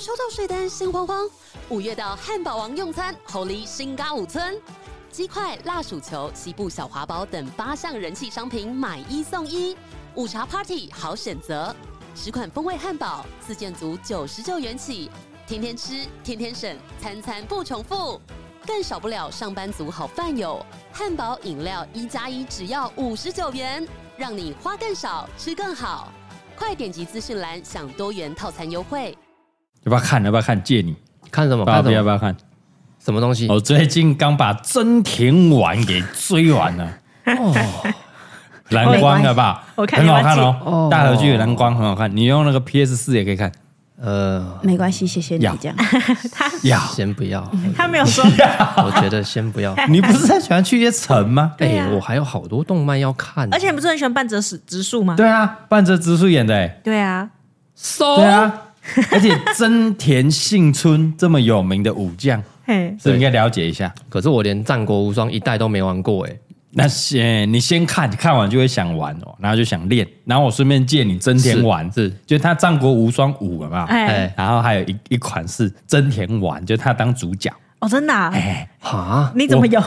收到税单心慌慌，5月到汉堡王用餐，猴狸新嘎5村，鸡块、辣薯球、西部小华堡等8项人气商品买1送1，午茶 Party 好选择，10款风味汉堡，4件组99元起，天天吃，天天省，餐餐不重复。更少不了上班族好饭友，汉堡饮料1+1只要59元，让你花更少，吃更好。快点击资讯栏享多元套餐优惠。 要不要看？要不要看？借你看什么？ 要不要看？ 什么东西？ 我最近刚把真田丸给追完了。哦，蓝光好不好？很好看哦。大河剧的蓝光很好看，你用那个 PS4 也可以看。 没关系，谢谢你这样。 要先不要， 他没有说。 我觉得先不要。 你不是很喜欢去一些城吗？ 我还有好多动漫要看， 而且你不是很喜欢半泽直树吗？ 对啊，半泽直树演的。 对啊， 对啊，而且真田幸村这么有名的武将，所以应该了解一下。 可是我连战国无双1代都没玩过那你先看完就会想玩哦，然后就想练，然后我顺便借你真田丸， 是就他战国无双5有没有？然后还有一款是真田丸，就他当主角。 哦，真的啊？ 你怎么有？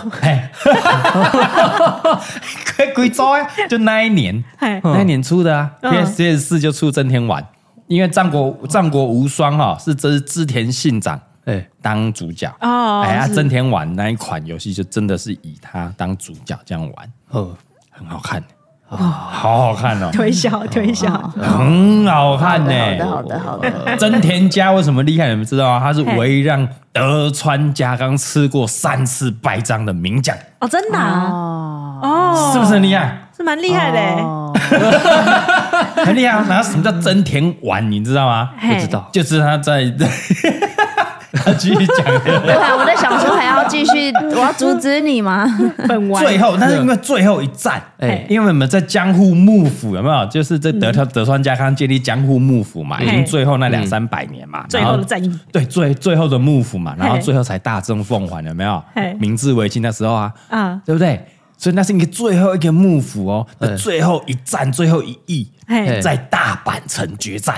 贵州啊，就那一年出的啊，PS4 就出真田丸，因为战国无双这是织田信长当主角真田丸那一款游戏就真的是以他当主角这样玩，很好看，好好看哦， 推销， 很好看呢。 好的。 真田家为什么厉害？你们知道吗？他是唯一让德川家康吃过3次败仗的名将。 哦，真的啊？ 是不是很厉害？ 是蛮厉害的很厉害。然后什么叫真田丸？你知道吗？ 不知道， 就是他在。他继续讲， 对啊，我在想说还要继续，我要阻止你吗？ 最后，但是因为最后一战，因为我们在江户幕府有没有？就是这德川家康建立江户幕府嘛，已经最后那200-300年嘛， 最后的战役， 对，最后的幕府嘛，然后最后才大政奉还，有没有？明治维新的时候对不对？所以那是一个最后一个幕府哦，最后一战，最后一役，在大阪城决战。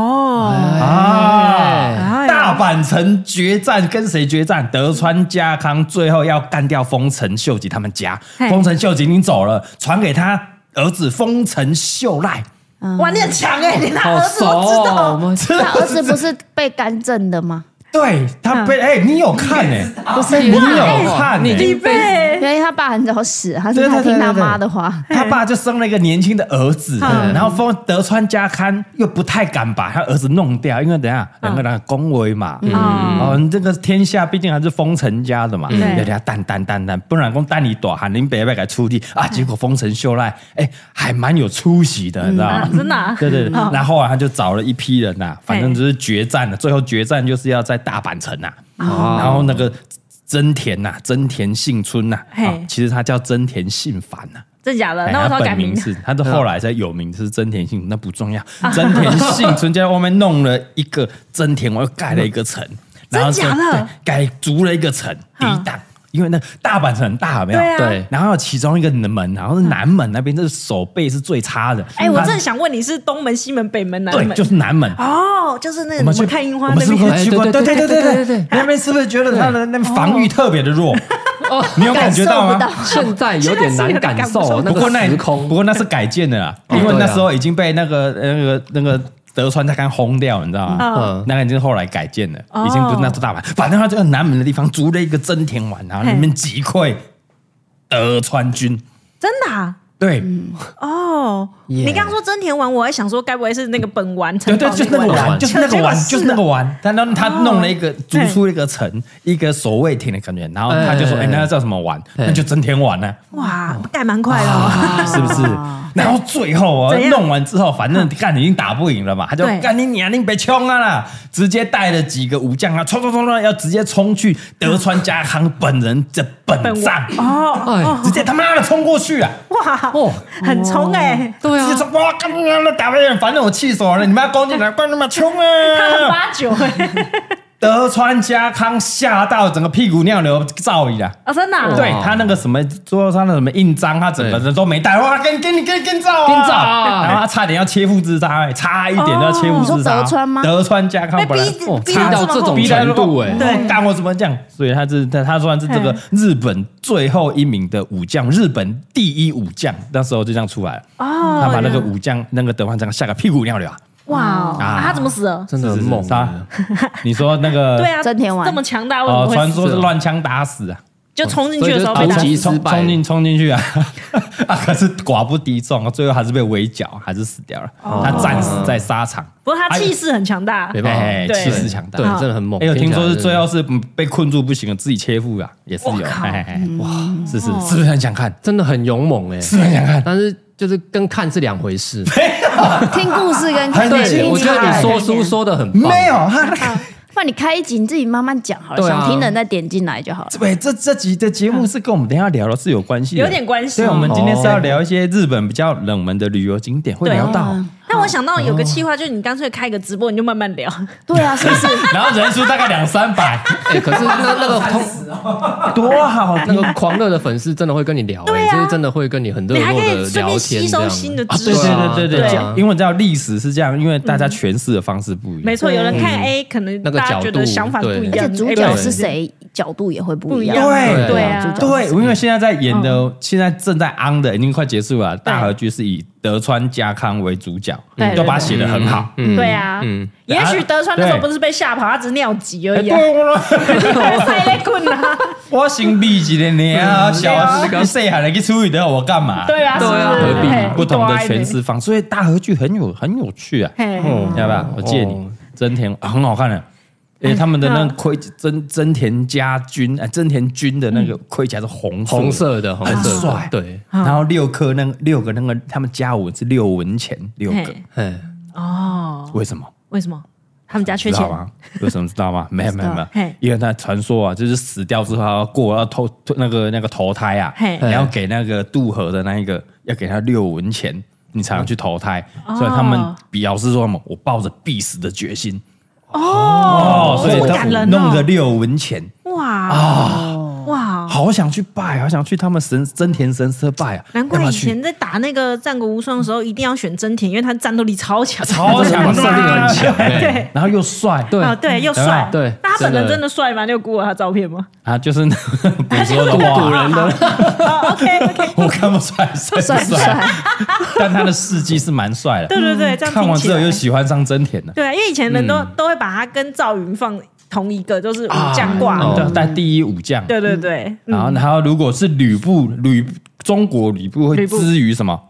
大阪城决战跟谁决战？德川家康最后要干掉丰臣秀吉他们家，丰臣秀吉已经走了，传给他儿子丰臣秀赖。 哇，你很强你那儿子我知道， 他儿子不是被干政的吗？ 对，他被你有看不是你有看你被， 因为他爸很早死，他是他听他妈的话， 他爸就生了一个年轻的儿子，然后德川家康又不太敢把他儿子弄掉，因为等一下2个人恭维嘛，这个天下毕竟还是丰臣家的嘛，要给他淡，不然讲蛋你大喊林北要给出力结果丰臣秀赖还蛮有出息的，你知道吗？ 真的， 对，然后后来他就找了一批人反正就是决战了，最后决战就是要在大阪城然后那个真田幸村其实他叫真田信繁真假的？那为什么改名？ 他的后来才有名是真田幸村，那不重要。真田幸村就在外面弄了一个真田，我又盖了一个城，然后真假的改筑了一个城抵挡。因为那大阪城很大，有没有？ 对。 然后其中一个门，然后是南门那边，这守备是最差的。 我正想问你是东门、西门、北门、南门？ 对，就是南门。 就是那个什么看樱花那边。 我们是不是去过？对，那边是不是觉得他的那防御特别的弱？你有感觉到吗？ 现在有点难感受。 不过那是改建的啦，因为那时候已经被那个。德川家康轰掉，你知道吗？那个已经后来改建了，已经不是那座大阪。反正他这个南门的地方筑了一个真田丸，然后里面击溃德川军。 真的对， 你刚刚说真田丸，我还想说，该不会是那个本丸城？ 对，就是那个丸，就是那个丸。他弄了一个，筑出了一个城，一个守卫亭的感觉。然后他就说：“那叫什么丸？那就真田丸呢。” 哇，盖蛮快的， 是不是？然后最后弄完之后，反正干已经打不赢了嘛，他就干你娘，你别冲啦，直接带了几个武将冲，要直接冲去德川家康本人的本帐直接他妈的冲过去啊！ 哇，很冲对啊， 直接冲哇，干打不赢，反正我气死我了，你们要攻进来，关他妈冲啊！ 他很89 德川家康吓到整个屁股尿流照一啦！ 真的？ 对他那个什么桌上的什么印章，他整个人都没带，哇，跟照啊！然后他差点要切腹自杀，差一点就要切腹自杀。 德川吗？ 德川家康本来逼到这种程度对，干我怎么这样？所以他算是这个日本最后一名的武将，日本第一武将，那时候就这样出来了。他把那个武将那个德川家康吓个屁股尿流啊！ 哇，他怎么死了？ 真的很猛啊！你说那个对啊， 真田丸这么强大，为什么会死？ 传说是乱枪打死啊， 就冲进去的时候被打死， 冲进去啊！可是寡不敌众，最后还是被围剿，还是死掉了。他战死在沙场。 不过他气势很强大， 气势强大， 对，真的很猛。 有听说是最后是被困住不行了，自己切腹啊，也是有。哇，是不是很想看？ 真的很勇猛哎， 是很想看， 但是就是跟看是两回事。 听故事跟看对，我觉得你说书说的很棒。 没有， 不然你开一集你自己慢慢讲好了，想听的人再点进来就好了。 对，这集的节目是跟我们等一下聊的是有关系的， 有点关系。 对，我们今天是要聊一些日本比较冷门的旅游景点，会聊到。 但我想到有个企划，就是你干脆开个直播，你就慢慢聊。 对啊，是不是？ 然后人数大概200-300。 可是那个多好， 那个狂热的粉丝真的会跟你聊，就是真的会跟你很热络的聊天， 吸收新的知识。 对，因为你知道历史是这样，因为大家诠释的方式不一样。 没错，有人看 A， 可能大家觉得想法不一样， 而且主角是谁，角度也会不一样。 对，因为现在在演的，现在正在 on 的，已经快结束了。大河剧是以德川家康为主角，都把它写得很好。 对啊，也许德川那时候不是被吓跑，他只是尿急而已。太累困了。 我先秘籍的你啊，小细汉的去处理的我干嘛？ 对啊， 何必不同的诠释方？所以大河剧很有趣啊，要不要？我借你真田很好看的。他们的那个盔真田家军真田军的那个盔甲是红色的，很帅。对，然后六个那个他们家纹是6文钱6个。为什么？ 他们家缺钱吗？为什么知道吗？没有，因为他传说啊，就是死掉之后要那个投胎啊，然后给那个渡河的那一个要给他6文钱，你才能去投胎。所以他们表示说我抱着必死的决心。所以他弄个6文钱，哇，好想去拜，好想去他们真田神社拜啊！ 难怪以前在打那个战国无双的时候，一定要选真田，因为他战斗力超强， 胜率很强， 对， 然后又帅， 对，又帅， 对。 那他本人真的帅吗？你有估过他照片吗？ 就是古时候的古人的。 OK， 我看不出来帅不帅，但他的事迹是蛮帅的。 对，这样看完之后又喜欢上真田了。 对啊，因为以前人都会把他跟赵云放同一个，就是武将挂， 但第一武将。 对。 然后如果是中国吕布会之于什么？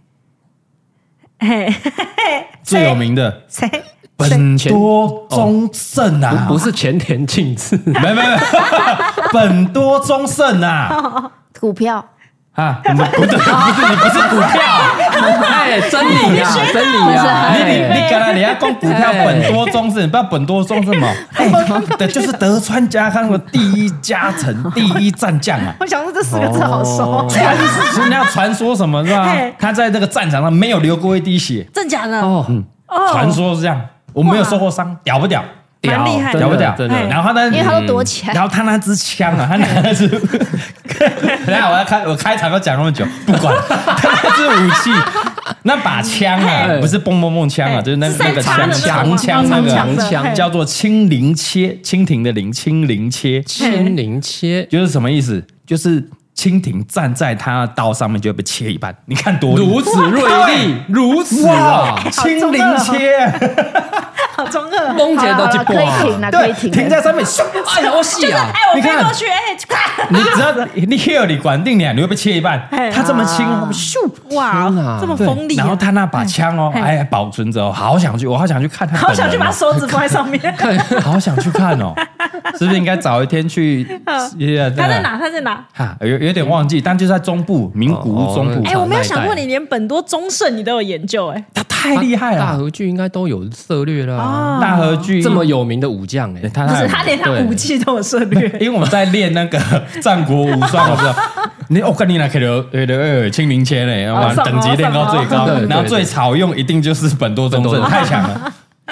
最有名的谁？ 本多忠胜啊， 不是前田庆次， 没，本多忠胜啊， 股票。 不是，你不是股票， 真理啊！ 你刚才你要讲股票本多忠胜，你不知道本多忠胜吗？就是德川家康的第一家臣、第一战将啊！ 我想说这4个字好熟， 传说什么是吧？他在这个战场上没有流过一滴血， 真假的？ 传说是这样，我没有受过伤，屌不屌？ 蛮厉害的， 屌不屌？然后因为他都躲起来， 然后他那支枪啊，他拿的是，等下我开场都讲那么久，不管他那支武器，那把枪啊，不是蹦蹦蹦枪啊，就是那个长枪那个叫做青灵切，蜻蜓的灵，青灵切，就是什么意思？就是蜻蜓站在他的刀上面就会被切一半，你看多如此锐利，如此啊， 青灵切。 好中二， 梦姐都去挂，可以停， 停在上面， 哎呀，我戏啊！ 我飞过去， 你只要你 heal 你管定你会被切一半，它这么轻，咻， 哇，这么锋利。 然后他那把枪保存着，我好想去看他， 好想去把手指放在上面， 好想去看哦，是不是应该早一天去？ 他在哪？ 有点忘记，但就在中部，名古屋中部。 我没有想过你连本多忠胜你都有研究， 他太厉害了， 大河剧应该都有涉猎了。 大河剧这么有名的武将他连他武器都有涉猎， 因为我们在练那个战国无双，我不知道我跟你那可能青灵切嘞，等级练到最高，然后最常用一定就是本多忠胜，太强了。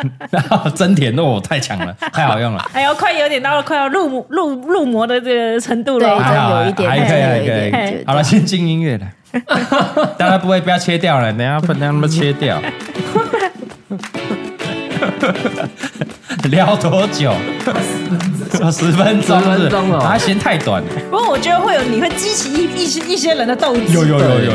然后真甜太强了，太好用了。 哎呦，快有点到了快要入魔的这个程度了。 对，真有一点， 还可以。好了，先进音乐来。大家不要切掉了，等下他们切掉。聊多久？10分钟哦， 还嫌太短。 不过我覺得你会激起一些人的斗志。 有。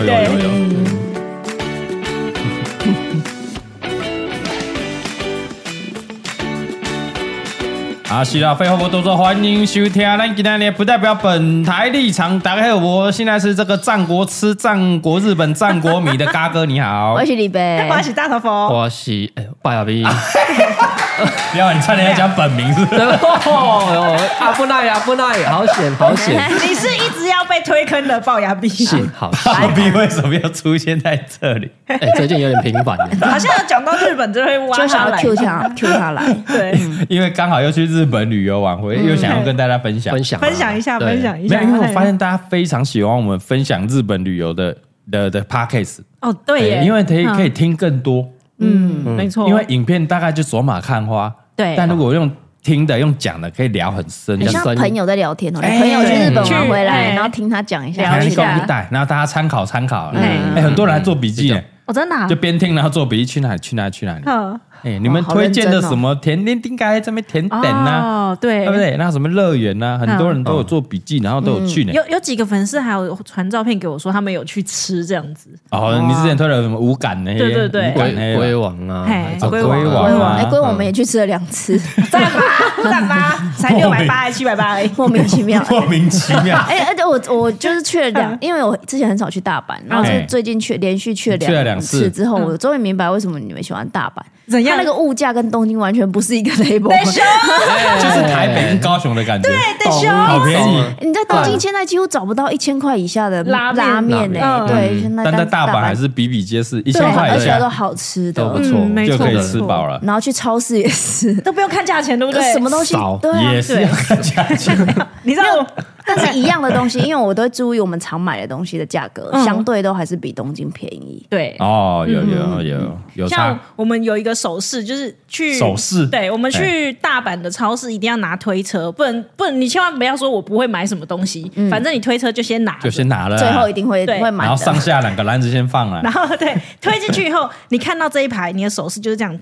是啦，废话不多说，欢迎收听。咱今天不代表本台立场。大家好，我现在是这个战国日本战国迷的嘎哥，你好。 我是李贝， 我是大头佛， 我是拜亚比。 不要，你差点要讲本名是不是？ 阿布奈，好险！ 你是一直要被推坑的龅牙逼。 幸好， 阿比为什么要出现在这里？ 最近有点频繁， 好像讲到日本就会挖他来， 就想要 Q 他来。 对， 因为刚好又去日本旅游玩回，又想要跟大家分享一下。 因为我发现大家非常喜欢我们分享日本旅游的 podcast。 哦，对耶， 因为可以听更多。 没错。 因为影片大概就走马看花。 对。 但如果用听的、用讲的，可以聊很深， 很像朋友在聊天哦。朋友去日本玩回来，然后听他讲一下， 聊一下， 然后大家参考。很多人还做笔记呢。 真的。 就边听然后做笔记，去哪里？你们推荐的什么甜点应该这边甜点呐？对不对？那什么乐园呐？很多人都有做笔记，然后都有去呢。 有几个粉丝还有传照片给我说，他们有去吃这样子。 你之前推了什么无感呢？ 对， 龟王啊， 龟王啊，龟王我们也去吃了2次， 赞吧，才680还780， 莫名其妙。 而且我就是去了因为我之前很少去大阪，然后是最近连续去了2次之后，我终于明白为什么你们喜欢大阪。 怎样？ 那个物价跟东京完全不是一个 level， 就是台北跟高雄的感觉， 对， 好便宜。 你在东京现在几乎找不到1000块以下的拉面对， 但在大阪还是比比皆是，1000块以下， 而且都好吃的， 都不错， 就可以吃饱了。 然后去超市也是， 都不用看价钱，对不对？ 什么东西也是要看价钱， 你知道？ 但是一样的东西，因为我都会注意我们常买的东西的价格，相对都还是比东京便宜。 对， 有差。 像我们有一个手势，就是去手势， 对，我们去大阪的超市一定要拿推车，不能，你千万不要说我不会买什么东西，反正你推车就先拿了， 最后一定会买。 然后上下2个篮子先放了， 然后对，推进去以后，你看到这一排，你的手势就是这样。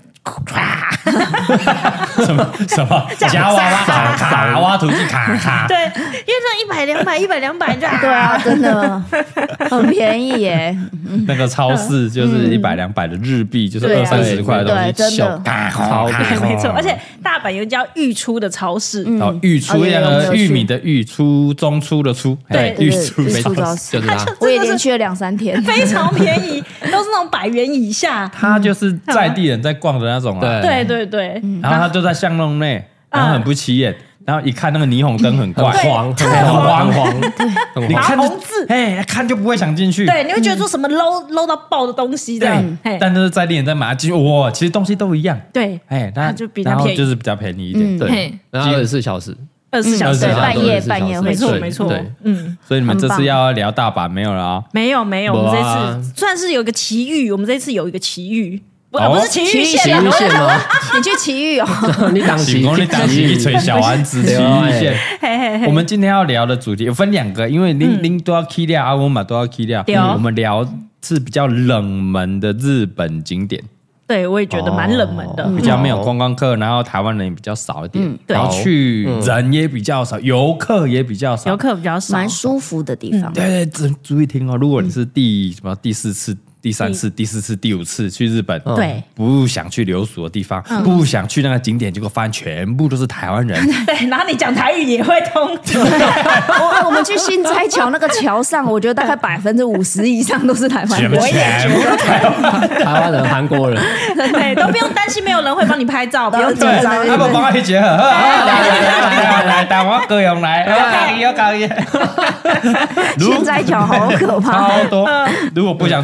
什么夹娃娃卡挖土机卡， 对，因为这100、200就对啊，真的很便宜耶。 那个超市就是100、200的日币，就是20-30块的东西， 真的超没错。而且大阪有一家御出的超市， 御出那个玉米的玉，初中出的出， 对， 御出超市，我也连去了2-3天， 非常便宜，都是那种100元以下。 他就是在地人在逛的那种啊， 对。 然后他就在巷弄内，然后很不起眼。然后一看那个霓虹灯很怪， 黄， 你看红字， 看就不会想进去。 对，你会觉得说什么 low 到爆的东西这样。 但就是在地人在买进去，哇，其实东西都一样。 对， 它就比较便宜， 就是比较便宜一点。 对，然后24小时 ，24小时， 半夜， 没错。 所以你们这次要聊大阪没有了啊？ 没有，我们这次算是有一个奇遇，我们这次有一个奇遇。不是奇遇线吗？ 你去奇遇哦， 你当奇遇吹小丸子奇遇线。我们今天要聊的主题分2个，因为您都要 key 掉，阿我们都要 key 掉。我们聊是比较冷门的日本景点。 对，我也觉得蛮冷门的， 比较没有观光客，然后台湾人也比较少一点，然后去人也比较少，游客也比较少， 蛮舒服的地方。 对，注意听哦，如果你是第4次。第3次、第4次、第5次去日本， 对， 不想去留宿的地方，不想去那个景点，结果发现全部都是台湾人。 对，然后你讲台语也会通。 我们去新斋桥那个桥上，我觉得大概50%以上都是台湾人， 全部都台湾人、韩国人， 对，都不用担心没有人会帮你拍照，不用紧张。 他们帮我去结合，来，台湾歌咏来，要搞一。 新斋桥好可怕， 超多。如果不想去那些留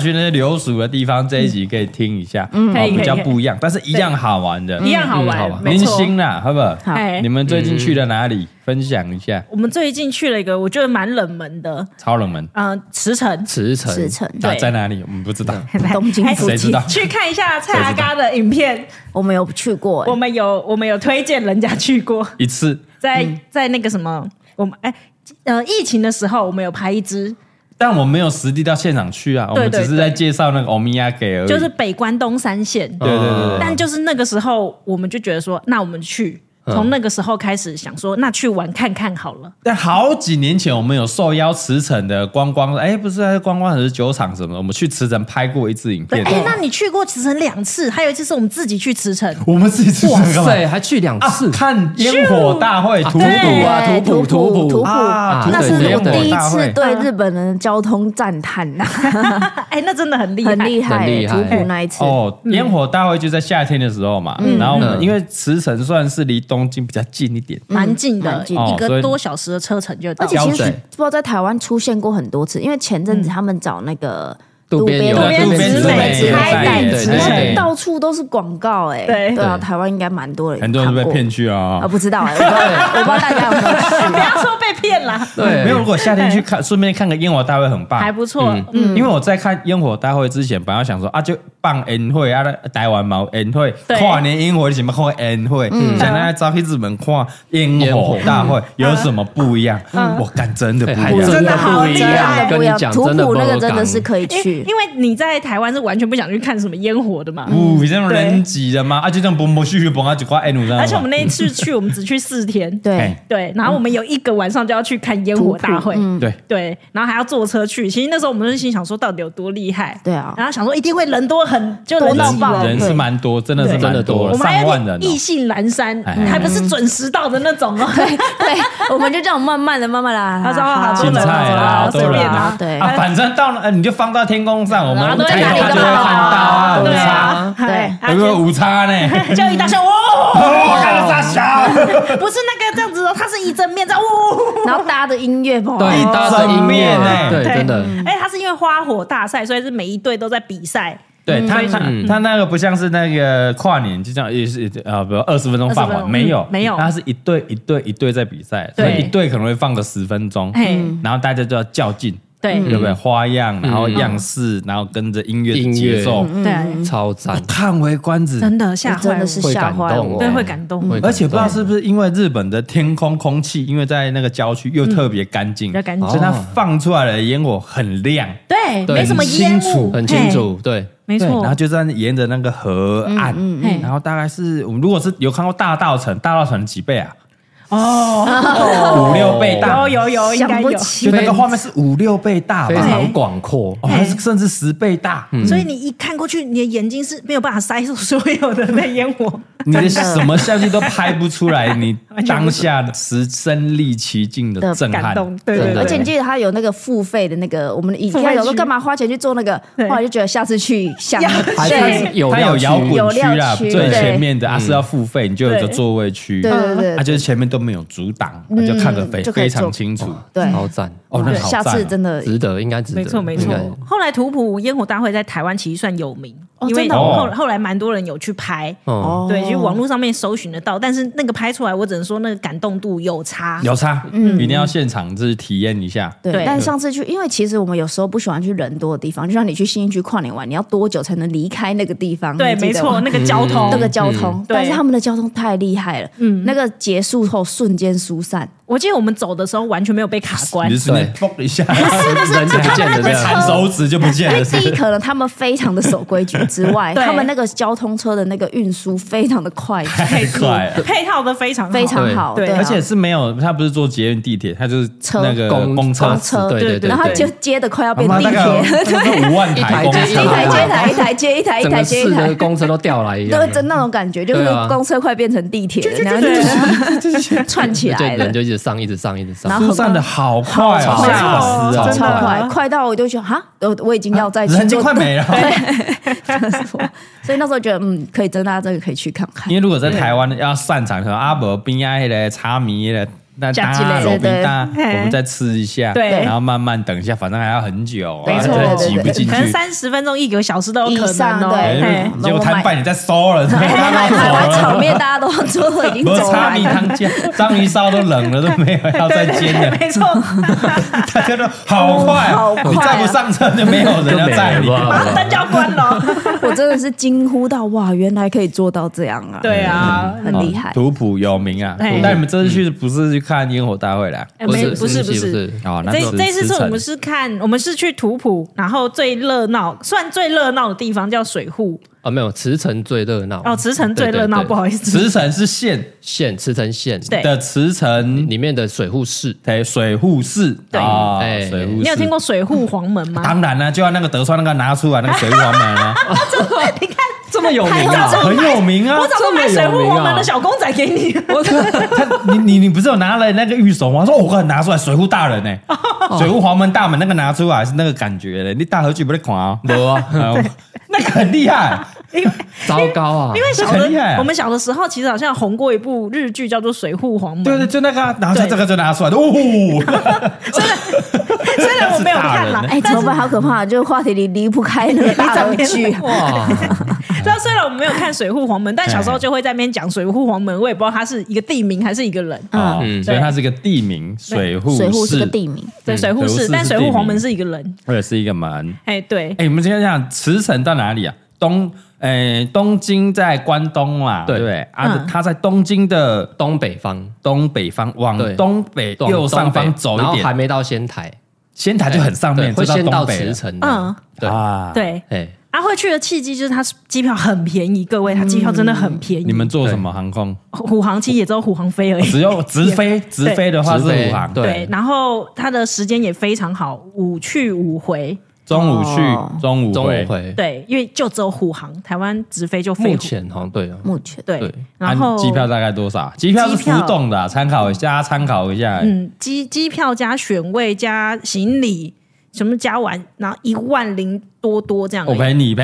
有属的地方，这一集可以听一下，比较不一样，但是一样好玩的， 一样好玩， 明星啦，好不好？ 好， 你们最近去了哪里？分享一下。 我们最近去了一个我觉得蛮冷门的， 超冷门。 池城， 对，在哪里？我们不知道。 东京附近。 去看一下蔡阿嘎的影片， 我们有去过， 我们有推荐人家去过一次， 在那个什么，我们疫情的时候我们有拍一支。 但我没有实地到现场去啊，我们只是在介绍那个欧米亚给而已， 就是北关东三线。 对。 但就是那个时候，我们就觉得说，那我们去。从那个时候开始想说，那去玩看看好了。 但好几年前，我们有受邀池城的观光，不是观光，还是酒厂什么的，我们去池城拍过一支影片。 那你去过池城2次，还有一次是我们自己去池城。 我们自己去池城， 对，还去2次看烟火大会，土普啊， 那是我第一次对日本人的交通赞叹呐。 那真的很厉害， 很厉害，土普那一次。 烟火大会就在夏天的时候嘛，然后因为池城算是离东京比较近一点， 蛮近的，1个多小时的车程就到。 而且其实不知道在台湾出现过很多次，因为前阵子他们找那个渡边直美，到处都是广告，对啊，台湾应该蛮多人， 很多人被骗去啊， 不知道，我不知道大家有没有去， 不要说被骗啦。 对， 没有，如果夏天去看，顺便看个烟火大会很棒， 还不错。 因为我在看烟火大会之前，本来想说就放烟火啊，台湾嘛烟火，跨年烟火你怎么看烟火？想来早去日本看烟火大会有什么不一样？我感真的不一样， 真的好厉害， 跟你讲， 土普那个真的是可以去， 因为你在台湾是完全不想去看什么烟火的嘛， 这种人挤的嘛，就这样蹦蹦续蹦就挂烟火。 而且我们那一次去，我们只去4天， 对， 然后我们有1个晚上就要去看烟火大会，对，然后还要坐车去。其实那时候我们就心想说，到底有多厉害？ 对啊， 然后想说一定会人多，就人到爆， 人是蛮多，真的是蛮多，上万人， 意兴阑珊，还不是准时到的那种哦。 对，我们就这样慢慢的啦。 他说好多人啦， 随便啦， 对， 反正到了你就放到天空上，我们抬头就会看到啊， 对啊， 对， 有没有午餐呢？ 就一大声我看到大小， 不是那个这样子哦，它是一正面在然后搭的音乐不好， 对，搭的音乐呢，对，真的。 它是因为花火大赛，所以是每一队都在比赛。 对他那个不像是那个跨年，就这样也是比如20分钟放完，没有，他是一队在比赛，所以一队可能会放个10分钟，然后大家就要较劲。对不对？花样，然后样式，然后跟着音乐的节奏， 对， 超赞！ 叹为观止， 真的吓坏， 真的是吓坏我， 对，会感动。 而且不知道是不是因为日本的天空空气，因为在那个郊区又特别干净，所以它放出来的烟火很亮， 对，没什么烟雾， 很清楚，对， 没错。 然后就在沿着那个河岸，然后大概是我们如果是有看过大稻埕几倍啊？5、6倍大， 有，应该有。 就那个画面是5、6倍大， 非常广阔， 还是甚至10倍大。 所以你一看过去，你的眼睛是没有办法塞住所有的那烟火， 你的什么相机都拍不出来你当下身临其境的震撼。 对， 而且你记得他有那个付费的那个，我们以前有时候干嘛花钱去做那个，后来就觉得下次去想， 它有摇滚区啦，最前面的是要付费，你就有一个座位区， 对， 就是前面都没有阻挡，就看得非常清楚， 对， 好赞哦，那好赞， 下次真的值得，应该值得， 没错。后来土普烟火大会在台湾其实算有名，因为后来蛮多人有去拍，对，就网络上面搜寻得到，但是那个拍出来，我只能说那个感动度有差， 一定要现场就是体验一下。 对，但上次去，因为其实我们有时候不喜欢去人多的地方，就像你去信义区跨年玩，你要多久才能离开那个地方？ 对，没错，那个交通， 但是他们的交通太厉害了，那个结束后瞬间疏散。 我记得我们走的时候完全没有被卡关， 你是嘣一下， 人就不见了， 被弹手指就不见了。 因为第一，可能他们非常的守规矩之外，他们那个交通车的那个运输非常的快， 太快了， 配套的非常好， 对，而且是没有，他不是坐捷运地铁，他就是那个公车， 对，然后就接的快要变地铁 ，5万台公车， 一台接一台， 整个公车都调来一样， 对，那种感觉就是公车快变成地铁了，然后就串起来了， 人就一直上， 疏散的好快，吓死啊！ 超快到我就觉得哈，我已经要再去， 人就快没了。 所以那时候觉得可以，真的这个可以去看看。 因为如果在台湾要散场，可能阿伯边啊那个茶米的那大家肉饼我们再吃一下，对，然后慢慢等一下，反正还要很久， 没错， 挤不进去， 可能30分钟1个小时都有可能哦。结果摊贩你在收了， 炒面大家都做了，已经走了。 叉米汤酱、章鱼烧都冷了，都没有要再煎了， 没错。 大家都好快，你再不上车就没有人要载你， 马上灯就要关了。 我真的是惊呼到哇，原来可以做到这样啊！ 对啊， 很厉害。 土埔有名啊，但你们这次去不是去看烟火大会啦？ 不是。 哦， 这次是我们是去土埔，然后最热闹的地方叫水户。 没有，慈城最热闹。 慈城最热闹，不好意思。 慈城是县， 慈城县的慈城里面的水户市， 对，水户市， 对， 水户市。 你有听过水户黄门吗？ 当然了，就要那个德川那个拿出来那个水户黄门啊。 你看这么有名啊， 很有名啊！ 我早就买水户黄门的小公仔给你。 你不是有拿了那个御守吗？说我拿出来水户大人呢，水户黄门大门那个拿出来是那个感觉嘞。你大和剧不得看啊？没啊，那个很厉害。 糟糕啊！ 因为我们小的时候其实好像红过一部日剧叫做《水户黄门》。 对，就那个，然后这个就拿出来的， 虽然我没有看啦， 怎么办？好可怕！就话题里离不开那个大和剧。哇！ 虽然我们没有看《水户黄门》，但小时候就会在那边讲水户黄门，我也不知道它是一个地名还是一个人。 所以它是一个地名，水户是个地名， 对，水户市，但水户黄门是一个人， 或者是一个门。 对。 我们今天讲慈城到哪里啊？东京在关东嘛，对不对啊？它在东京的东北方往东北右上方走一点， 然后还没到仙台就很上面， 会先到慈城的。 对。会去的契机就是它机票很便宜，各位，它机票真的很便宜。 你们坐什么航空？ 虎航，其实也只有虎航飞而已， 只有直飞的话是虎航。 对，然后它的时间也非常好，5去5回。 中午去，中午回。 对，因为就只有虎航，台湾直飞就飞。 目前好像对啊， 目前对。然后机票大概多少？机票是浮动的，参考一下。 机票加选位加行李什么加完，然后10000多这样。 我陪你。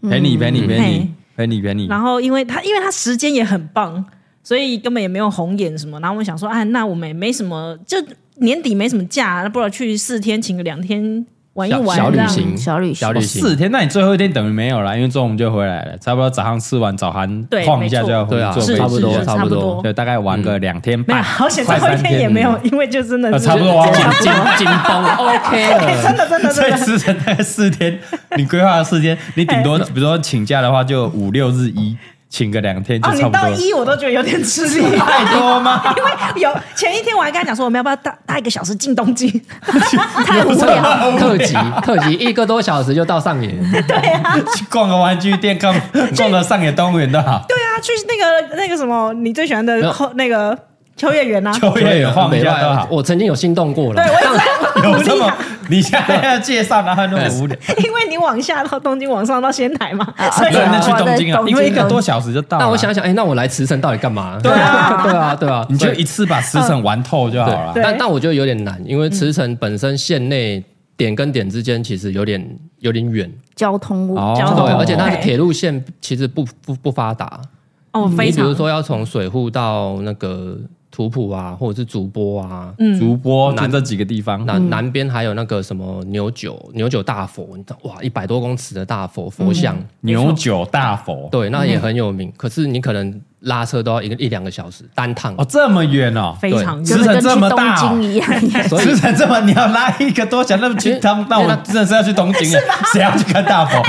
然后因为它时间也很棒，所以根本也没有红眼什么。然后我们想说，那我们也没什么，就年底没什么假，那不如去4天请个2天。玩一玩， 小旅行 4天，那你最后一天等于没有了，因为中午就回来了，差不多早上吃完早餐晃一下就要回去做，差不多， 对，大概玩个2天半， 好险最后一天也没有，因为就真的是差不多紧绷 ，OK 了， 真的， 所以吃成大概4天，你规划了4天，你顶多比如说请假的话就5、6日1。请个2天就差不多。 你到1我都觉得有点吃力， 太多吗？ 因为有前一天我还跟他讲说，我们要不要搭1个小时进东京？ 太无聊。 客机1个多小时就到上野。 对啊， 去逛个玩具店，逛个上野动物园都好。 对啊，去那个什么你最喜欢的那个秋叶原啊， 秋叶原晃一下都好。 我曾经有心动过了。 对，我有这么？你现在要介绍，然后那么无聊。 因为你往下到东京，往上到仙台嘛， 所以那去东京啊，因为1个多小时就到了。 那我想想，那我来慈城到底干嘛？ 对啊， 你就一次把慈城玩透就好了。 但我觉得有点难，因为慈城本身县内点跟点之间其实有点远， 交通对，而且它的铁路线其实不发达。 非常。 你比如说要从水户到那个土埔啊，或者是竹波啊， 竹波南这几个地方， 南边还有那个什么牛九大佛，哇，100多公尺的大佛像， 牛九大佛， 对，那也很有名。可是你可能拉车都要1-2个小时单趟这么远哦， 非常慈城这么大， 跟去东京一样， 慈城这么你要拉1个多小时，那我真的是要去东京啊，谁要去看大佛？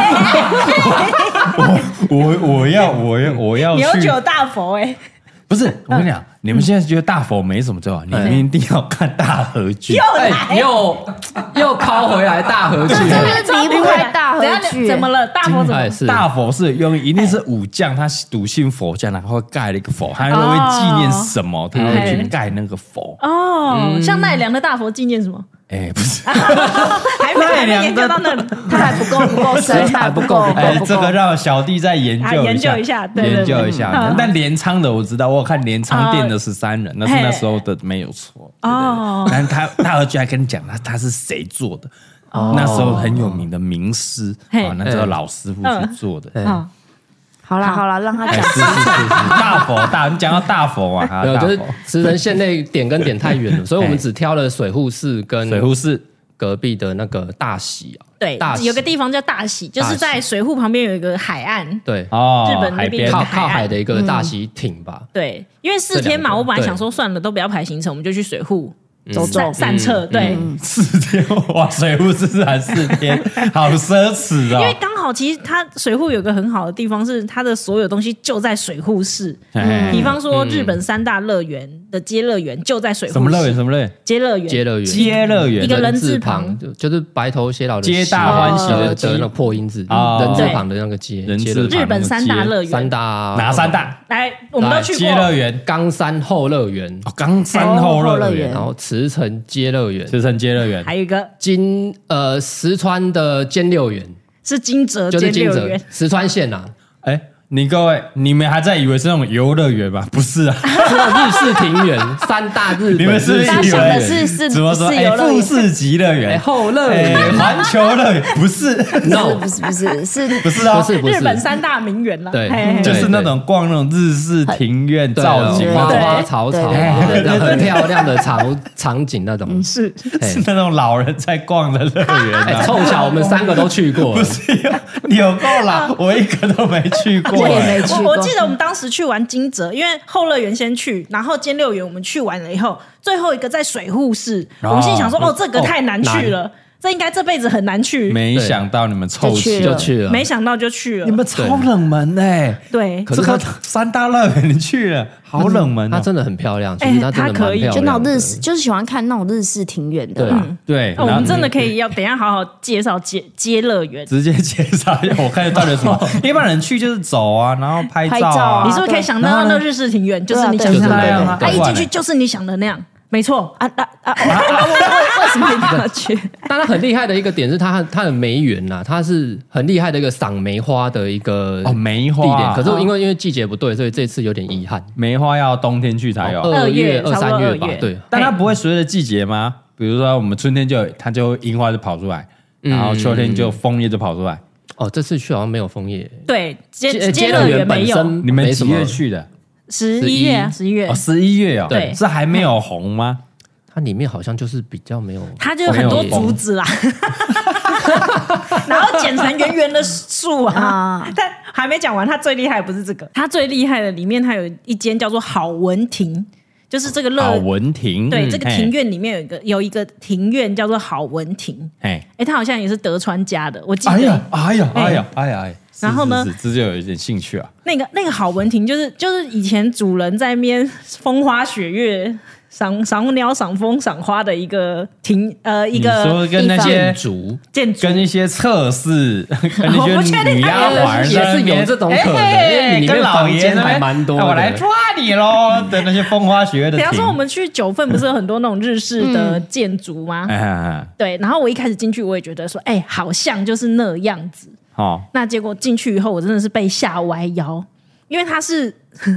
我要去牛九大佛不是，我跟你讲，你们现在觉得大佛没什么重要，你们一定要看大和剧。 又靠回来大和剧， 离不开大和剧。 怎么了？大佛怎么？ 大佛是用一定是武将，他笃信佛教，然后盖了一个佛，他会纪念什么？他会去盖那个佛。 像奈良的大佛纪念什么？ 不是， 还没研究到那里， 他还不够深，还不够。 这个让小弟再研究一下。但镰仓的我知道，我有看镰仓殿的13人，那是那时候的没有错。但他大和剧还跟你讲他是谁做的，那时候很有名的名师，那时候老师傅去做的。 好啦，让他讲。 大佛你讲到大佛啊， 没有，就是池城县内点跟点太远了，所以我们只挑了水户市跟水户市隔壁的那个大喜啊。 对，有个地方叫大喜，就是在水户旁边有一个海岸。 对， 日本那边靠海的一个大喜町吧。 对，因为4天嘛，我本来想说算了，都不要排行程，我们就去水户。走散策，对 ，4天哇，水户市还4天，好奢侈哦。 因为刚好其实它水户有个很好的地方是它的所有东西就在水户市，比方说日本3大乐园的街乐园就在水户市。 什么乐园？ 街乐园，一个人字旁， 就是白头偕老的皆大欢喜的那个破音字，人字旁的那个街。 日本3大乐园， 哪3大？ 来，我们都去过。 街乐园、 冈山后乐园， 冈山后乐园， 然后池城街乐园， 还有一个石川的兼六园， 是金泽兼六园， 石川县啊。 各位，你们还在以为是那种游乐园吧？不是啊， 是日式庭园，3大日本。 你们是不是以为怎么说？ 富士急乐园、 后乐园、 环球乐园，不是 ？No， 不是啊， 不是日本3大名园了。 对， 就是那种逛那种日式庭院造景， 花花草草，很漂亮的场景那种。 是那种老人在逛的乐园。 凑巧我们3个都去过。 不是，你有够老，我一个都没去过。 我记得我们当时去玩金泽，因为后乐园先去，然后兼六园我们去完了以后，最后一个在水户市，我们心想说，这个太难去了。这应该这辈子很难去， 没想到你们凑齐就去了， 没想到就去了。 你们超冷门哎！ 对， 这个3大乐园你去了，好冷门。 它真的很漂亮，其实它真的蛮漂亮的， 就那种日式，就是喜欢看那种日式庭院的。 对， 我们真的可以等一下好好介绍街乐园， 直接介绍一下，我看到底什么。一般人去就是走啊，然后拍照啊。 你是不是可以想到那日式庭院，就是你想的那样啊？一进去就是你想的那样。没错为什么一定要去？ 但它很厉害的一个点是它的梅园呐，它是很厉害的一个赏梅花的一个梅花地点。可是因为季节不对，所以这次有点遗憾。 梅花要冬天去才有 ，2月、2、3月吧。对， 但它不会随着季节吗？比如说我们春天它就樱花就跑出来，然后秋天就枫叶就跑出来。 这次去好像没有枫叶。 对，街乐园没有。 你们几月去的 ？11月啊，11月。 11月哦， 对， 是还没有红吗？ 它里面好像就是比较没有， 它就有很多竹子啦，然后剪成圆圆的树啊。但还没讲完，它最厉害不是这个，它最厉害的里面它有一间叫做好文亭，就是这个好文亭。 对，这个庭院里面有一个庭院叫做好文亭。它好像也是德川家的，我记得。 哎呀！ 然后呢， 这就有一点兴趣啊。 那个好文亭就是以前主人在那边风花雪月。赏鸟、赏风、赏花的一个一个， 你说跟那些建筑， 跟一些测试，跟那些女丫鬟也是有这种可能， 跟老爷还蛮多。 我来抓你喽的那些风花雪月的。 比方说我们去9份，不是有很多那种日式的建筑吗？对，然后我一开始进去，我也觉得说，好像就是那样子。那结果进去以后，我真的是被吓歪腰，因为它是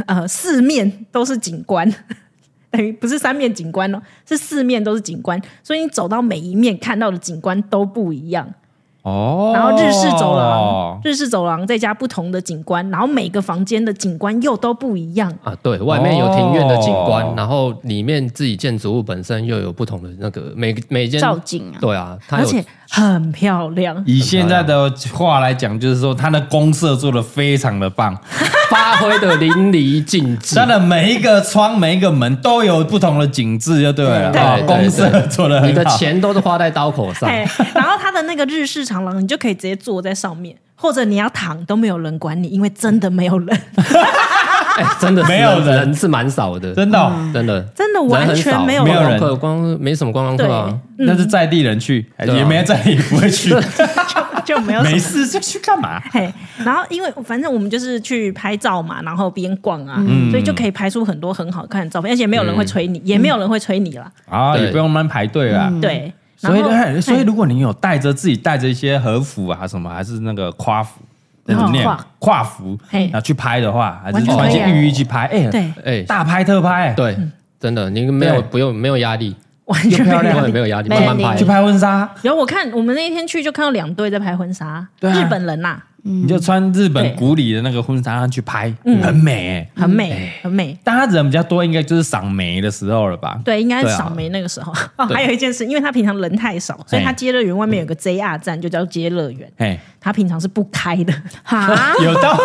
4面都是景观。等于不是3面景观哦，是4面都是景观，所以你走到每一面看到的景观都不一样。然后日式走廊再加不同的景观，然后每个房间的景观又都不一样啊。对，外面有庭院的景观，然后里面自己建筑物本身又有不同的那个每间造景啊。 对啊， 而且很漂亮。 以现在的话来讲，就是说它的公设做得非常的棒， 发挥的淋漓尽致。 它的每一个窗、每一个门都有不同的景致，就对了。公设做得很好， 你的钱都是花在刀口上。 然后它的那个日式长廊，你就可以直接坐在上面，或者你要躺都没有人管你，因为真的没有人。 真的没有人是蛮少的， 真的真的完全没有人， 没什么观光客啊。 那是在地人去，也没在地不会去， 就没有没事就去干嘛？ 然后因为反正我们就是去拍照嘛，然后边逛啊，所以就可以拍出很多很好看的照片，而且没有人会催你，也没有人会催你啦。 也不用慢慢排队啦。 对。 所以如果你有自己带着一些和服啊什么，还是那个夸服，跨服，然后去拍的话，还是穿些浴衣去拍，大拍特拍， 对，真的，你没有压力， 完全没有压力，慢慢拍， 去拍婚纱。 然后我看我们那一天去就看到2队在拍婚纱，日本人呐， 你就穿日本古里的那个婚纱上去拍，很美， 很美，很美。 但他人比较多，应该就是赏梅的时候了吧？ 对，应该是赏梅那个时候。还有一件事，因为他平常人太少，所以他接乐园外面有个 JR 站，就叫接乐园。他平常是不开的。 有到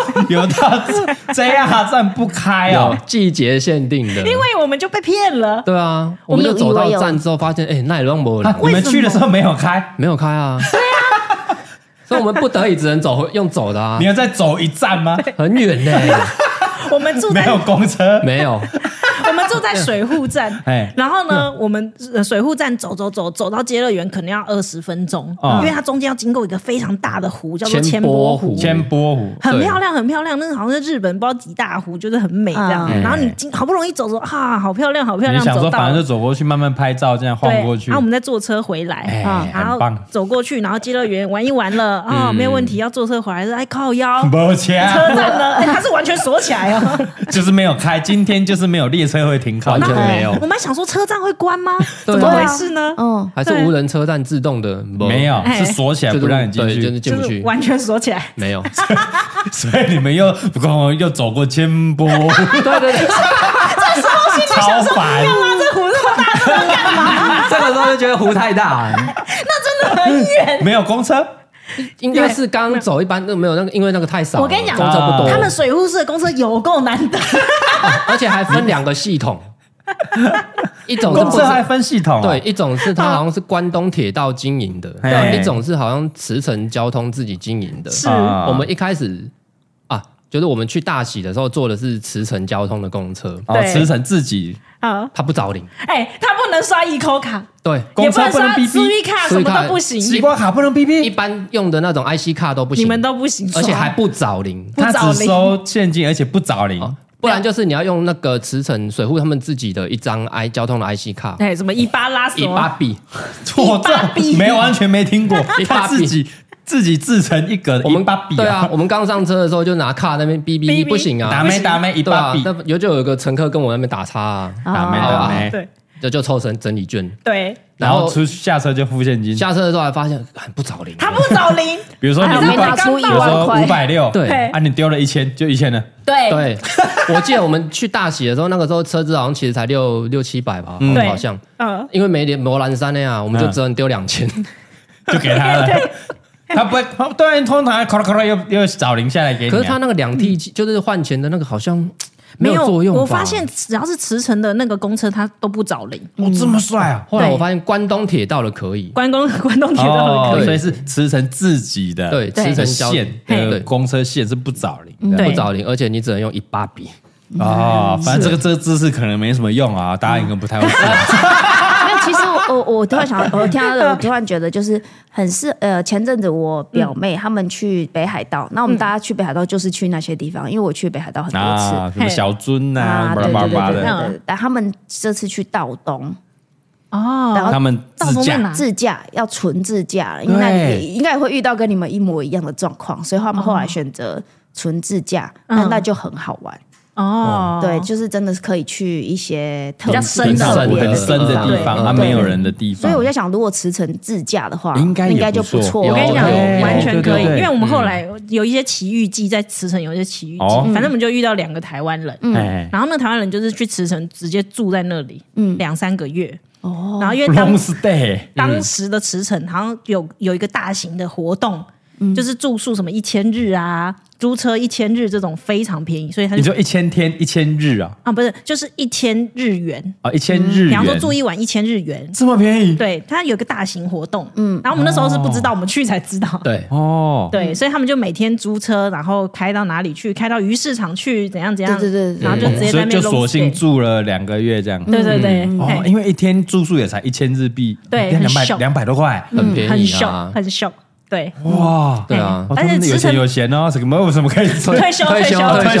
JR 站不开哦， 季节限定的。 因为我们就被骗了。 对啊，我们就走到站之后发现，那也没人。 你们去的时候没有开？ 没有开啊。对啊。所以我们不得已只能用走的啊。 你要再走一站吗？ 很远呢。 我们住没有公车， 没有。 我们住在水户站，然后呢，我们水户站走到接乐园可能要20分钟，因为它中间要经过一个非常大的湖，叫做千波湖。 千波湖很漂亮，很漂亮，那个好像是日本不知道几大湖，就是很美这样。然后你好不容易走好漂亮，好漂亮。 你想说反正就走过去慢慢拍照，这样晃过去。 然后我们再坐车回来，然后走过去，然后接乐园玩一玩了没有问题，要坐车回来靠腰， 没钱。 车站呢，它是完全锁起来哦， 就是没有开，今天就是没有列车会停靠， 完全没有。 我们还想说车站会关吗？怎么回事呢？ 还是无人车站自动的？ 没有，是锁起来不让你进去， 就是进不去， 完全锁起来。 没有， 所以你们又走过千波， 对，这时候心里想说，干嘛这湖这么大，这么干嘛？ 这个时候就觉得湖太大， 那真的很远， 没有公车。 应该是刚走一般都没有那个，因为那个太少了。 我跟你讲， 公车不多。 他们水户市的公车有够难等， 而且还分2个系统。一种公车还分系统， 对，一种是它好像是关东铁道经营的，一种是好像慈城交通自己经营的。 是， 我们一开始就是我们去大喜的时候坐的是慈城交通的公车， 慈城自己他不找零， 他不能刷ECO卡， 对， 公车不能 BB 卡，什么都不行， 西瓜卡不能 BB， 一般用的那种 IC 卡都不行， 你们都不行， 而且还不找零， 他只收现金，而且不找零。 不然就是你要用那个慈城水户他们自己的一张交通的 IC 卡， 什么18拉什么 18B， 错，这完全没听过，他自己制成一个18B， 对啊，我们刚上车的时候就拿卡那边哔不行啊， 打没18B， 就有个乘客跟我那边打叉啊， 打没， 对。 就抽成整理券， 对， 然后下车就付现金， 下车的时候还发现很不找零， 他不找零， 比如说你拿出1万块 ，560， 对， 你丢了1000就1000了， 对， 我记得我们去大喜的时候，那个时候车子好像其实才600-700吧，好像，因为没蓝山那样，我们就只能丢2000， 就给他了。他不会，对，通常又找零下来给你。 可是他那个2T就是换钱的那个好像。 没有作用。 我发现只要是慈城的那个公车，它都不找零。 这么帅啊！ 后来我发现关东铁道的可以， 关东铁道的可以， 所以是慈城自己的对慈城线的公车线是不找零， 不找零，而且你只能用18B。 反正这个知识可能没什么用啊，大家应该不太会说。 其实我突然想，我听到我突然觉得就是很前阵子我表妹他们去北海道，那我们大家去北海道就是去那些地方，因为我去北海道很多次， 什么小樽啊， 对，但他们这次去道东。 然后他们自驾要纯自驾了，因为那里应该也会遇到跟你们一模一样的状况，所以他们后来选择纯自驾，那就很好玩。对，就是真的是可以去一些比较深的地方，没有人的地方。 所以我在想，如果驰骋自驾的话，应该就不错。 我跟你讲，完全可以，因为我们后来有一些奇遇记，在驰骋有一些奇遇记，反正我们就遇到2个台湾人，然后那台湾人就是去驰骋直接住在那里，2-3个月。然后因为当时的驰骋好像有一个大型的活动，就是住宿什么1000日啊，租车1000日这种非常便宜，所以他就你说1000天1000日啊？ 不是，就是1000日元啊，1000日元。 比方说住一晚1000日元， 这么便宜？ 对，它有一个大型活动，然后我们那时候是不知道，我们去才知道。 对， 对，所以他们就每天租车，然后开到哪里去，开到鱼市场去，怎样， 对， 然后就直接在那边就索性住了2个月这样。 对， 因为一天住宿也才1000日币， 对 ，200多块， 很便宜啊， 很秀。对， 哇， 对啊， 而且有钱哦，什么可以退休， 对，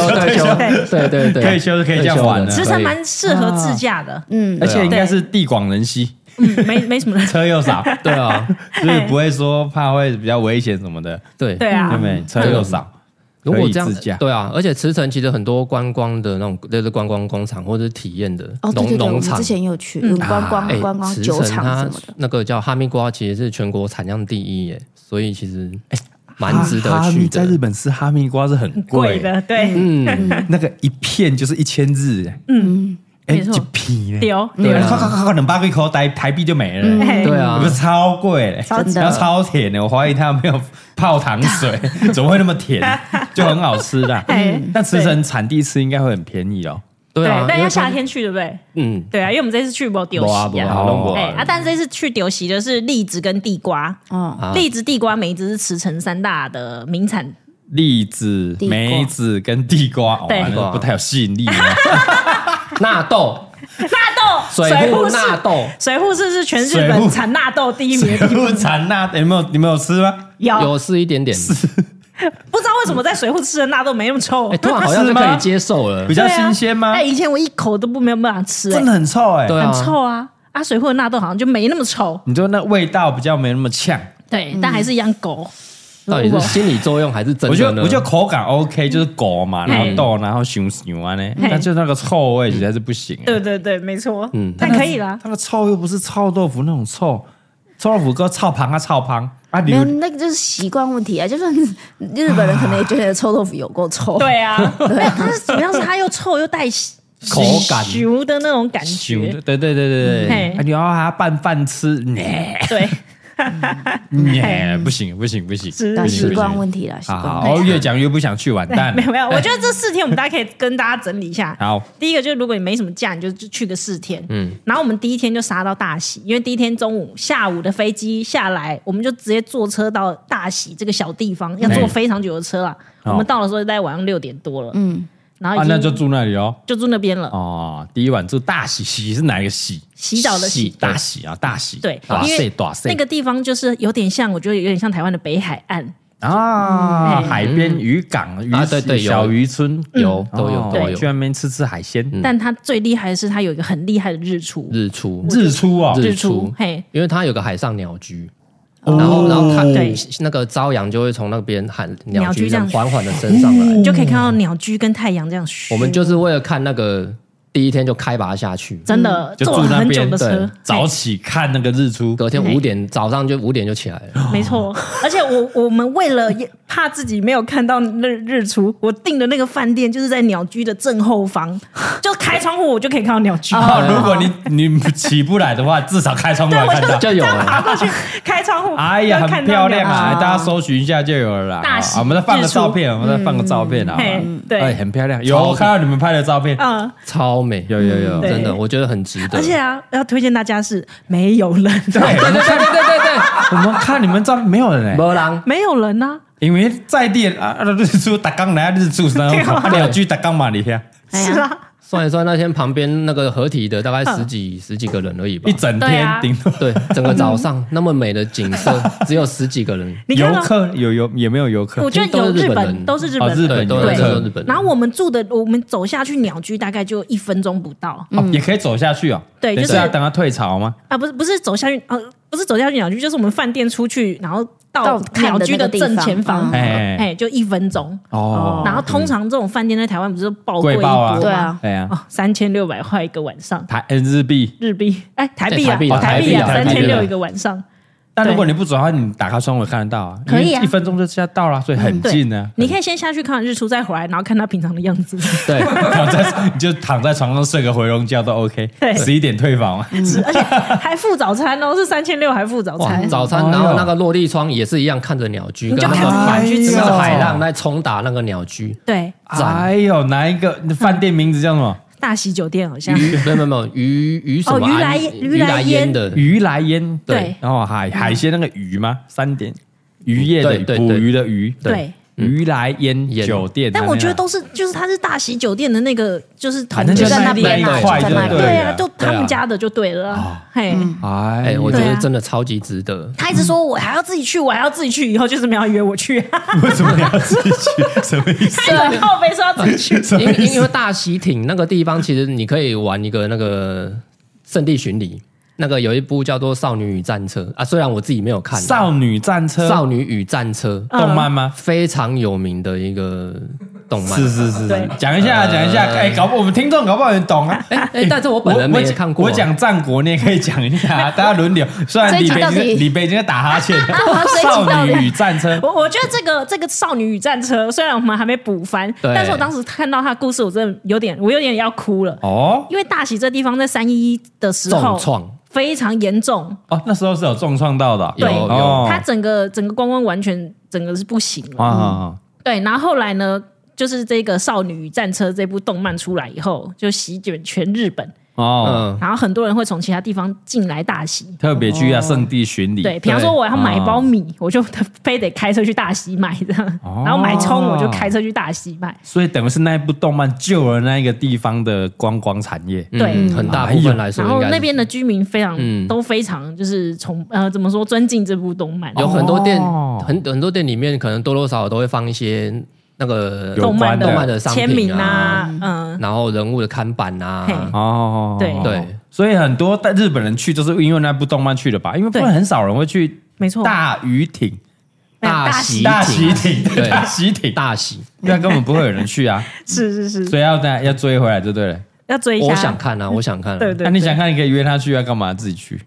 退休是可以这样玩的。 驰骋蛮适合自驾的， 而且应该是地广人稀， 没什么人， 车又少， 对啊， 所以不会说怕会比较危险什么的， 对啊， 对不对？车又少。 如果这样，对啊，而且驰骋其实很多观光的那种，就是观光工厂或者是体验的农场， 之前有去观光酒厂什么的。 那个叫哈密瓜，其实是全国产量第1耶，所以其实蛮值得去的。 在日本吃哈密瓜是很贵的，对， 那个一片就是1000日， 没错， 一片呢， 对啊，200几块台币就没了， 对啊， 不是超贵，然后超甜的，我怀疑它没有泡糖水，怎么会那么甜？就很好吃的，但茨城产地吃应该会很便宜哦。 对啊，但要夏天去，对不对？对啊，因为我们这次去没有丢席啊，但是这次去丢席的是栗子跟地瓜，栗子、地瓜、梅子是茨城3大的名产。 栗子、梅子跟地瓜，不太有吸引力。 纳豆，水户纳豆， 水户是全日本产纳豆第1名。 水户产纳豆，你们有吃吗？ 有吃一点点。 不知道为什么在水户吃的纳豆没那么臭， 突然好像就可以接受了， 比较新鲜吗？ 以前我一口都没有办法吃， 真的很臭很臭啊！水户的纳豆好像就没那么臭， 你说那味道比较没那么呛， 对，但还是一样狗。 到底是心理作用还是真的呢？ 我觉得口感 OK， 就是狗嘛，然后豆，然后熊啊呢，但就那个臭味实在是不行。 对，没错，但可以啦。 它的臭又不是臭豆腐那种臭，臭豆腐跟臭胖啊， 没有，那个就是习惯问题啊。就算日本人可能也觉得臭豆腐有够臭， 对啊，没有，但是主要是它又臭又带口感咻的那种感觉。 对，你要还要拌饭吃， 对。 不行， 习惯问题了。 好，越讲越不想去，完蛋。 没有，我觉得这4天我们大家可以跟大家整理一下。 好， 第一个就是如果你没什么假，你就去个4天。然后我们第1天就杀到大喜，因为第1天下午的飞机下来，我们就直接坐车到大喜这个小地方，要坐非常久的车啊。我们到的时候大概晚上6点多了。然后那就住那里哦， 就住那边了。 第一晚住大喜，喜是哪一个喜？ 洗澡的洗， 大喜啊，大喜。 对，因为那个地方就是有点像，我觉得有点像台湾的北海岸啊，海边渔港、 对， 小渔村都有， 去那边吃海鲜。 但它最厉害的是，它有一个很厉害的日出， 嘿，因为它有个海上鸟居。然后看那个朝阳就会从那边鸟居这样缓缓的升上来， 你就可以看到鸟居跟太阳这样。 我们就是为了看那个第1天就开拔下去， 真的就住那边，早起看那个日出， 隔天早上就5点就起来了。 没错，而且我们为了怕自己没有看到日出，我订的那个饭店就是在鸟居的正后方，就开窗户我就可以看到鸟居。 如果你起不来的话，至少开窗户来看到就有了。 爬过去开窗户， 哎呀，很漂亮啊！大家搜寻一下就有了啦。我们再放个照片，啊， 对， 很漂亮。有看到你们拍的照片， 超美，有，真的，我觉得很值得。 而且要推荐大家是没有人， 对， 我们看你们照片没有人没有人啊， 因为在地日出打刚来日出，然后鸟居打刚嘛里下， 是啊。 算一算，那天旁边那个合体的大概十几个人而已吧， 一整天顶多对整个早上那么美的景色，只有10几个人。 游客也没有游客， 我觉得有日本都是日本人，都是日本人。 然后我们走下去鸟居大概就1分钟不到， 也可以走下去哦。 对，就是要等它退潮吗？ 不是走下去，不是走下去鸟居，就是我们饭店出去，然后到鸟居的正前方，就1分钟哦。然后通常这种饭店在台湾不是爆贵一波， 对啊 ，3600块一个晚上， 日币， 台币3600一个晚上。 但如果你不走的话，你打开窗户看得到啊， 可以啊， 1分钟就下到了，所以很近啊。 你可以先下去看完日出，再回来，然后看它平常的样子。 对，你就躺在床上睡个回笼觉都 OK。11点退房嘛， 而且还附早餐哦，是3600还附早餐。 早餐，然后那个落地窗也是一样看着鸟居， 你就看着鸟居， 那个海浪在冲打那个鸟居。 对， 哎呦，哪一个饭店名字叫什么？ 大喜酒店好像没有鱼什么鱼来烟的鱼来烟， 对， 然后海鲜那个鱼吗？3点渔业的捕鱼的鱼， 对。 鱼来烟酒店， 但我觉得都是，就是它是大喜酒店的那个，就是反正就在那边对啊，就他们家的就对了。嘿， 我觉得真的超级值得。 他一直说我还要自己去，以后就是没有约我去。 为什么你要自己去？什么意思？ 他有靠背说要自己去，因为大喜町那个地方，其实你可以玩一个那个圣地巡礼。那个有一部叫做《少女与战车》啊，虽然我自己没有看。 少女与战车动漫吗？非常有名的一个动漫。 是，讲一下，搞不好我们听众搞不好有人懂啊。 但是我本人没看过。 我讲战国，你也可以讲一下，大家轮流。虽然李北已经在打哈欠了。少女与战车， 我觉得这个少女与战车，虽然我们还没补番，但是我当时看到他的故事，我真的有点要哭了哦。因为大喜这地方在311的时候重创非常严重哦，那时候是有重创到的， 对，他整个观光完全整个是不行了。对，然后后来呢，就是这个少女与战车这部动漫出来以后，就席卷全日本。然后很多人会从其他地方进来大溪， 特别去圣地巡礼。 对，比方说我要买一包米，我就非得开车去大溪买这样，然后买葱我就开车去大溪买。 所以等于是那一部动漫救了那一个地方的观光产业， 对， 很大部分来说。 然后那边的居民都非常就是怎么说尊敬这部动漫， 有很多店很多店里面可能多多少少都会放一些。那个动漫的商品签名啊， 然后人物的看板啊， 对， 所以很多日本人去就是因为那部动漫去的吧，因为不然很少人会去。 没错， 大鱼艇、 大喜艇，因为根本不会有人去啊。 是，所以要追回来就对了。 要追一下， 我想看啊。 对， 那你想看，你可以约他去啊，干嘛自己去？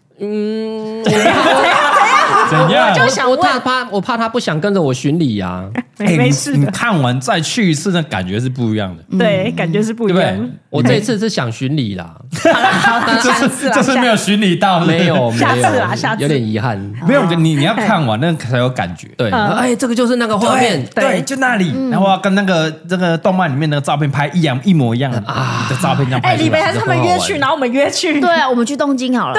怎样？ 我怕他不想跟着我巡礼呀。 没事， 你看完再去一次，那感觉是不一样的。 对，感觉是不一样的。 我这一次是想巡礼啦， 这次没有巡礼到， 没有， 下次啦， 有点遗憾。 没有，你要看完那才有感觉。 对，这个就是那个画面， 对，就那里。然后要跟这个动漫里面那个照片拍一模一样的照片，这样拍出来。 李北还是他们约去，然后我们约去。 对啊，我们去东京好了。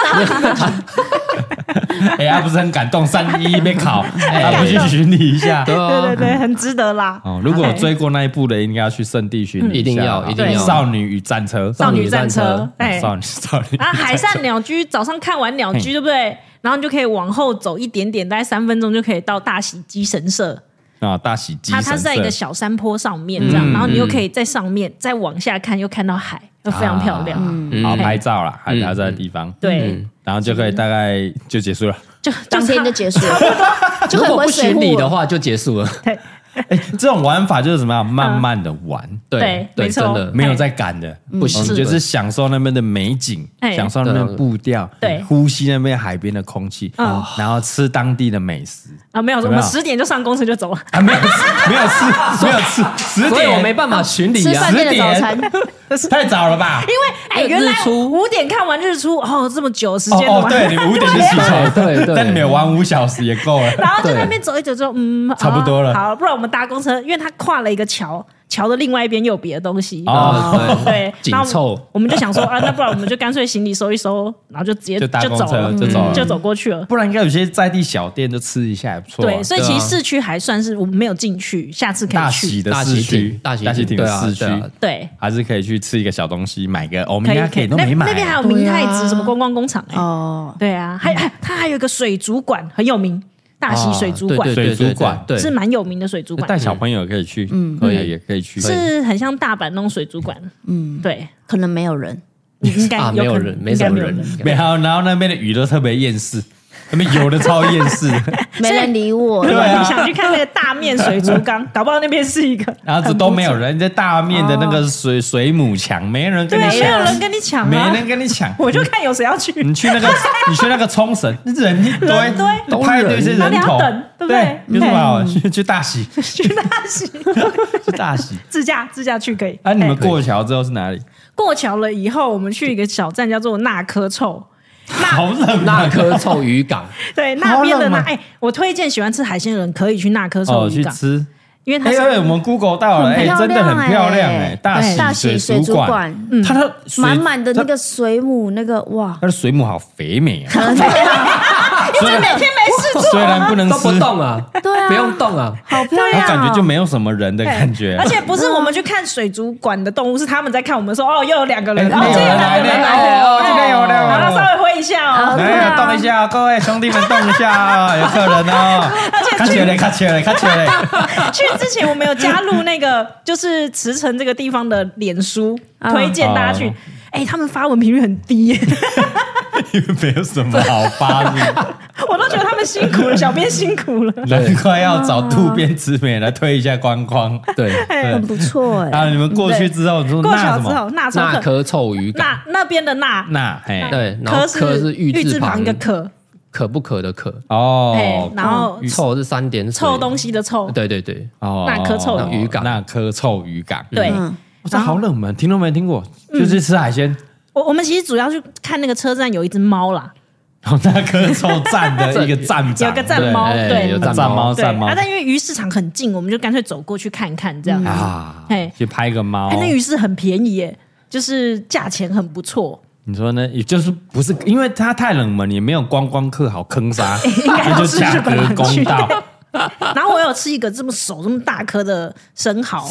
他不是很感动，311被考，他不去巡礼一下， 对，很值得啦。 如果有追过那一部的，应该要去圣地巡礼， 一定要。 少女与战车， 少女战车， 少女啊，海上鸟居，早上看完鸟居，对不对？然后你就可以往后走一点点，大概3分钟就可以到大喜基神社。 大喜基神社， 它是在一个小山坡上面这样，然后你又可以在上面再往下看，又看到海，又非常漂亮。 好拍照啦，还要在地方。 对， 然后就可以大概就结束了， 就当天就结束了， 如果不巡礼的话就结束了。 对。 这种玩法就是什么样？慢慢的玩， 对，真的没有在赶的， 不行， 就是享受那边的美景，享受那边步调， 对， 呼吸那边海边的空气，然后吃当地的美食啊。没有，我们10点就上公司就走了啊，没有吃10点我没办法巡礼啊 ，10点太早了吧？ 因为原来5点看完日出，这么久时间对，你们5点就起床， 对， 但你们玩5小时也够了。 然后在那边走一走之后， 差不多了。 好，不然我们搭公车，因为它跨了一个桥的另外一边又有别的东西对， 紧凑。 我们就想说那不然我们就干脆行李收一收，然后就直接就走了，就走过去了。 不然应该有些在地小店就吃一下也不错。 对，所以其实市区还算是我们没有进去，下次可以去大喜的市区，大喜町的市区， 对， 还是可以去吃一个小东西，买个欧米茄都没买。 那边还有明太子什么观光工厂对啊，它还有一个水族馆很有名。大溪水族馆，是蛮有名的水族馆， 带小朋友可以去，也可以去， 是很像大阪那种水族馆，对， 可能没有人， 应该没有人，没什么人， 然后那边的鱼都特别厌世，那边游的超厌世， 没人理我。 如果你想去看那个大面水族缸，搞不好那边是一个， 然后都没有人，在大面的那个水母墙，没人跟你抢， 没有人跟你抢， 没人跟你抢， 我就看有谁要去。 你去那个冲绳，人一堆，都拍一些人头， 对不对？ 有什么好去大喜？ 去大喜，自驾去可以。 你们过桥之后是哪里？ 过桥了以后，我们去一个小站叫做纳科臭。 好冷， 纳科臭渔港。 对，那边的我推荐喜欢吃海鲜的人可以去纳科臭渔港去吃， 因为它是我们 Google 到了，真的很漂亮大喜水族馆，它的满满的那个水母，那个哇， 它的水母好肥美啊。 因为每天没事做， 虽然不能吃， 都不动啊， 对啊， 不用动啊， 好漂亮， 感觉就没有什么人的感觉。 而且不是我们去看水族馆的动物，是他们在看我们说又有2个人， 今天有了， 然后稍微挥一下来动一下，各位兄弟们动一下，有客人而且卡起来。 去之前我们有加入那个就是茨城这个地方的脸书，推荐大家去。他们发文频率很低。 因为没有什么好发明， 我都觉得他们辛苦了，小编辛苦了， 难怪要找渡边直美来推一下观光。 对， 很不错哎。 啊，你们过去之后，你说过那什么？ 那科臭渔港， 那边的那， 对，然后科是玉字旁一个可。 可不可的可哦，然后臭是3点水， 臭东西的臭， 对对对， 那颗臭渔港， 那颗臭渔港， 对， 这好冷门，听都没听过，就是吃海鲜。 我们其实主要去看那个车站有一只猫啦， 那颗臭站的一个站长， 有个站猫，对， 有站猫， 但因为鱼市场很近，我们就干脆走过去看看这样啊， 去拍个猫。 那鱼市很便宜耶，就是价钱很不错。 你说呢？也就是不是因为它太冷门，也没有观光客好坑杀， 那就价格公道。 然后我有吃一个这么手这么大颗的生蚝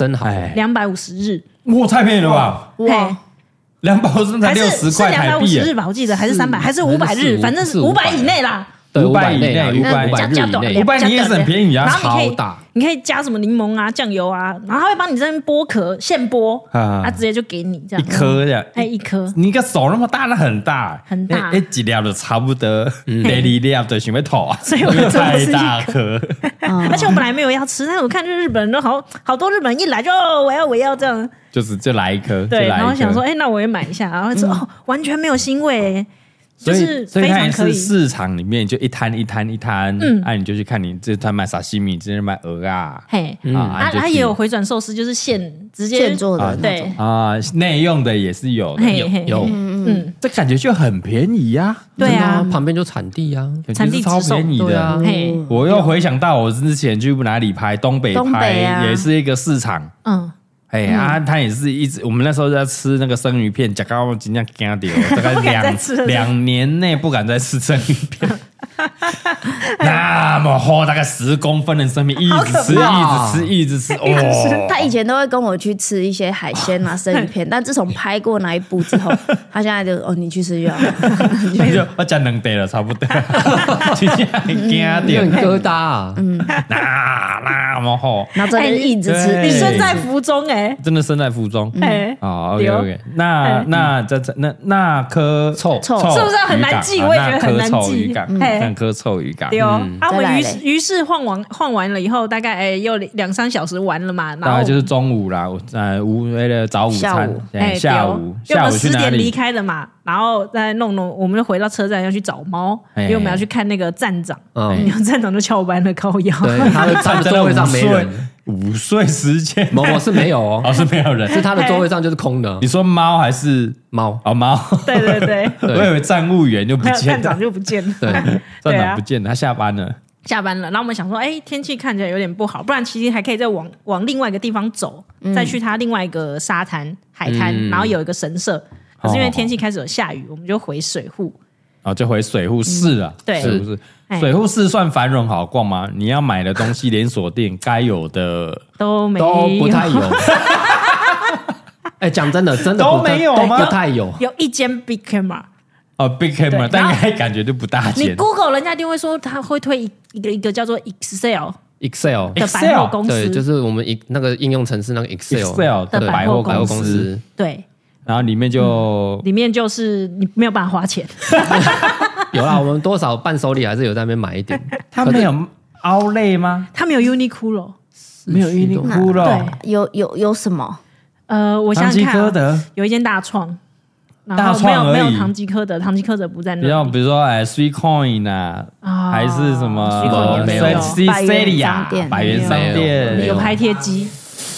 ，250日， 哇，太便宜了吧！哇，250才60块台币 ，250日吧，我记得还是300，还是500日，反正是500以内啦。 对 ，500以内，500你也是很便宜啊， 超大。你可以加什么柠檬啊、酱油啊，然后他会帮你在那边剥壳，现剥，他直接就给你这样。 一颗这样， 一颗。 你个手那么大，那很大， 很大。 一粒就差不多，2粒就想要吐啊， 所以我太大颗。 而且我本来没有要吃，但是我看日本人都好多日本人一来就我要这样， 就来一颗。 对，然后想说，那我也买一下，然后说完全没有腥味。就是非常可以， 市场里面就一摊，你就去看你这摊卖沙西米，这卖鹅啊， 它也有回转寿司，就是直接现做的， 对啊，内用的也是有的，有，这感觉就很便宜呀， 对啊， 旁边就产地啊， 产地超便宜的，我又回想到我之前去哪里拍，东北拍也是一个市场，他也是一直，我们那时候在吃那个生鱼片，假高尽量惊掉，大概2年内不敢再吃生鱼片，那么厚，大概10公分的生鱼，一直吃， 他以前都会跟我去吃一些海鲜啊、生鱼片，但自从拍过那一部之后，他现在就你去吃就好， 我讲2袋了，差不多，就这样惊掉， 很疙瘩啊， 那么厚， 然后这边一直吃， 你身在福中真的身在福中，OK， 那颗臭是不是很难记？我也觉得很难记。 那颗臭渔港， 对哦。我们于是晃完了以后，大概又2-3小时完了嘛， 大概就是中午啦，早午餐，下午去哪里？10点离开的嘛，然后再弄，我们就回到车站要去找猫，因为我们要去看那个站长，站长就翘班了，靠腰， 他的座位上没人。 午睡时间， 我是没有哦， 是没有人， 是他的座位上就是空的。 你说猫还是猫？ 猫。 对， 我以为站务员就不见了， 站长就不见了， 对，站长不见了，他下班了。 然后我们想说，天气看起来有点不好，不然其实还可以再往另外一个地方走，再去它另外一个沙滩海滩，然后有一个神社。可是因为天气开始有下雨，我们就回水户。 就回水户市了， 对， 是不是？水户市算繁荣好逛吗？你要买的东西，连锁店该有的都不太有。讲真的都没有吗？ 不太有。 有一间 Big Camera。 Big Camera， 但应该感觉就不大间。 你 Google 人家一定会说他会推一个叫做 Excel 的百货公司， 对，就是我们那个应用程式那个 Excel 的百货公司， 对。 然后里面就是你没有办法花钱， 有啦，我们多少伴手礼还是有在那边买一点。 他没有Outlet吗？ 他没有 Uniqlo， 没有 Uniqlo， 对，有什么？ 我想想看，有一间大创，然后没有唐吉诃德，唐吉诃德不在那里。 比如说Sweet Coin 啊，还是什么没有 Celia 百元商店有拍贴机。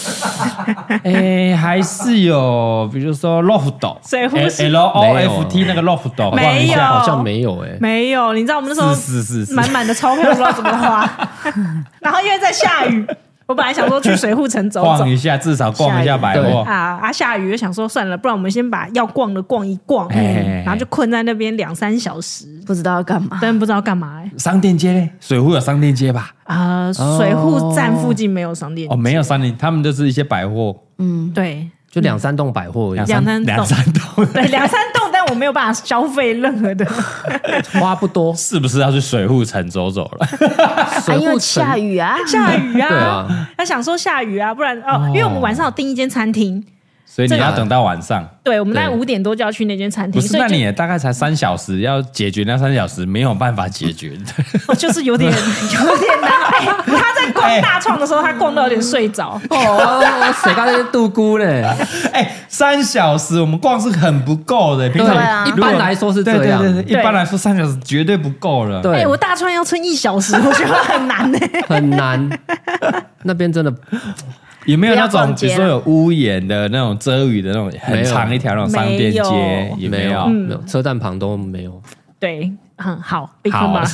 还是有，比如说 Loft LOFT 那个 Loft， 没有， 好像没有没有。你知道我们那时候是满满的钞票不知道怎么花，然后因为在下雨，我本来想说去水户城走逛一下，至少逛一下百货下雨就想说算了，不然我们先把要逛的逛一逛，然后就困在那边2-3小时， 不知道要干嘛， 真不知道干嘛。 商店街嘞，水户有商店街吧？ 水户站附近没有商店街， 没有商店，他们就是一些百货， 对， 就2-3栋百货 ，2-3栋， 对，2-3栋，但我没有办法消费任何的， 花不多， 是不是要去水户城走走了？ 因为下雨啊， 对啊， 他想说下雨啊，不然因为我们晚上有订一间餐厅。 所以你要等到晚上。 对，我们大概5点多就要去那间餐厅。 不是，那你也大概才3小时，要解决那3小时没有办法解决的。 就是有点难。他在逛大创的时候，他逛到有点睡着。 谁刚才度估嘞 ？3小时我们逛是很不够的。平常一般来说是这样， 对，一般来说3小时绝对不够了。 对， 我大创要撑1小时，我觉得很难很难。那边真的。 有没有那种比如说有屋檐的那种遮雨的那种很长一条那种商店街？也没有， 没有，车站旁都没有。 对，好，闭好， 吧。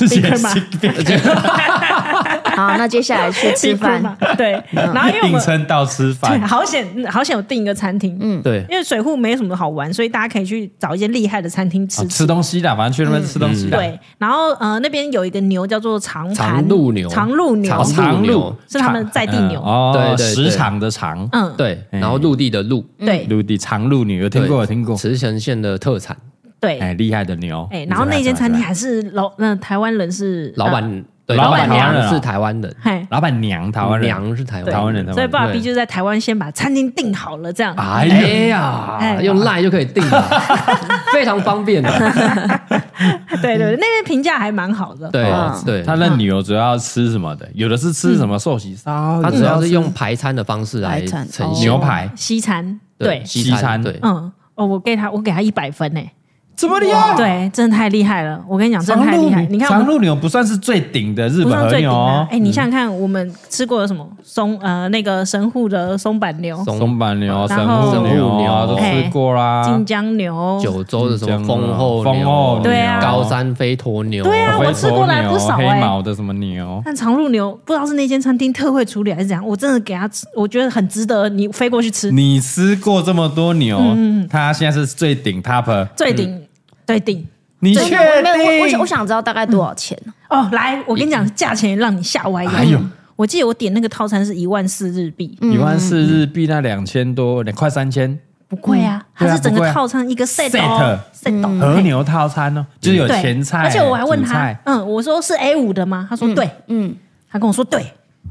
好，那接下来去吃饭。 对，然后因为我们订餐到吃饭， 好险有订一个餐厅。 对， 因为水户没什么好玩，所以大家可以去找一间厉害的餐厅吃东西啦，反正去那边吃东西啦。 对，然后那边有一个牛叫做长鹿牛是他们在地牛。 对，时长的长， 对，然后陆地的陆， 对， 陆地长鹿牛有听过， 慈城县的特产。 对， 厉害的牛。 然后那间餐厅还是台湾人是老板。 老板娘是台湾人， 老板娘台湾人， 娘是台湾人， 所以爸比就在台湾先把餐厅订好了，这样。 哎呀，用 LINE 就可以订了，非常方便的。 对，那边评价还蛮好的。 对， 他那牛主要吃什么的？有的是吃什么寿喜烧， 他主要是用排餐的方式来呈现牛排西餐，对西餐， 对， 我给他100分呢。 这么厉害？ 对，真的太厉害了！我跟你讲，真的太厉害。你看， 长鹿牛不算是最顶的日本和牛哦。 你想想看，我们吃过的什么那个神户的松板牛、 神户牛都吃过啦。 金江牛、 九州的什么丰后牛， 对啊， 高山飞驮牛， 对啊，我吃过来不少黑毛的什么牛。 但长鹿牛不知道是那间餐厅特惠处理还是怎样，我真的给他吃，我觉得很值得你飞过去吃。 你吃过这么多牛，它现在是最顶 top 最顶。对顶， 你确定？ 我想知道大概多少钱来，我跟你讲，价钱让你吓歪腰。我记得我点那个套餐是14000日币 ，14000日币那2000多，快3000， 不贵啊！它是整个套餐一个 set 和牛套餐哦，就是有前菜， 而且我还问他，我说是 A5 的吗？他说对，他跟我说对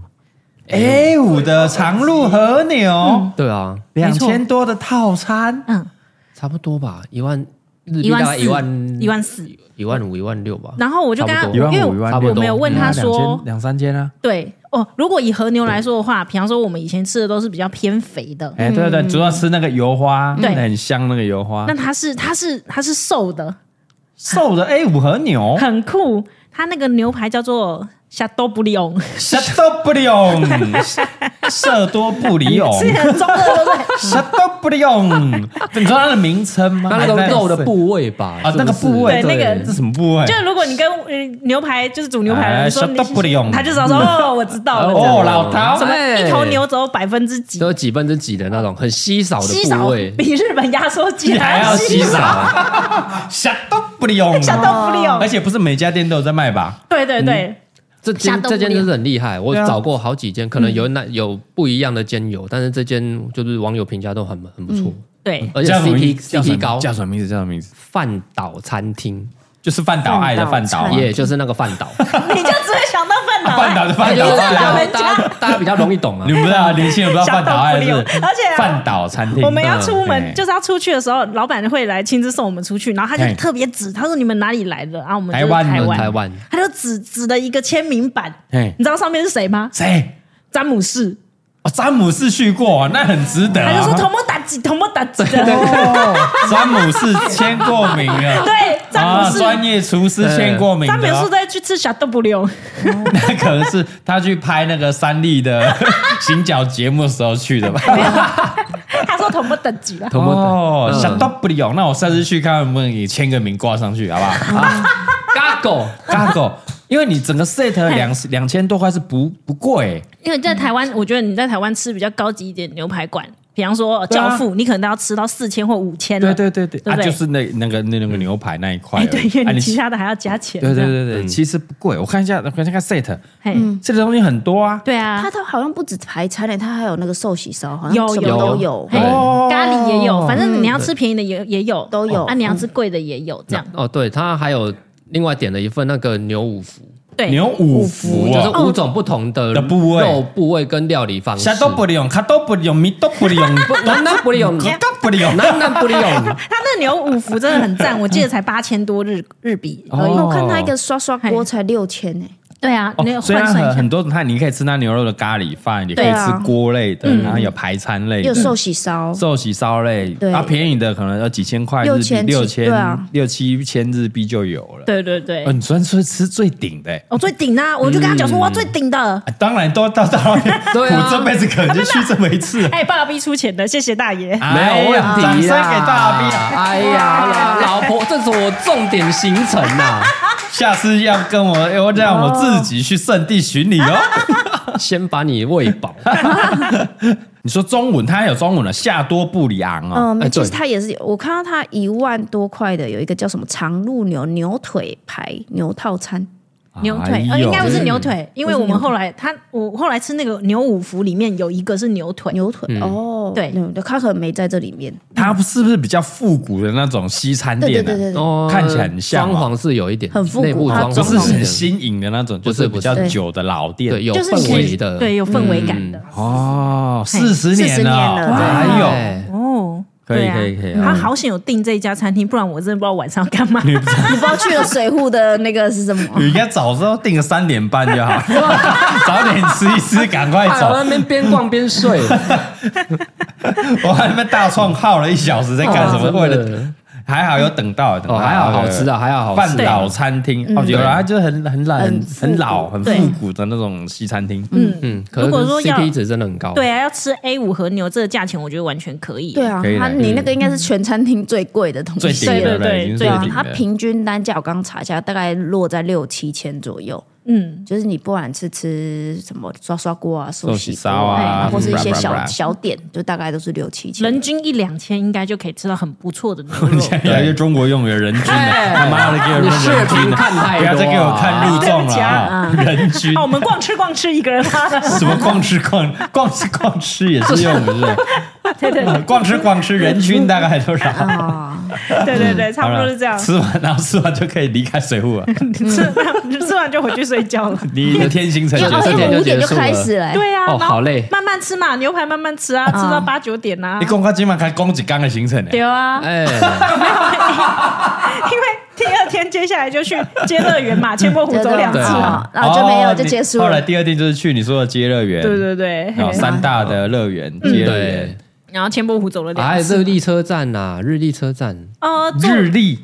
，A5 的长鹿和牛， 对啊 ，2000多的套餐， 差不多吧，10000。日币大概14000、15000、16000吧。 然后我就跟他，因为我没有问他说 2-3千啊。 对如果以和牛来说的话，比方说我们以前吃的都是比较偏肥的。 对，主要吃那个油花，对，很香那个油花。 那它是瘦的 A5 和牛， 很酷。它那个牛排叫做夏多布里翁， 夏多布里翁，舍多布里翁， 是很中的，对不对？ 夏多布里翁，你知道它的名称吗？ 那个肉的部位吧？ 那个部位， 对，那个是什么部位？ 就如果你跟牛排就是煮牛排的时候， 夏多布里翁， 他就知道说我知道了。 老陶， 什么一头牛走几%， 都几分之几的那种很稀少的部位， 比日本压缩机还要稀少。夏多布里翁，而且不是每家店都有在卖吧？ 对。 这间真是很厉害，我找过好几间，可能有不一样的煎油，但是这间就是网友评价都很不错。 对， 而且 CP 高。 叫什么名字？ 饭岛餐厅， 就是饭岛爱的饭岛， 也就是那个饭岛。 你就只会想到饭岛， 饭岛的饭岛， 大家比较容易懂啊。 你们不知道，年轻人不知道饭岛爱是， 而且饭岛餐厅。 我们要出门就是要出去的时候，老板会来亲自送我们出去，然后他就特别指，他说你们哪里来的？然后我们台湾， 他就指了一个签名版，你知道上面是谁吗？ 谁？ 詹姆士。 詹姆士去过，那很值得。 他就说头摸打击的。 詹姆士签过名了。 对，詹姆士专业厨师签过名。 詹姆士在去吃小豆腐溜。 那可能是他去拍那个3立的行脚节目的时候去的吧。 他说头摸打击了。 小豆腐溜，那我下次去看能不能给签个名挂上去，好不好？Gago。因为你整个 set 2000多块是不贵， 因为在台湾，我觉得你在台湾吃比较高级一点牛排馆，比方说教父，你可能都要吃到4000或5000了。 对，就是那个牛排那一块。 对，因为你其他的还要加钱。 对，其实不贵。我看一下 set， 这个东西很多啊。 对啊， 它好像不止排餐嘞，它还有那个寿喜烧，好像什么都有， 咖喱也有，反正你要吃便宜的也有， 都有。 你要吃贵的也有，这样。 对，它还有。另外点了一份那个牛五福， 对， 牛五福就是5种不同的部位、 肉部位跟料理方式。 虾都不用，卡都不用，米都不用， 南不用， 都不用， 南不用。 他那牛五福真的很赞，我记得才8000多日币而已。 我看他一个刷刷锅才6000呢。 对啊， 虽然很多你可以吃那牛肉的咖喱饭，也可以吃锅类的，然后有排餐类， 有寿喜烧类，啊，便宜的可能要几千块日币，6-7千日币就有了。 对对对， 你昨天说吃最顶的， 最顶啊！我就跟他讲说，我要最顶的。 当然都到我这辈子可能就去这么一次。 爸逼出钱的，谢谢大爷， 没有问题， 掌声给大 B。 哎呀，老婆，这是我重点行程呐。 下次要跟要让我自己去圣地巡礼哦。 先把你喂饱。 你说中文，它有中文了，夏多布里昂哦。 其实它也是，我看到它1万多块的有一个叫什么长鹿牛腿排牛套餐。 牛腿应该不是牛腿，因为我们后来我后来吃那个牛五福里面有一个是牛腿哦，对， 它可能没在这里面。 它是不是比较复古的那种西餐店？ 对， 看起来很像， 装潢是有一点很复古， 不是很新颖的那种，就是比较久的老店， 对，有氛围的， 对，有氛围感的。 哦，40年了， 还有哦。可以， 他好险有订这家餐厅，不然我真的不知道晚上干嘛。 你不知道去了水户的那个是什么？ 你应该早知道订个3点半就好，早点吃一吃，赶快走。 我那边边逛边睡， 我在那边大创耗了1小时，在干什么？为了还好有等到， 还好好吃啊，还好好吃。 半岛餐厅有啊，就是很老、很复古的那种西餐厅。 如果说 CP 值真的很高， 对啊，要吃 A5 和牛这个价钱，我觉得完全可以。 对啊，你那个应该是全餐厅最贵的东西， 最顶的，对啊， 它平均单价我刚查一下，大概落在6-7千左右。就是你不管是吃什么刷锅啊、寿喜烧啊，或是一些小点，就大概都是6-7千， 人均1-2千应该就可以吃到很不错的牛肉。 越来越中国用语的人均了，他妈的给我视频看太多， 不要再给我看入众了，人均。 我们逛吃一个人花了什么逛吃也是用的， 对， 逛吃人均大概多少？ 对，差不多是这样。 然后吃完就可以离开水户了， 吃完就回去睡觉了。 你的天行程这天就结束了，5点就开始了。 对啊， 好累， 慢慢吃嘛，牛排慢慢吃啊，吃到8-9点啊。 你公开今晚开公几缸的行程呢？ 对啊，因为第2天接下来就去接乐园嘛，千波湖走2次嘛， 然后就没有就结束了。 后来第2天就是去你说的接乐园， 对， 然后3大的乐园接乐园。 然后千波湖走了2次， 还有日立车站呐，日立车站日立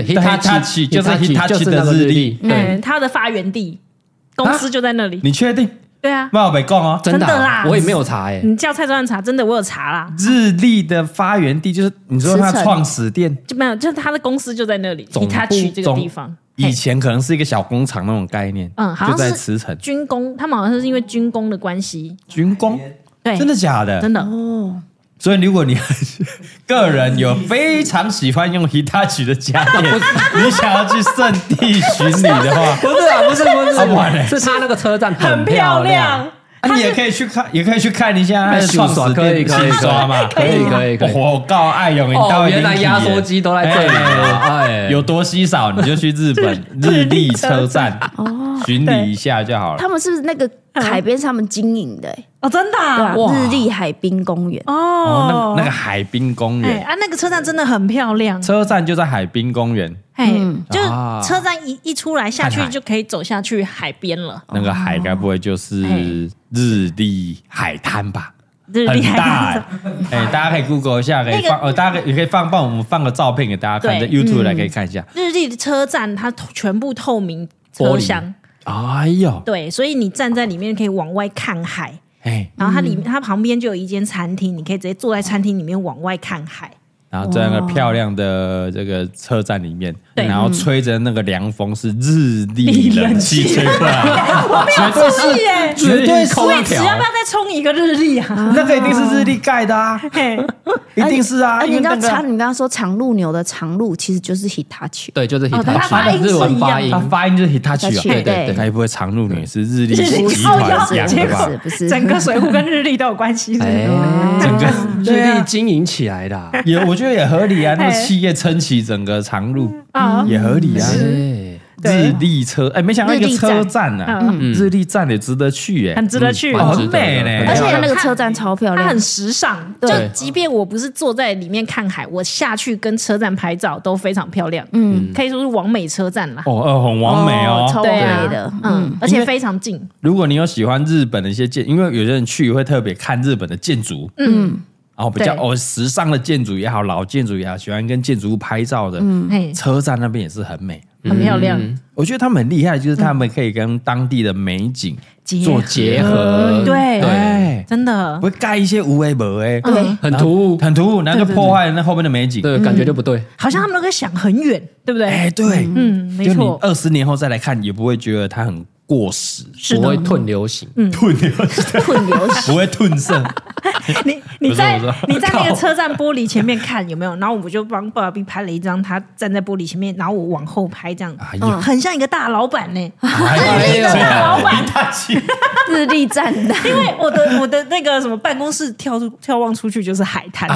Hitachi 就是 Hitachi 的日立， 对，它的发源地公司就在那里。 你确定？ 对啊， 没有被讲哦， 真的啦， 我也没有查你叫蔡专查，真的我有查啦。 日立的发源地就是你说它创始店就没有，就是它的公司就在那里 ，Hitachi 这个地方。 以前可能是一个小工厂那种概念， 好像是慈城军工，他们好像是因为军工的关系。 军工？ 对， 真的假的？ 真的哦。 所以，如果你个人有非常喜欢用 Hitachi 的家电，你想要去圣地巡礼的话， 不是，是他那个车站很漂亮。 你也可以去看，一下它的创始店，可以刷嘛？ 可以。 我告爱永， 原来压缩机都在这里， 哎，有多稀少，你就去日本日立车站巡礼一下就好了。 他们是不是那个海边上面经营的？ 真的日立海滨公园那个海滨公园那个车站真的很漂亮。 车站就在海滨公园， 就是车站一出来下去就可以走下去海边了。 那个海该不会就是日立海滩吧？ 很大大家可以 Google 一下，可以放大家也可以帮我们放个照片给大家看，在 YouTube 来可以看一下。 日立的车站它全部透明车厢， 哎呦， 对，所以你站在里面可以往外看海。然后它旁边就有一间餐厅，你可以直接坐在餐厅里面往外看海。 然后在那个漂亮的这个车站里面，然后吹着那个凉风，是日立冷气吹过来，绝对是空调。 要不要再冲一个日立啊？ 那个一定是日立盖的啊，一定是啊。 你刚刚说长鹿牛的长鹿其实就是 Hitachi， 对，就是 Hitachi， 日文发音，它发音就是 Hitachi 啊，对，该不会长鹿牛也是日立集团养的吧？ 不是， 整个水户跟日立都有关系， 整个日立经营起来的， 我觉得也合理啊。那个企业撑起整个长鹿也合理啊。 日立车，没想到一个车站啊，日立站也值得去， 很值得去， 很美呢。 而且它那个车站超漂亮， 它很时尚。就即便我不是坐在里面看海，我下去跟车站拍照都非常漂亮。可以说是完美车站啦。 很完美哦， 超美的。 而且非常近。 如果你有喜欢日本的一些因为有些人去会特别看日本的建筑，然后比较时尚的建筑也好，老建筑也好，喜欢跟建筑物拍照的，车站那边也是很美， 很漂亮。 我觉得他们很厉害，就是他们可以跟当地的美景做结合， 对，真的不会盖一些无为不为， 很突兀， 然后就破坏那后面的美景， 对，感觉就不对。 好像他们都在想很远，对不对？ 对， 没错。 20年后再来看，也不会觉得它很过时， 不会褪流行， 褪流行，不会褪色。 你在那个车站玻璃前面看有没有？然后我就帮爸比拍了一张，他站在玻璃前面，然后我往后拍，这样，很像一个大老板呢。大老板， 日立站的， 因为我的那个什么办公室眺望出去就是海滩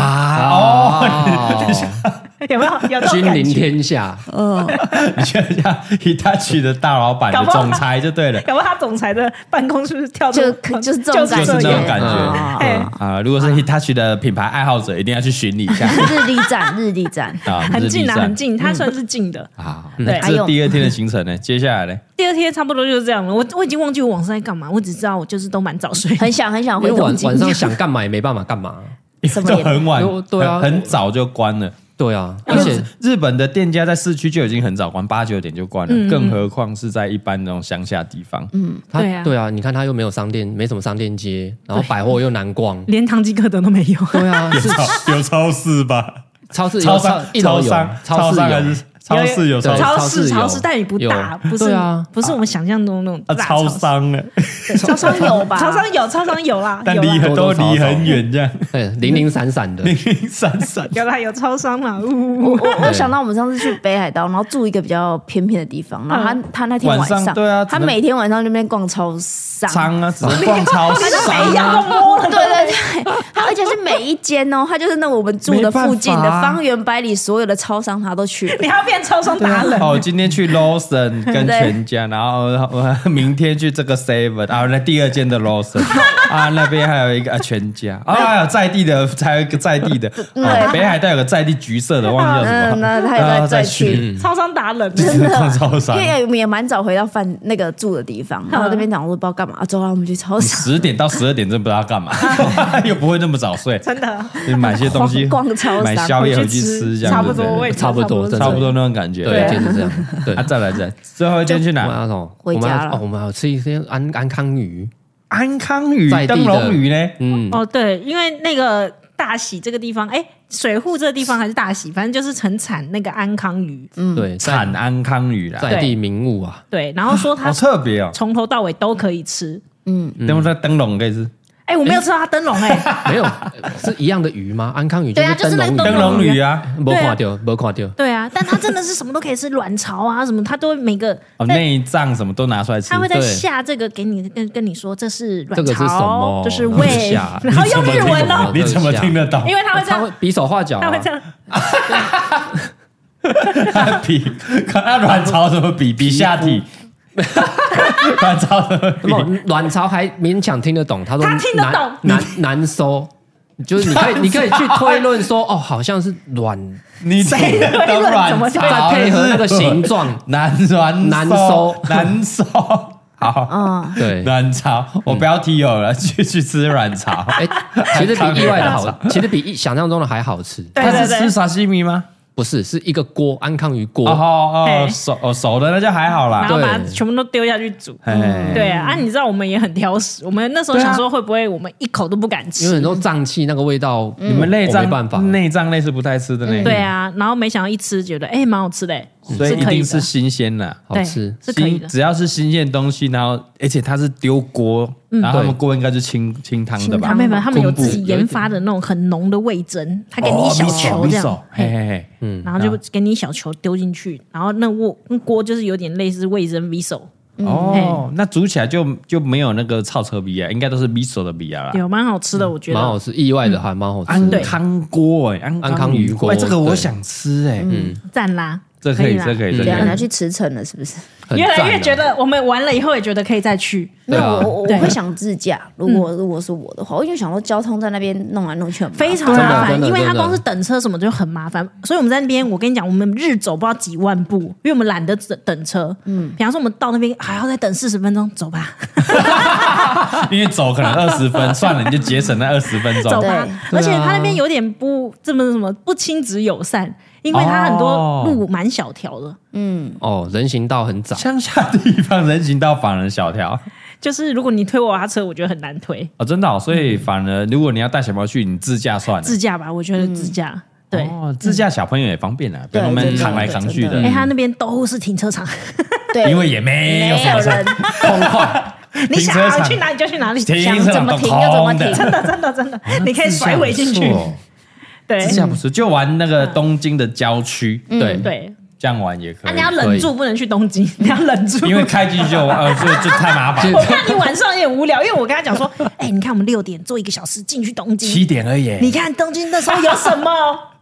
有没有君临天下？ 你觉得像 Hitachi 的大老板的总裁就对了， 搞不好他总裁的办公室就是这种那种感觉。如果是 Hitachi 的品牌爱好者，一定要去巡礼一下日立站很近啊，很近，它算是近的啊。对，这是第2天的行程呢，接下来呢？ 第2天差不多就是这样了。我已经忘记我晚上在干嘛，我只知道我就是都蛮早睡， 很想回东京。 晚上想干嘛也没办法干嘛， 就很晚， 对啊， 很早就关了。 对啊， 而且日本的店家在市区就已经很早关，8、9点就关了，更何况是在一般那种乡下地方。 对啊，你看他又没有商店，没什么商店街，然后百货又难逛， 连唐吉诃德都没有。 对啊， 有超市吧？ 超市、 超商还是？超市有超市，但也不大，不是不是我们想象中那种大超商呢？ 超商有吧？ 超商有啦， 但都离很远这样， 零零散散的， 有啦，有超商啦。 我想到我们上次去北海道，然后住一个比较偏僻的地方，然后他那天晚上， 对啊， 他每天晚上那边逛超商啊，只能逛超商啊，对，而且是每一间哦，他就是那我们住的附近的方圆百里所有的超商他都去了。 你要变超商达人。 今天去 Lawson 跟全家，然后明天去这个 Seven， 然后那第2间的 Lawson 那边还有一个全家还有在地的，还有一个在地的。北海道有个在地橘色的，忘记叫什么。 那他也再去超商达人， 真的。 超商， 因为我们也蛮早回到那个住的地方，然后这边讲我不知道干嘛，走啊，我们去超商。 10点到12点真不知道干嘛，又不会那么早睡， 真的。 买些东西， 逛超商， 买宵夜回去吃，这样差不多那种感觉。 对，就是这样。对， 再来，最后一天去哪？ 回家了。 我们要吃一些安康鱼， 灯笼鱼呢？ 对，因为那个大喜这个地方，水户这个地方还是大喜，反正就是很产那个安康鱼。 对， 产安康鱼啦， 在地名物啊。 对，然后说它好特别哦， 从头到尾都可以吃。 灯笼可以吃。 我没有吃到它灯笼没有，是一样的鱼吗？安康鱼就是灯笼鱼啊， 没看到。 对啊，但它真的是什么都可以吃，卵巢啊什么，它都每个内脏什么都拿出来吃。 它会在下这个给你跟你说这是卵巢， 这个是什么？ 这是胃，然后用日文哦， 你怎么听得懂？ 因为它会这样， 比手画脚， 它会这样。 他卵巢怎么比下体？ 卵巢还勉强听得懂，他说他听得懂难收，就是你可以去推论说好像是卵， 你听得懂卵巢， 再配合那个形状难收。好， 对， 卵巢，我不要踢友了，去吃卵巢。 其实比意外的好，其实比想象中的还好吃。 它是吃沙西米吗？ 不是，是一个锅，安康鱼锅。 熟的那就还好啦。 然后把它全部都丢下去煮。对啊，你知道我们也很挑食，我们那时候想说会不会我们一口都不敢吃， 因为很多脏器那个味道， 你们内脏没办法， 内脏类是不太吃的那。 对啊，然后没想到一吃觉得蛮好吃的， 所以一定是新鲜的， 好吃， 是可以的。 只要是新鲜的东西，然后而且它是丢锅，然后他们锅应该是清汤的吧？ 他们有自己研发的那种很浓的味噌，他给你一小球这样，然后就给你一小球丢进去，然后那锅就是有点类似味噌 miso。 那煮起来就没有那个臭车鼻啊，应该都是 miso 的鼻啊， 有蛮好吃的，我觉得蛮好吃，意外的还蛮好吃。 安康锅安康鱼锅， 这个我想吃赞啦。 这可以，这可以， 这样你要去驰骋了，是不是？ 越来越觉得我们完了以后也觉得可以再去。 没有，我会想自驾。如果是我的话，我就想说交通在那边弄来弄去非常麻烦，因为它光是等车什么就很麻烦。所以我们在那边，我跟你讲，我们日走不知道几万步，因为我们懒得等车。比方说我们到那边还要再等40分钟，走吧。 因为走可能20分，算了，你就节省那20分钟。 走吧。而且它那边有点不亲子友善。因为它很多路蛮小条的， 人行道很窄， 乡下地方人行道反而小条， 就是如果你推娃娃车，我觉得很难推真的所以反而如果你要带小朋友去，你自驾算了， 自驾吧，我觉得自驾对自驾小朋友也方便不用他们扛来扛去的， 他那边都是停车场， 对， 因为也没有什么人，空旷。 你想要去哪里就去哪里， 想怎么停就怎么停， 真的，你可以甩尾进去。 自驾不是就玩那个东京的郊区， 对， 这样玩也可以。 你要忍住，不能去东京，你要忍住， 因为开进去就太麻烦。 我看你晚上有点无聊，因为我跟他讲说，你看我们6点坐1个小时进去东京 ，7点而已。 你看东京那时候有什么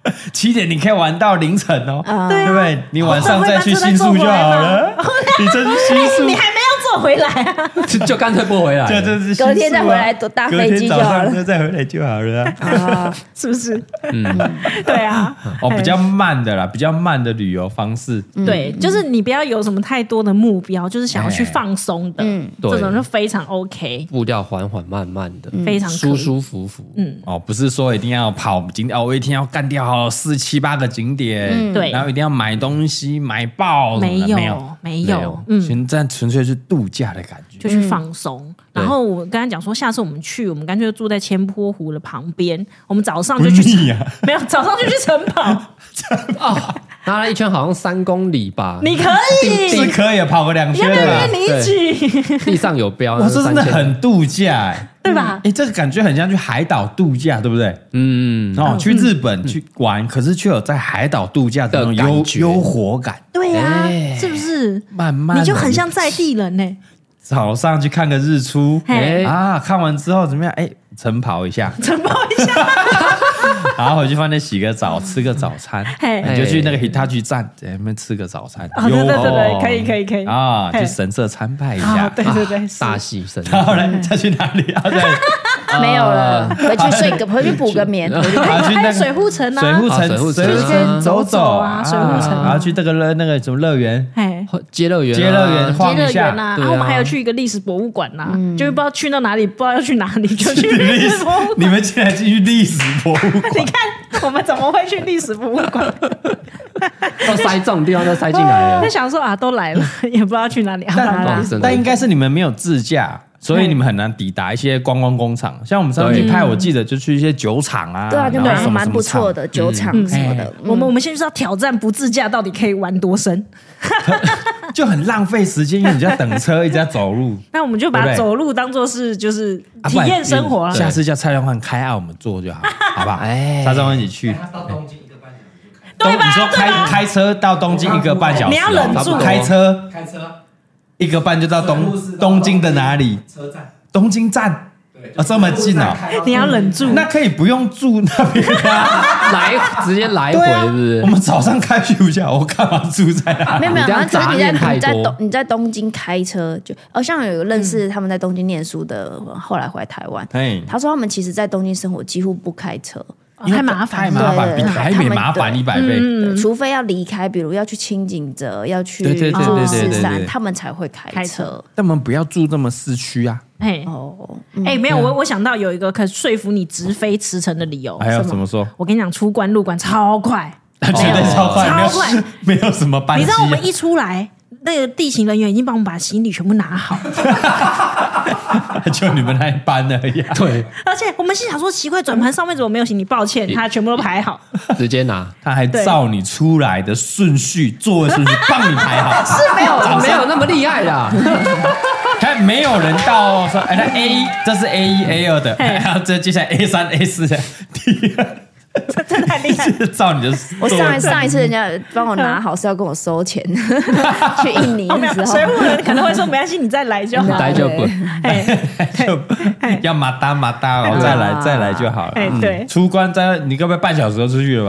？7点你可以玩到凌晨对不对？你晚上再去新宿就好了。你真是新宿， 你还没有坐回来啊？ 就干脆不回来， 隔天再回来搭飞机就好了， 再回来就好了， 是不是？对啊。 比较慢的啦，比较慢的旅游方式。 对，就是你不要有什么太多的目标，就是想要去放松的，这种就非常 OK。 步调缓缓慢慢的， 非常舒舒服服。 不是说一定要跑景点，我一天要干掉4、7、8个景点， 对， 然后一定要买东西买爆， 没有， 现在纯粹是度假的感觉， 就去放松。然后我跟他讲说，下次我们去，我们干脆就住在千波湖的旁边，我们早上就去没有，早上就去晨跑。 拉了一圈好像3公里吧， 你可以是可以跑个2圈的， 要不你一起？ 地上有标， 哇，这真的很度假对吧？ 这个感觉很像去海岛度假，对不对？去日本去玩，可是却有在海岛度假的那种悠活感。 对呀，是不是？ 慢慢， 你就很像在地人呢。 早上去看个日出，看完之后怎么样？晨跑一下，然后回去饭店洗个澡，吃个早餐，你就去那个 Hitachi 站在那边吃个早餐。 对，可以去神社参拜一下。 对， 大喜神。 然后呢，再去哪里？ 没有了，回去补个眠。 还有水户城啊， 水户城走走啊，水户城， 然后去那个什么乐园， 街乐园晃一下。 然后我们还有去一个历史博物馆呐，就是不知道去到哪里，不知道要去哪里，就去历史博物馆。 你们竟然进去历史博物馆？ 你看我们怎么会去历史博物馆？ 都塞这种地方都塞进来了。 就想说都来了，也不知道去哪里。 但应该是你们没有自驾，所以你们很难抵达一些观光工厂。像我们上次去拍，我记得就去一些酒厂啊， 对啊，就蛮不错的酒厂什么的。 我们现在就是要挑战不自驾到底可以玩多深， 就很浪费时间，因为你就要等车，一直在走路。 那我们就把走路当做是就是体验生活了。 下次叫蔡良焕开澳门坐就好，好不好？蔡良焕一起去。到东京1个半小时就开。你说开车到东京1个半小时， 你要忍住开车1个半就到东京的哪里？车站，东京站。这么近哦！ 你要忍住。 那可以不用住那边啊， 直接来回是不是？ 我们早上开去一下，我干嘛住在那？ 没有，你在东京开车就像有认识他们在东京念书的，后来回来台湾，他说他们其实在东京生活几乎不开车。 太麻烦， 比台北麻烦100倍。 除非要离开，比如要去清景泽，要去富士山，他们才会开车。 但我们不要住这么市区啊！ 没有，我想到有一个可说服你直飞驰骋的理由。 还有怎么说？ 我跟你讲，出关入关超快， 绝对超快，没有什么班机。 你知道我们一出来，那个地勤人员已经帮我们把行李全部拿好。 就你们那一班而已。 对， 而且我们心想说奇怪，转盘上面怎么没有行李？抱歉，他全部都排好， 直接拿。 他还照你出来的顺序、座位顺序帮你排好。 是没有那么厉害啦。 还没有人到说，那 A1 这是 A1、A2 的，然后接下来 A3、A4 的，第二。 这真的太厉害！ 照你的， 我上一次人家帮我拿好是要跟我收钱，去印尼的时候， 水户人可能会说没关系，你再来就好， 来就不， 要马达，我再来就好了。 对， 出关你该不会半小时就出去了吧？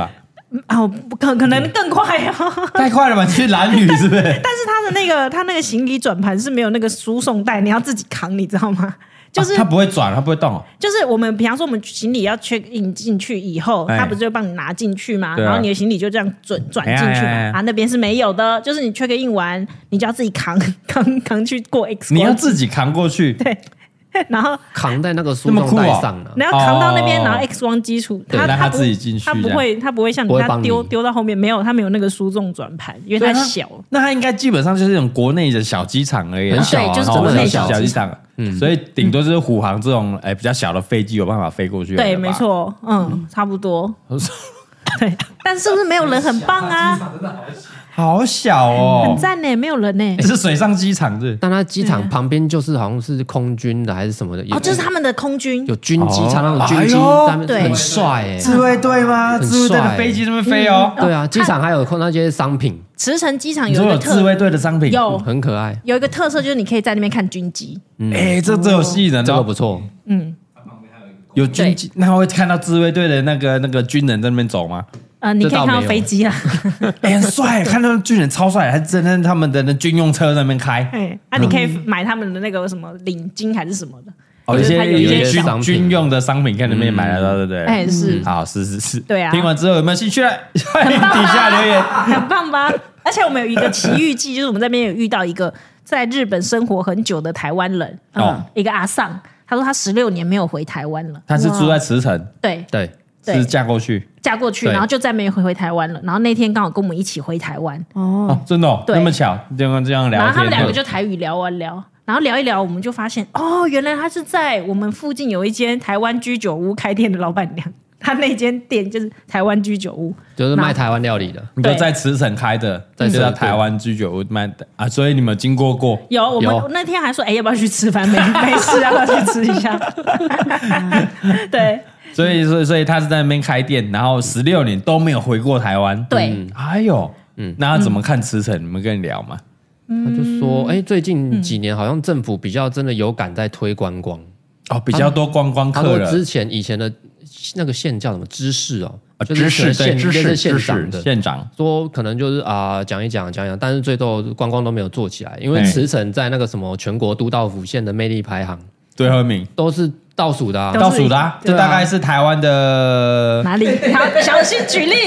可能更快哦， 太快了吧？去兰屿是不是？但是他那个行李转盘是没有那个输送带，你要自己扛，你知道吗？就是它不会转，它不会动。 就是我们比方说我们行李要 check in 进去以后，他不是就帮你拿进去吗？然后你的行李就这样转进去嘛。啊，那边是没有的，就是你 check in 完，你就要自己扛去过 X 光。 你要自己扛过去。 对。然后扛在那个输送带上了， 然后扛到那边，然后 X 光基础， 他自己进去， 他不会像你他丢到后面，没有，他没有那个输送转盘，因为它小。 那它应该基本上就是那种国内的小机场而已， 很小， 就是国内小机场，所以顶多就是虎航这种比较小的飞机有办法飞过去。 对，没错，差不多。对，但是不是没有人很棒啊？ 好小哦， 很赞呢，没有人呢， 是水上机场是？ 但它机场旁边就是好像是空军的还是什么的就是他们的空军有军机场那种军机，很帅哎， 自卫队吗？自卫队的飞机这么飞哦？ 对啊，机场还有那些商品， 慈城机场有一个自卫队的商品， 有很可爱， 有一个特色就是你可以在那边看军机， 这有吸引人， 这个不错， 有军机，那会看到自卫队的那个军人在那边走吗？ 你可以看到飞机啦， 很帅，看到军人超帅，还真的他们的军用车在那边开。 你可以买他们的那个什么领巾还是什么的， 有一些军用的商品，看能不能买得到，对不对？ 是， 好，是， 对啊。 听完之后有没有兴趣了？欢迎底下留言， 很棒吧？而且我们有一个奇遇记，就是我们这边有遇到一个在日本生活很久的台湾人，一个阿桑，他说他16年没有回台湾了， 他是住在慈城， 对。 是嫁过去， 然后就再没回台湾了。然后那天刚好跟我们一起回台湾， 真的那么巧，这样聊天。 然后他们2个就台语聊啊聊，然后聊一聊，我们就发现原来他是在我们附近有一间台湾居酒屋开店的老板娘。他那间店就是台湾居酒屋， 就是卖台湾料理的， 你就在慈城开的，在台湾居酒屋卖的啊，所以你们经过过？ 有，我们那天还说，要不要去吃饭？没事，要不要去吃一下？对。 所以他是在那边开店，然后16年都没有回过台湾。 对， 哎呦，那他怎么看慈城？你们跟你聊吗？ 他就说，最近几年好像政府比较真的有感在推观光比较多观光客了。 他说以前的那个县叫什么知事知事县长说可能就是讲一讲，但是最后观光都没有做起来，因为慈城在那个什么全国都道府县的魅力排行最后一名都是倒数的， 这大概是台湾的哪里？小心举例。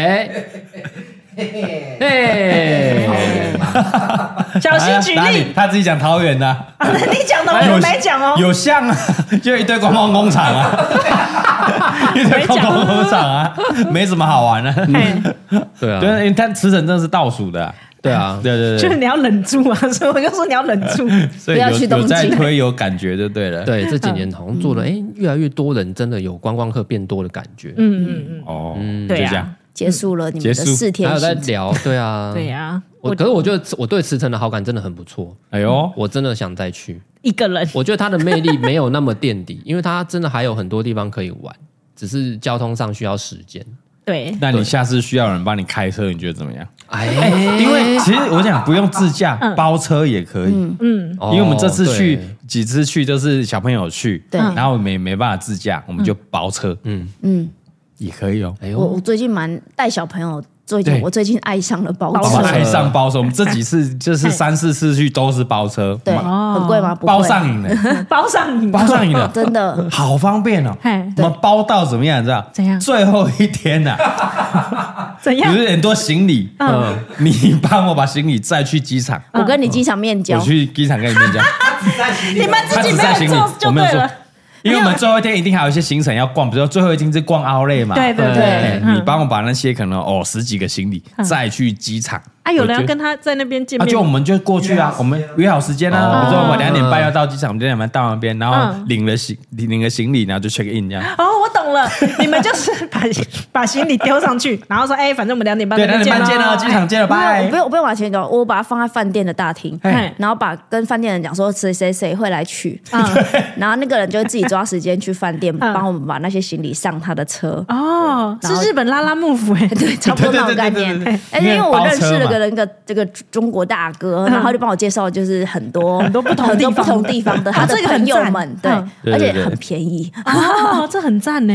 小心举例。 他自己讲桃园的， 你讲的我没讲哦。 有像啊，就一堆观光工厂啊，一堆观光工厂啊，没什么好玩的。 对啊， 因为他慈城真的是倒数的。对， 就是你要忍住啊，所以我就说你要忍住， 所以有在推有感觉就对了。 对，这几年好像做了，越来越多人真的有观光客变多的感觉。 就这样结束了你们的4天， 还有在聊，对啊。可是我觉得我对慈城的好感真的很不错。哎呦，我真的想再去一个人。 我觉得它的魅力没有那么垫底，因为它真的还有很多地方可以玩，只是交通上需要时间。 对， 那你下次需要人帮你开车，你觉得怎么样？因为其实我讲不用自驾，包车也可以。因为我们这次去几次去都是小朋友去，然后没办法自驾，我们就包车。也可以哦。 我最近带小朋友。我最近爱上了包车， 爱上包车。我们这几次就是3、4次去都是包车， 对，很贵吗？不包上瘾了， 包上瘾了， 真的好方便哦。我们包到怎么样？你知道？ 怎样？ 最后一天呐， 怎样？ 有很多行李，你帮我把行李再去机场， 我跟你机场面交， 我去机场跟你面交。 你们自己没有做就对了。 因为我们最后一天一定还有一些行程要逛，比如说最后一天是逛Outlet嘛， 对， 你帮我把那些可能10几个行李再去机场。 有人要跟他在那边见面， 就我们就过去啊，我们约好时间啊，比如说我2点半要到机场，我们2点半到那边，然后领了行李，然后就 check in 这样。 我懂了，你们就是把行李丢上去，然后说反正我们2点半对2点半见了，机场见了，拜。 我不用把钱交，我把它放在饭店的大厅，然后跟饭店人讲说谁会来取，然后那个人就会自己抓时间去饭店帮我们把那些行李上他的车。 是日本拉拉幕府对，差不多那种概念。因为我认识了这个中国大哥，然后就帮我介绍就是很多不同地方的他的朋友们，对，而且很便宜。 这很赞呢。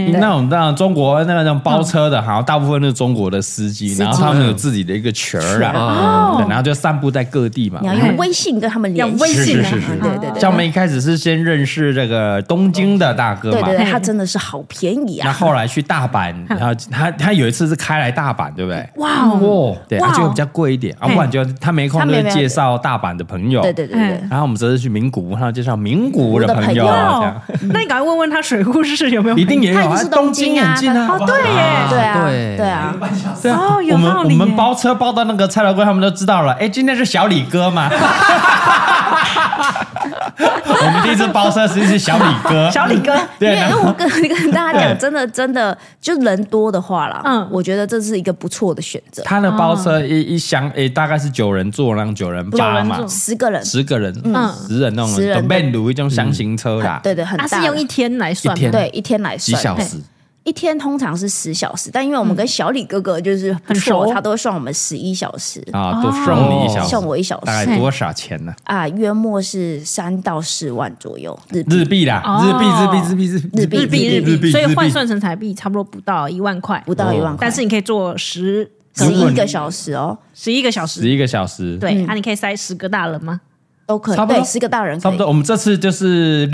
那种中国那种包车的，好像大部分都是中国的司机，然后他们有自己的一个群啊，然后就散布在各地嘛。 你要用微信跟他们联系， 是， 对。 像我们一开始是先认识这个东京的大哥嘛， 对，他真的是好便宜啊。 那后来去大阪，然后他有一次是开来大阪，对不对？ 哇哦， 对，就比较贵一点，不然就他没空就介绍大阪的朋友， 对。 然后我们这次去名古屋，他介绍名古屋的朋友， 那你赶快问问他水户市有没有？ 一定也有啊， 东京很近啊。 对耶，对啊。 哦，有道理。 我们包车包到那个蔡老贵，他们都知道了。哎，今天是小李哥吗？我们第一次包车实际是小李哥， 对，因为我跟大家讲，真的，就人多的话啦，我觉得这是一个不错的选择。 他的包车一箱，大概是9人座，让9人扒嘛 ，10个人 ，10人那种面炉一种箱型车啦， 对，很大。 是用一天来算吗？ 对，一天来算， 几小时。 一天通常是10小时，但因为我们跟小李哥哥就是很熟，他都会算我们11小时啊，都算你1小时， 算我1小时， 大概多少钱呢？ 啊，约莫是3到4万左右日币啦，日币，所以换算成台币差不多不到1万块， 不到1万块， 但是你可以做11 个小时哦 ，11个小时，对，你可以塞10个大人吗？ 都可以，对，10个大人差不多。我们这次就是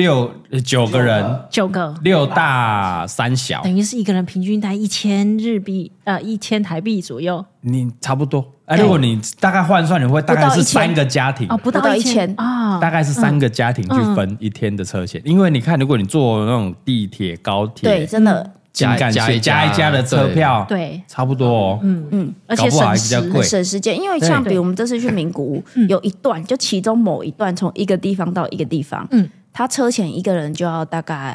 9个人 ，9个 ，6大3小， 等于是一个人平均带1000日币，1000台币左右。 你差不多。如果你大概换算，你会大概是3个家庭不到1000 啊， 大概是3个家庭去分一天的车钱。因为你看，如果你坐那种地铁、高铁， 对，真的。 加一加的车票， 对， 差不多而且省时间，因为像比如我们这次去名古屋，有一段就其中某一段从一个地方到一个地方，他车钱一个人就要大概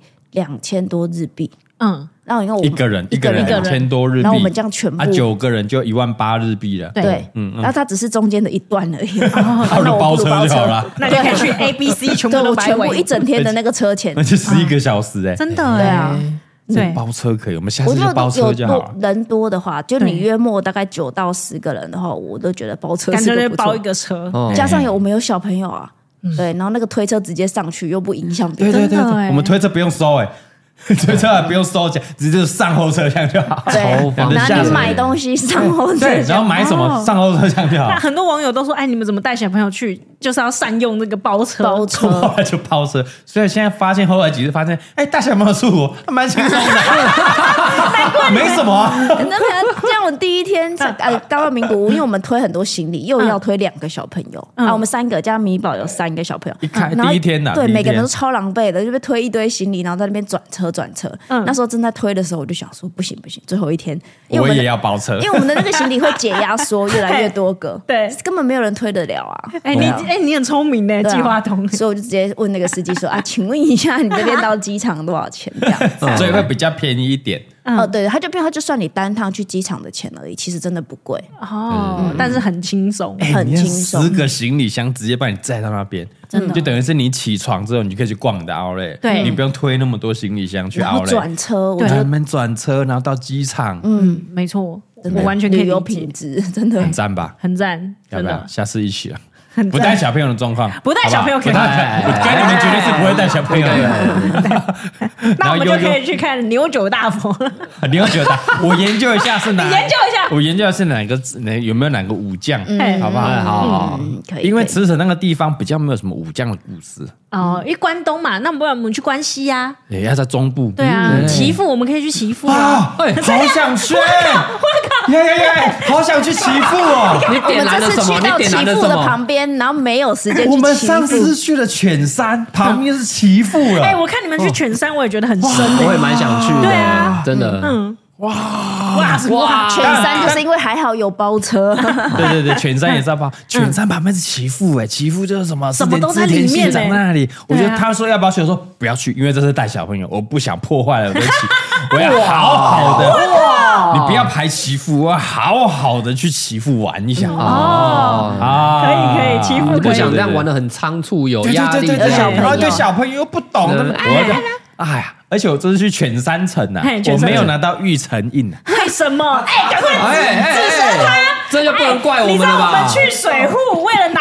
2000多日币，然后你看我一个人2000多日币， 然后我们这样全部 9个人就18000日币了， 对，然后它只是中间的一段而已， 那我包车就好了， 那就可以去 A、B、C 全部都全部一整天的那个车钱， 那就11个小时真的对啊。 对，包车可以，我们下次就包车就好了。 人多的话，就你约莫大概9到10个人的话，我都觉得包车是个不错。 包一个车， 加上我们有小朋友啊，对，然后那个推车直接上去又不影响别人。对，我们推车不用收推车不用收钱，直接上后车厢就好。 对，然后你买东西上后车厢， 对，然后买什么上后车厢就好。 那很多网友都说，哎，你们怎么带小朋友去？就是要善用这个包车。 后来就包车，所以现在发现后来几次发现，哎，带小朋友出国蛮轻松的，没什么。 这样我第一天刚到名古屋，因为我们推很多行李，又要推2个小朋友我们3个加米宝有3个小朋友。 第一天呢， 对，每个人都超狼狈的，就被推一堆行李，然后在那边转车。那时候正在推的时候，我就想说不行，最后一天， 我也要包车， 因为我们的那个行李会解压缩，越来越多个， 对， 根本没有人推得了啊。 你很聪明呢，计划通， 所以我就直接问那个司机说请问一下，你这边到机场多少钱？这样子， 所以会比较便宜一点。 对，他就算你单趟去机场的钱而已，其实真的不贵但是很轻松， 很轻松。 10个行李箱直接把你载到那边，真的就等于是你起床之后，你就可以去逛你的 Outlet， 对， 你不用推那么多行李箱去 Outlet， 然后转车， 我在那边转车，然后到机场， 没错，我完全可以旅游品质，真的很赞吧？ 很赞， 要不要下次一起啊？不带小朋友的状况， 不带小朋友可以， 我跟你们绝对是不会带小朋友的。 那我们就可以去看牛九大佛了。 牛九大，我研究一下是哪？ 你研究一下， 我研究的是有没有哪个武将，好不好？好， 可以。 因为茨城那个地方比较没有什么武将的故事。 因为关东嘛，那不然我们去关西呀？ 也要在中部。 对啊，岐阜我们可以去岐阜啊！ 好想去！好想去岐阜哦！ 你点燃了什么？你点燃了什么？ 的旁边，然后没有时间去岐阜。 我们上次去了犬山，旁边是岐阜了。 我看你们去犬山，我也觉得很深， 我也蛮想去的。 对啊， 真的。 哇！犬山就是因为还好有包车。 对，犬山也是要包。犬山旁边是岐阜，岐阜就是什么都在里面在那里。我觉得他说要不要去，我说不要去，因为这是带小朋友，我不想破坏了我的我要好好的。你不要排岐阜，我要好好的去岐阜玩一下。 可以，岐阜不想这样玩得很仓促，有压力。 对小朋友又不懂，哎呀！而且我这次去犬山城我没有拿到玉成印。 为什么？赶快指责他！ 这就不能怪我们了吧？ 你知道我们去水户为了拿那个玉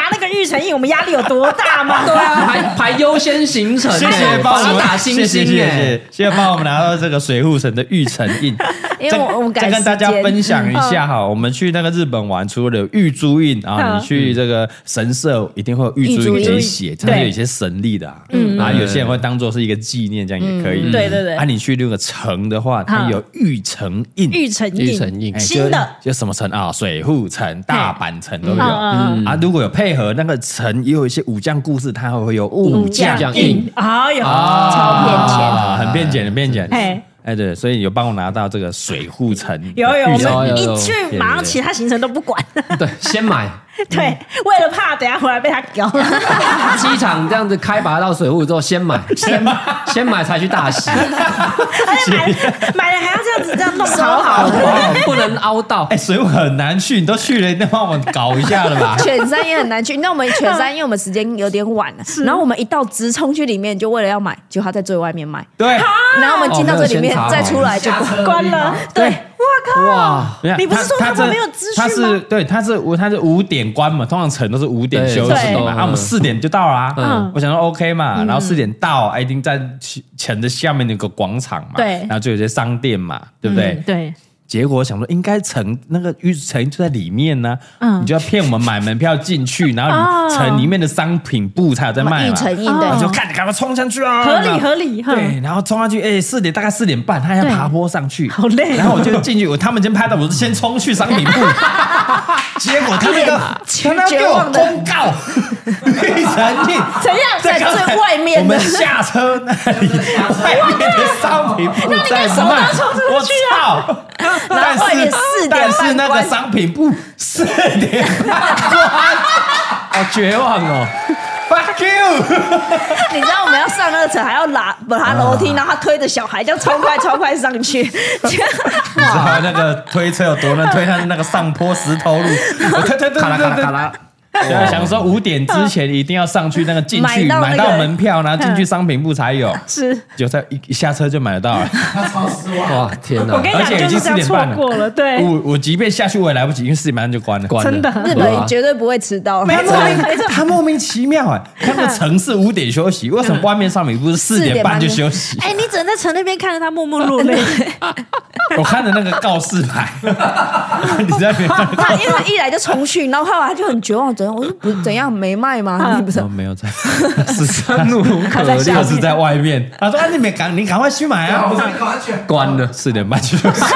玉成印，我们压力有多大吗？ 对啊，排优先行程， 谢谢帮我们打星星， 谢谢帮我们拿到这个水户城的玉成印。 因为我们再跟大家分享一下哈，我们去那个日本玩，除了有玉珠印啊，你去这个神社一定会有玉珠印可以写，它有一些神力的啊，有些人会当做是一个纪念，这样也可以。 对对对。 啊，你去那个城的话，它有玉成印， 玉成印，新的就什么城啊，水户城、大阪城都有啊。如果有配合那个城，也有一些武将故事，它会有武将印。 哎呦， 超骗钱， 很骗钱，很骗钱。哎，对，所以有帮我拿到这个水户城， 有，我们一去马上其他行程都不管， 对，先买。 对，为了怕等下回来被他搞。 机场这样子开拔到水户之后，先买才去大溪。 而且买了还要这样弄好， 不能凹到。 哎，水户很难去，你都去了，那帮我们搞一下了吧？ 犬山也很难去，那我们犬山因为我们时间有点晚了，然后我们一到直冲去里面，就为了要买，结果他在最外面卖。 对， 然后我们进到这里面再出来就关了。对。 哇靠！哇， 你不是说他们没有资讯吗？ 他是5点关嘛，通常城都是5点休息嘛，我们4点就到啦。我想说 OK 嘛，然后4点到，一定在城的下面那个广场嘛， 对， 然后就有些商店嘛，对不对？ 对。 结果想说应该城那个玉城就在里面呢，你就要骗我们买门票进去，然后城里面的商品部才有在卖嘛， 对， 就看赶快冲上去啊， 合理， 对，然后冲上去，大概4点半，他要爬坡上去， 好累， 然后我就进去，他们先拍到，我是先冲去商品部，结果他那个给我公告，玉成印怎样在最外面， 我们下车那里外面的商品部在卖，我操！但是那个商品部4点半关， 好绝望哦 ！Fuck you！ 你知道我们要上那个城，还要爬楼梯，然后他推着小孩，这样超快上去。 你知道那个推车有多难推？他是那个上坡石头路，推，卡拉。对，想说5点之前一定要上去那个进去买到门票，然后进去商品部才有。 是， 就在一下车就买得到了。 他超失望！哇，天哪！ 我跟你讲，就是这样错过了。对， 我即便下去我也来不及，因为4点半就关了。 真的， 日本绝对不会迟到。 他莫名其妙哎，他们城市5点休息，为什么外面商品部是4点半就休息？ 哎，你只能在城那边看着他默默落泪。 我看着那个告示牌，你在那边， 他因为一来就冲去，然后后来他就很绝望，我说不是怎样没卖吗？你不是没有在，是生怒可烈，他是在外面。他说：“你赶快去买啊！”我说：“你赶快去。”关了4点半就休息。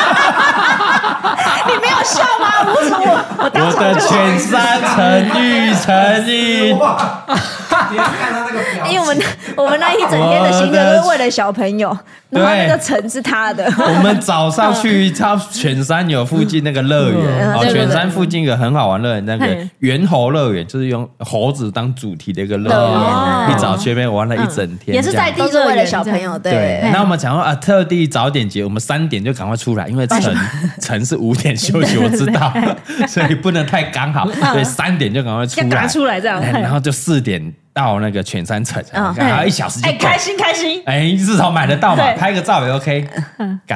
你没有笑吗？我的犬山城玉成印。 你要看他那个表情，因为我们那一整天的行程都是为了小朋友，然后那个城是他的。 我们早上去犬山有附近那个乐园，犬山附近有很好玩乐园，那个猿猴乐园，就是用猴子当主题的一个乐园。一早去那边玩了一整天， 也是在地为了小朋友。对， 那我们讲说特地早点结，我们3点就赶快出来，因为城是5点休息，我知道，所以不能太刚好，所以3点就赶快出来，这样， 然后就4点到那个犬山城，然后1小时就开心， 至少买得到嘛，拍个照也 OK， 干。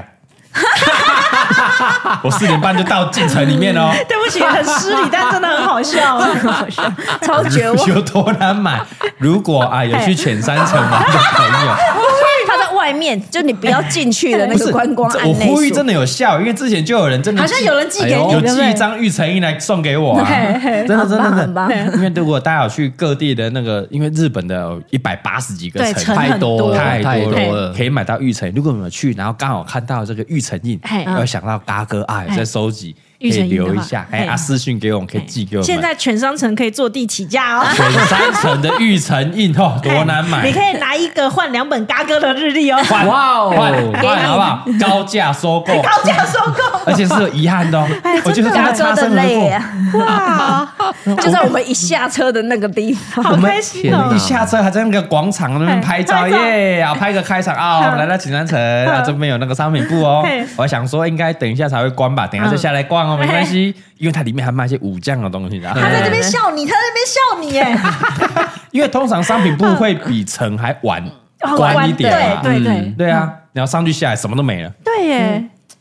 我4点半就到进城里面哦。 对不起，很失礼，但真的很好笑， 超绝望。 有多难买？如果有去犬山城玩的朋友， 他在外面，就你不要进去的那个观光案内所。 我呼吁真的有效，因为之前就有人真的好像有人寄给你， 有寄一张玉成印来送给我啊，真的很棒。 因为如果大家有去各地的那个，因为日本的180几个城， 太多了，可以买到玉成。如果你们去，然后刚好看到这个玉成印，要想到嘎哥在收集。可以留一下，私讯给我们，可以寄给我们。 现在全商城可以坐地起价哦。 全商城的玉成印多难买？ 你可以拿一个换2本嘎哥的日历哦。 换好不好？高价收购，而且是有遗憾的哦。我就是跟他擦身而过。 哇！就在我们一下车的那个地方， 好开心哦！ 一下车还在那个广场那边拍照耶，拍个开场啊！我们来到全商城，这边有那个商品部哦。我还想说，应该等一下才会关吧，等一下就下来逛哦，没关系，因为它里面还卖一些武将的东西。 他在这边笑你，耶！ 因为通常商品部会比城还晚关一点嘛。 对啊， 你要上去下来什么都没了。 对耶。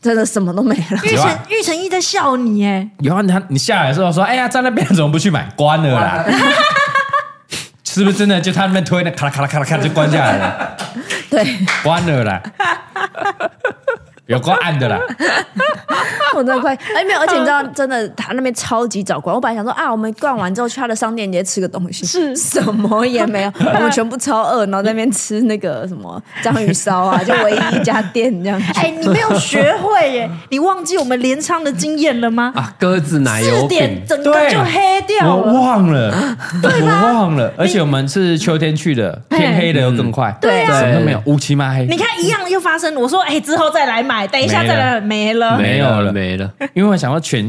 真的什么都没了。 玉成一在笑你哎， 有啊，你下来的时候说，哎呀，在那边怎么不去买？关了啦。是不是真的？就他那边推的，咔啦咔啦咔啦咔啦就关下来了。 对， 关了啦。有够暗的啦， 我真的快没有，而且你知道，真的他那边超级早关。我本来想说啊，我们逛完之后去他的商店街吃个东西， 是什么也没有，我们全部超饿，然后在那边吃那个什么章鱼烧啊，就唯一一家店这样。 你没有学会耶，你忘记我们镰仓的经验了吗？ 鸽子奶油饼4 点整个就黑掉了，我忘了，我忘了，而且我们是秋天去的，天黑的又更快， 对啊， 什么都没有，乌漆嘛黑。 你看一样又发生，我说之后再来买。等一下再来，没了， 因为我想说全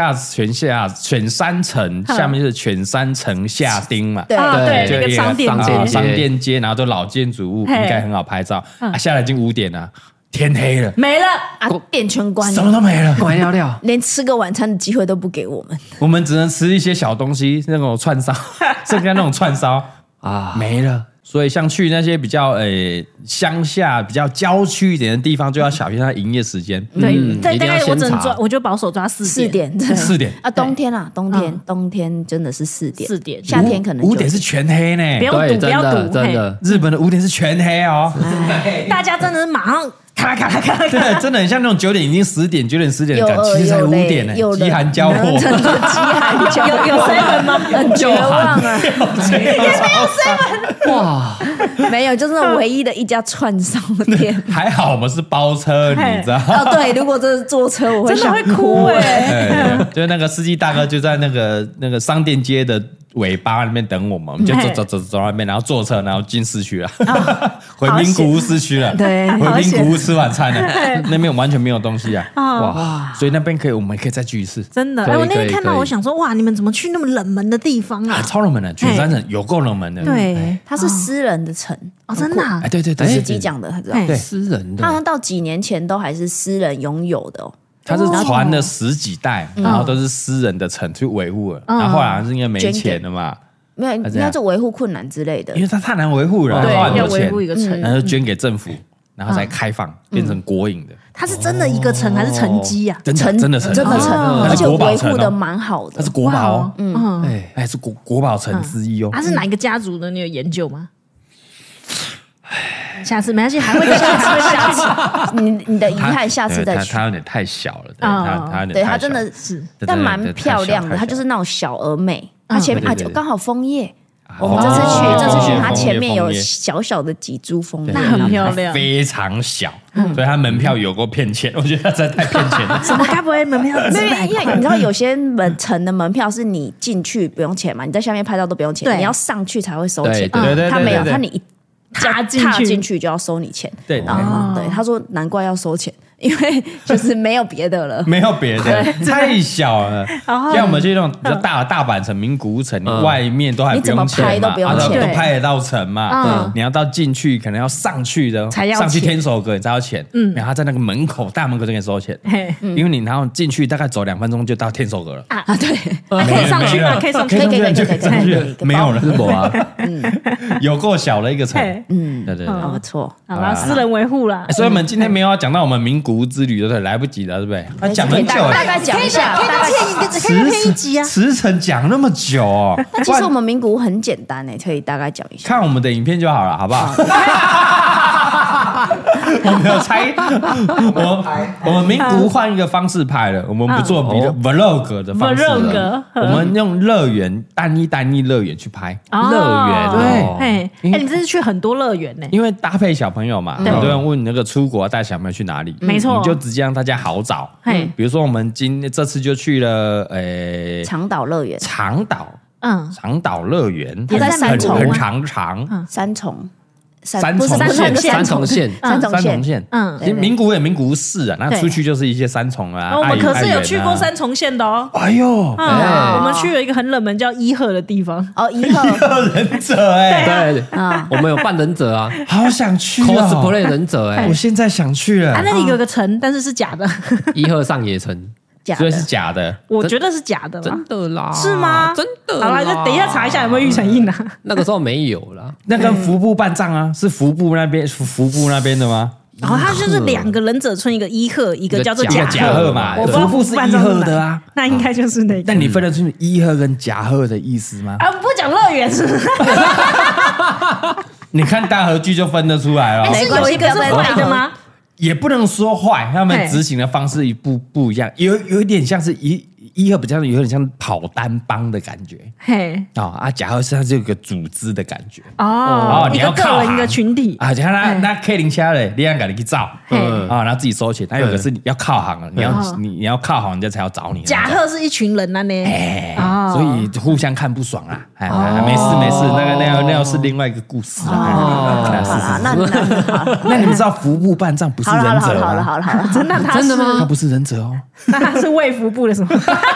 山城下面就是全山城下町嘛， 对，那个商店街，然后都老建筑物，应该很好拍照。下来已经5点了，天黑了， 没了店全关了， 什么都没了， 关掉掉， 连吃个晚餐的机会都不给我们， 我们只能吃一些小东西，那种串烧，剩下那种串烧啊没了。所以像去那些比较乡下、比较郊区一点的地方，就要小心它营业时间。 对，大概我只能抓，我就保守抓4点。 4点啊，冬天冬天真的是4点，夏天可能 5点是全黑呢。 不要赌，不要赌， 真的， 日本的5点是全黑哦。 大家真的是马上咔啦咔啦咔啦， 对，真的很像那种9点已经10点、9点10点的感觉，其实才5点呢，饥寒交迫， 真的饥寒交迫， 有 7 吗？ 很绝望啊！ 也没有 7， 哇， 没有，就是那唯一的一家串烧店。 还好我们是包车，你知道？ 哦，对，如果这是坐车，我会真的会哭就是那个司机大哥就在那个商店街的尾巴那边等我们，我们就走那边，然后坐车，然后进市区了，回名古屋市区了， 对， 回名古屋吃晚餐了，那边完全没有东西啊，哇！所以那边我们可以再去一次， 真的。我那天看到，我想说，哇，你们怎么去那么冷门的地方啊？ 超冷门的，全山城有够冷门的。 对， 它是私人的城哦，真的。 哎，对， 司机讲的，他知道， 对， 私人的， 他好像到几年前都还是私人拥有的哦。 他是传了10几代，然后都是私人的城去维护了，然后后来是因为没钱了嘛。 没有，应该是维护困难之类的， 因为它太难维护了， 对， 要维护一个城， 然后捐给政府，然后才开放变成国营的。 它是真的一个城还是城基啊？ 真的城， 而且维护的蛮好的， 它是国宝，哎，是国宝城之一哦。 它是哪一个家族的？你有研究吗？下次没关系，还会下次。 你的遗憾，下次再去。 它有点太小了，它对它真的是，但蛮漂亮的。它就是那种小而美。它前面刚好枫叶。我们这次去，它前面有小小的几株枫叶， 那很漂亮， 非常小，所以它门票有够骗钱，我觉得它真的太骗钱了。 什么？该不会门票？ 因为你知道有些城的门票是你进去不用钱嘛，你在下面拍照都不用钱，你要上去才会收钱。 对， 它没有，它你一踏进去就要收你钱。 对， 对，他说难怪要收钱。因为就是没有别的了， 没有别的，太小了。像我们去那种比较大的大阪城、名古屋城，你外面都还不用钱嘛，都拍得到城嘛。你要到进去，可能要上去的，上去天守阁你才要钱。然后在那个门口大门口就给你收钱，因为你然后进去大概走2分钟就到天守阁了啊。对， 可以上去吗？可以上去， 可以，没有了，是我啊。有够小的一个城，对， 不错。 好了，私人维护啦。 所以我们今天没有要讲到我们名古屋之旅，对不对？来不及了，对不对？他讲很久， 大概讲一下， 可以骗一集啊。 驰骋讲那么久哦， 那其实我们名古屋很简单诶，可以大概讲一下。 看我们的影片就好了，好不好？我没有猜，我们名古屋换一个方式拍了，我们不做vlog 的方式了，我们用乐园单一乐园去拍乐园。 对，你这是去很多乐园呢？ 因为搭配小朋友嘛，很多人问那个出国带小朋友去哪里， 没错， 你就直接让大家好找。比如说我们这次就去了长岛乐园， 长岛乐园， 也在三重， 很长， 三重。 三重县， 其实名古屋有名古屋市啊，那出去就是一些三重啊。 我们可是有去过三重县的哦。 哎呦， 我们去了一个很冷门叫伊贺的地方。 哦，伊贺忍者哎， 对我们有扮忍者啊， 好想去 cosplay 忍者哎， 我现在想去了。 那里有个城，但是是假的， 伊贺上野城。 所以是假的， 我觉得是假的， 真的啦， 是吗？ 真的， 好了，就等一下查一下有没有玉成印啊。 那个时候没有啦， 那跟服部办账啊，是服部那边的吗？ 然后它就是2个忍者村，一个伊贺，一个叫做甲贺嘛。服部是伊贺的啊， 那应该就是那个。 但你分得出伊贺跟甲贺的意思吗？ 啊，不讲乐园是不是？ 你看大和剧就分得出来了。 是有一个是坏的吗？ 也不能说坏，他们执行的方式不一样，有一点像是伊贺比较有点像跑单帮的感觉，甲贺是它是有个组织的感觉你要靠个人一个群体啊，像那 K 零车嘞，你要赶紧去找然后自己收钱，他有个是你要靠行了，你要靠行，人家才要找你。 甲贺是一群人呢， 所以互相看不爽啊，没事，那又是另外一个故事那你们知道服部半藏不是忍者吗？ 好了， 真的吗？ 他不是忍者哦， 那他是卫福部的什么？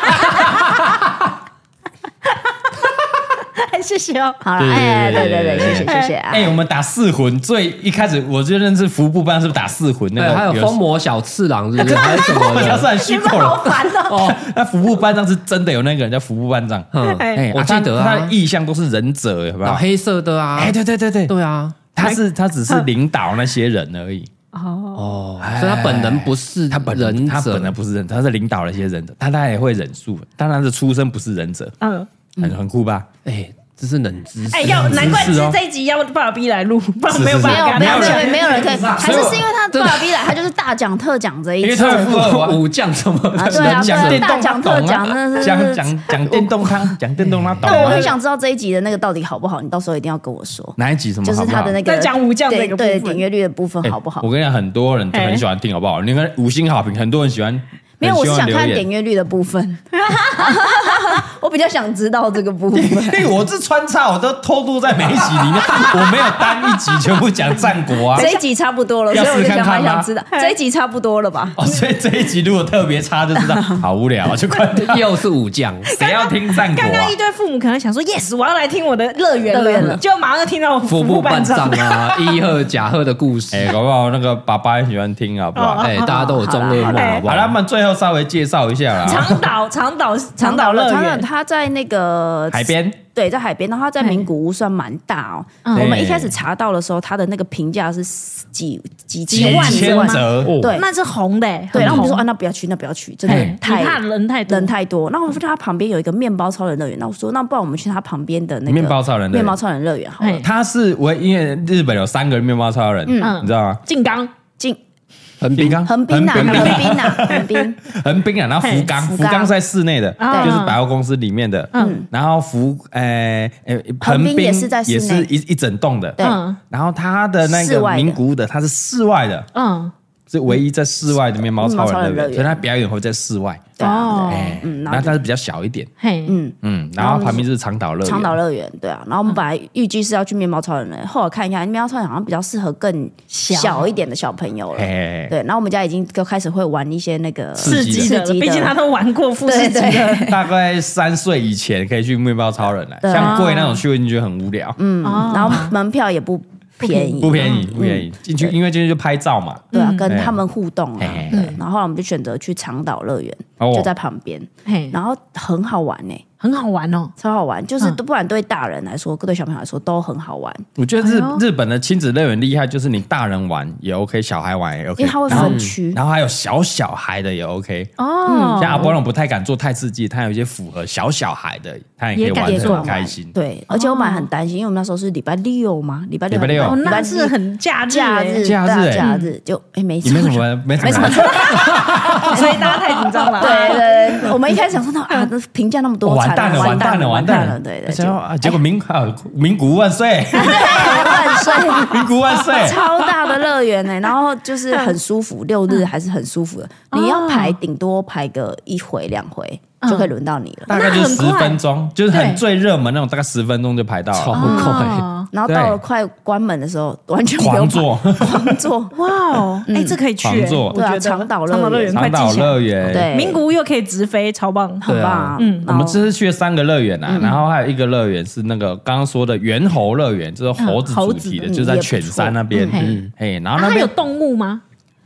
谢谢哦， 好了，对，谢谢。 我们打4魂，最一开始我就认识服部半，是不是打4魂？那个还有疯魔小次郎，是不是？还是什么的？ 小次郎虚构了， 好烦哦。 那服部半藏是真的有那个人叫服部半藏， 我记得他的意象都是忍者，有没有？ 黑色的啊， 对啊， 他只是领导那些人而已。 所以他本人不是他本人不是忍者，他是领导了一些忍者，但他也会忍术，但他的出身不是忍者，很酷吧？ 这是冷知识。 难怪这一集要爸爸逼来录，不然没有办法。 没有人可以，还是因为他爸爸逼来，他就是大讲特讲这一集。 因为他武将什么？ 对啊，大讲特讲，那是讲电动他，讲电动他懂。 对，我很想知道这一集的那个到底好不好，你到时候一定要跟我说。 哪一集什么？ 就是他的那个在讲武将那个对点阅率的部分好不好？ 我跟你讲，很多人就很喜欢听，好不好？你看5星好评，很多人喜欢。 没有，我是想看点阅率的部分。我比较想知道这个部分。 我这穿插我都偷渡在每一集里面，我没有单一集全部讲战国啊。 这一集差不多了，所以我就想知道，这一集差不多了吧？ 所以这一集如果特别差，就知道好无聊，就关掉。 又是武将， 谁要听战国？ 刚刚一堆父母可能想说 ，yes， 我要来听我的乐园了，就马上听到服部半藏啊、伊贺、甲贺的故事。 搞不好那个爸爸也喜欢听，好不好？ 大家都有中噩梦，好不好？ 好，他们最后稍微介绍一下啦。 长岛乐园， 他在那个海边， 对，在海边，然后他在名古屋算蛮大哦。我们一开始查到的时候，他的那个评价是几千折， 对， 那是红的。 对，然后我们就说那不要去，真的人太多。然后我说他旁边有一个面包超人乐园，那我说那不然我们去他旁边的那个面包超人乐园好了。 他是因为日本有3个面包超人，你知道吗？ 静冈。 横滨， 然后福冈在室内的，就是百货公司里面的。然后横滨也是在室内，也是一整栋的。对，然后它的那个名古屋的，它是室外的，是唯一在室外的面包超人乐园，所以它表演会在室外。然后它是比较小一点，然后旁边就是长岛乐园， 对啊。然后我们本来预计是要去面包超人的，后来看一下，面包超人好像比较适合更小一点的小朋友了，对。然后我们家已经就开始会玩一些那个刺激的，毕竟他都玩过富士急的。 大概3岁以前可以去面包超人了，像贵那种去你觉得很无聊， 然后门票也不便宜， 进去因为进去就拍照嘛， 对啊，跟他们互动啊，对。然后后来我们就选择去长岛乐园，就在旁边，然后很好玩呢。 很好玩哦， 超好玩，就是不管对大人来说，对小朋友来说都很好玩。 我觉得日本的亲子乐园厉害，就是你大人玩也 OK， 小孩玩也 OK， 因为它会分区， 然后还有小孩的也 OK。像阿波龙不太敢做太刺激，他有一些符合小孩的，他也可以玩得很开心。 对，而且我们很担心，因为我们那时候是礼拜六嘛，礼拜六， 那是很假日， 就没什么， 所以大家太紧张了。 对，我们一开始想说评价那么多。完蛋了！对， 结果名古屋万岁，名古屋万岁， 超大的乐园呢，然后就是很舒服，6日还是很舒服的。你要排，顶多排个1回2回就可以轮到你了， 大概就10分钟，就是很最热门那种，大概10分钟就排到了， 超快。 然后到了快关门的时候，完全狂坐， 哇哦！这可以去， 对啊，长岛乐园， 对，名古屋又可以直飞，超棒， 很棒。 我们这次去了3个乐园啊，然后还有一个乐园是那个刚刚说的猿猴乐园，就是猴子主题的，就是在犬山那边。然后那边它有动物吗？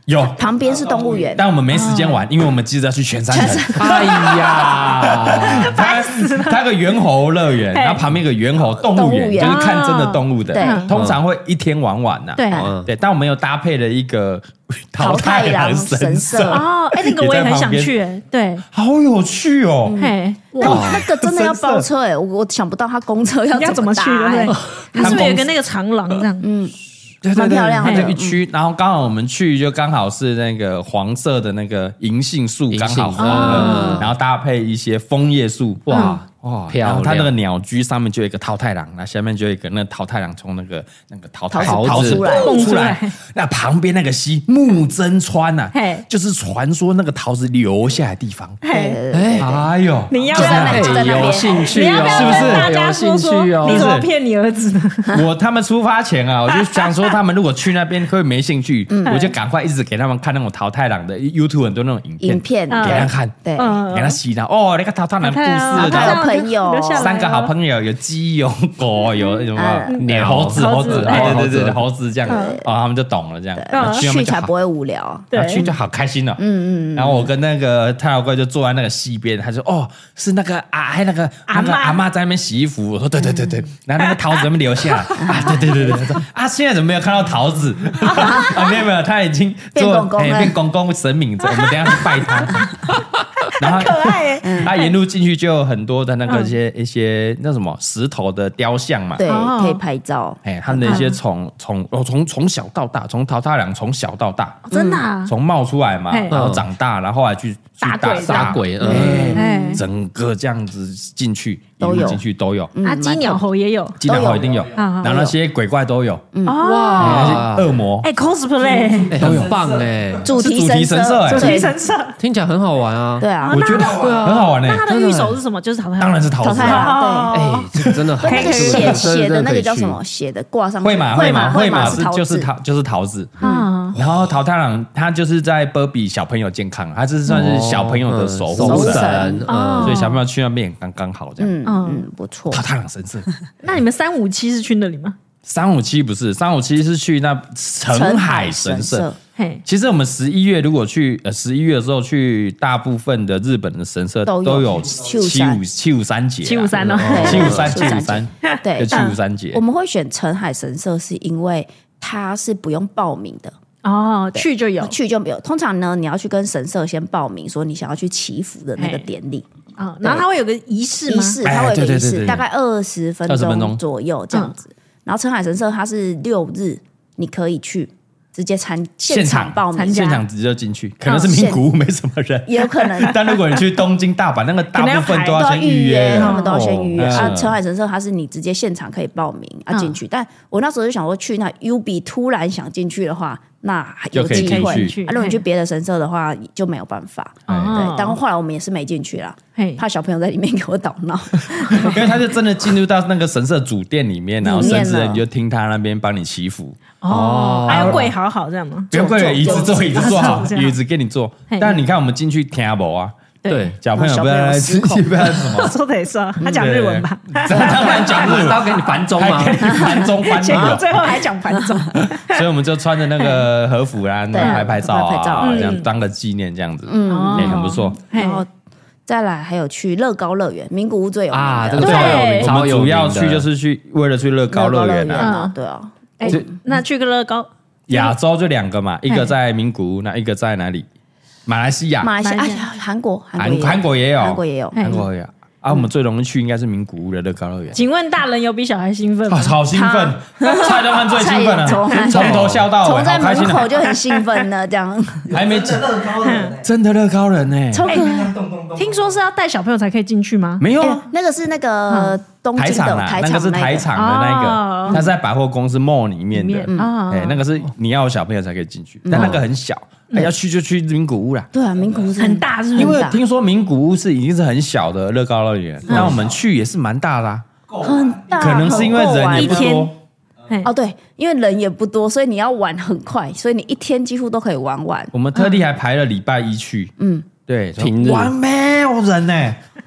有， 旁边是动物园， 但我们没时间玩，因为我们急着要去全山城。 哎呀， 它有个猿猴乐园，然后旁边有个猿猴动物园，就是看真的动物的。通常会一天玩完呐。对，但我们有搭配了一个桃太郎神社哦，那个我也很想去，对， 好有趣哦。 那个真的要包车哎，我想不到他公车要怎么去，对， 它是不是有个那个长廊这样？ 对， 蛮漂亮的， 它就一区，然后刚好我们去就刚好是那个黄色的那个银杏树刚好红了，然后搭配一些枫叶树，哇，漂亮！它那个鸟居上面就有一个桃太郎，那下面就有一个那桃太郎从那个桃子出来，那旁边那个溪木真川呐，就是传说那个桃子流下来的地方。哎呦， 你要有兴趣哦？ 是不是？有兴趣哦？你怎么骗你儿子的？ 他们出发前啊，我就想说他们如果去那边会没兴趣，我就赶快一直给他们看那种桃太郎的 YouTube 很多那种影片给他看，对，给他洗脑哦，那个桃太郎故事， 他的朋友 3个好朋友，有鸡有狗有什么鸟猴子，对猴子这样，他们就懂了这样， 去才不会无聊， 对，去就好开心了，然后我跟那个太老贵就坐在那个溪边，他说是那个那个阿嬷在那边洗衣服，我说对，然后那个桃子在那边流下来啊，对，他说现在怎么没有看到桃子？没有，他已经变公公神明，我们等一下去拜他。然后可爱， 他沿路进去就有很多的那个一些那什么石头的雕像嘛， 对，可以拍照。 他们那些从小到大，从桃太郎从小到大， 真的从冒出来嘛，然后长大，然后后来去打鬼， 整个这样子进去都有， 鸡鸟猴也有， 鸡鸟猴一定有，然后那些鬼怪都有， 哇， 恶魔 cosplay 很棒哎， 主题神社， 听起来很好玩啊， 对啊， 我觉得很好玩。 那它的御守是什么？就是桃太郎， 当然是桃子啊， 对，这个真的很那个写的那个叫什么？写的挂上绘马就是桃子，然后桃太郎他就是在波比小朋友健康，他这算是小朋友的守护神，所以小朋友去那边也刚好这样， 不错。 桃太郎神社， 那你们357是去那里吗 ？357不是，357是去那澄海神社。其实我们11月如果去11月的时候去，大部分的日本的神社都有753节 ，753哦 ，753，对，753节。 我们会选澄海神社，是因为它是不用报名的去就有。 通常呢，你要去跟神社先报名，说你想要去祈福的那个典礼然后它会有个仪式吗？ 它会有个仪式，大概20分钟左右这样子。然后澄海神社它是6日，你可以去。直接现场报名， 现场直接进去，可能是名古屋没什么人， 也有可能。 但如果你去东京、大阪，那个大部分都要先预约， 他们都要先预约。澄海神社它是你直接现场可以报名进去，但我那时候就想说去那 UB 突然想进去的话，那有机会。如果你去别的神社的话，就没有办法。对，但后来我们也是没进去啦，怕小朋友在里面给我捣闹。 因为他就真的进入到那个神社主殿里面，然后甚至你就听他那边帮你祈福。 还要跪好好这样吗？ 不用跪，椅子坐好，椅子给你坐。但你看我们进去听不啊？对，小朋友不要来吃，不要什么。 说得说，他讲日文吧？ 当然讲日文， 他要给你繁中吗？ 繁中翻译， 最后还讲繁中。 所以我们就穿着那个和服啦，拍照啊，这样当个纪念这样子，也很不错。 然后再来还有去乐高乐园，名古屋最有名的， 这个超有名， 我们主要去就是为了去乐高乐园啊， 对啊。 那去个乐高， 亚洲就2个嘛，一个在名古屋，那一个在哪里？马来西亚、 韩国也有， 韩国也有。 我们最容易去应该是名古屋的乐高乐园。 请问大人有比小孩兴奋吗？ 好兴奋，蔡东汉最兴奋了，从头笑到尾， 从在门口就很兴奋了，这样。 还没真的乐高人呢， 超可爱。 听说是要带小朋友才可以进去吗？ 没有， 那个是那个东京的台场， 那个是台场的那个，它是在百货公司 mall 里面的，那个是你要有小朋友才可以进去，但那个很小。要去就去名古屋啦。 对啊，名古屋很大，是因为听说名古屋已经是很小的乐高乐园，但我们去也是蛮大的， 很大。 可能是因为人也不多。 对，因为人也不多，所以你要玩很快，所以你一天几乎都可以玩完。 我们特地还排了礼拜1去， 对，平日玩没有人呢，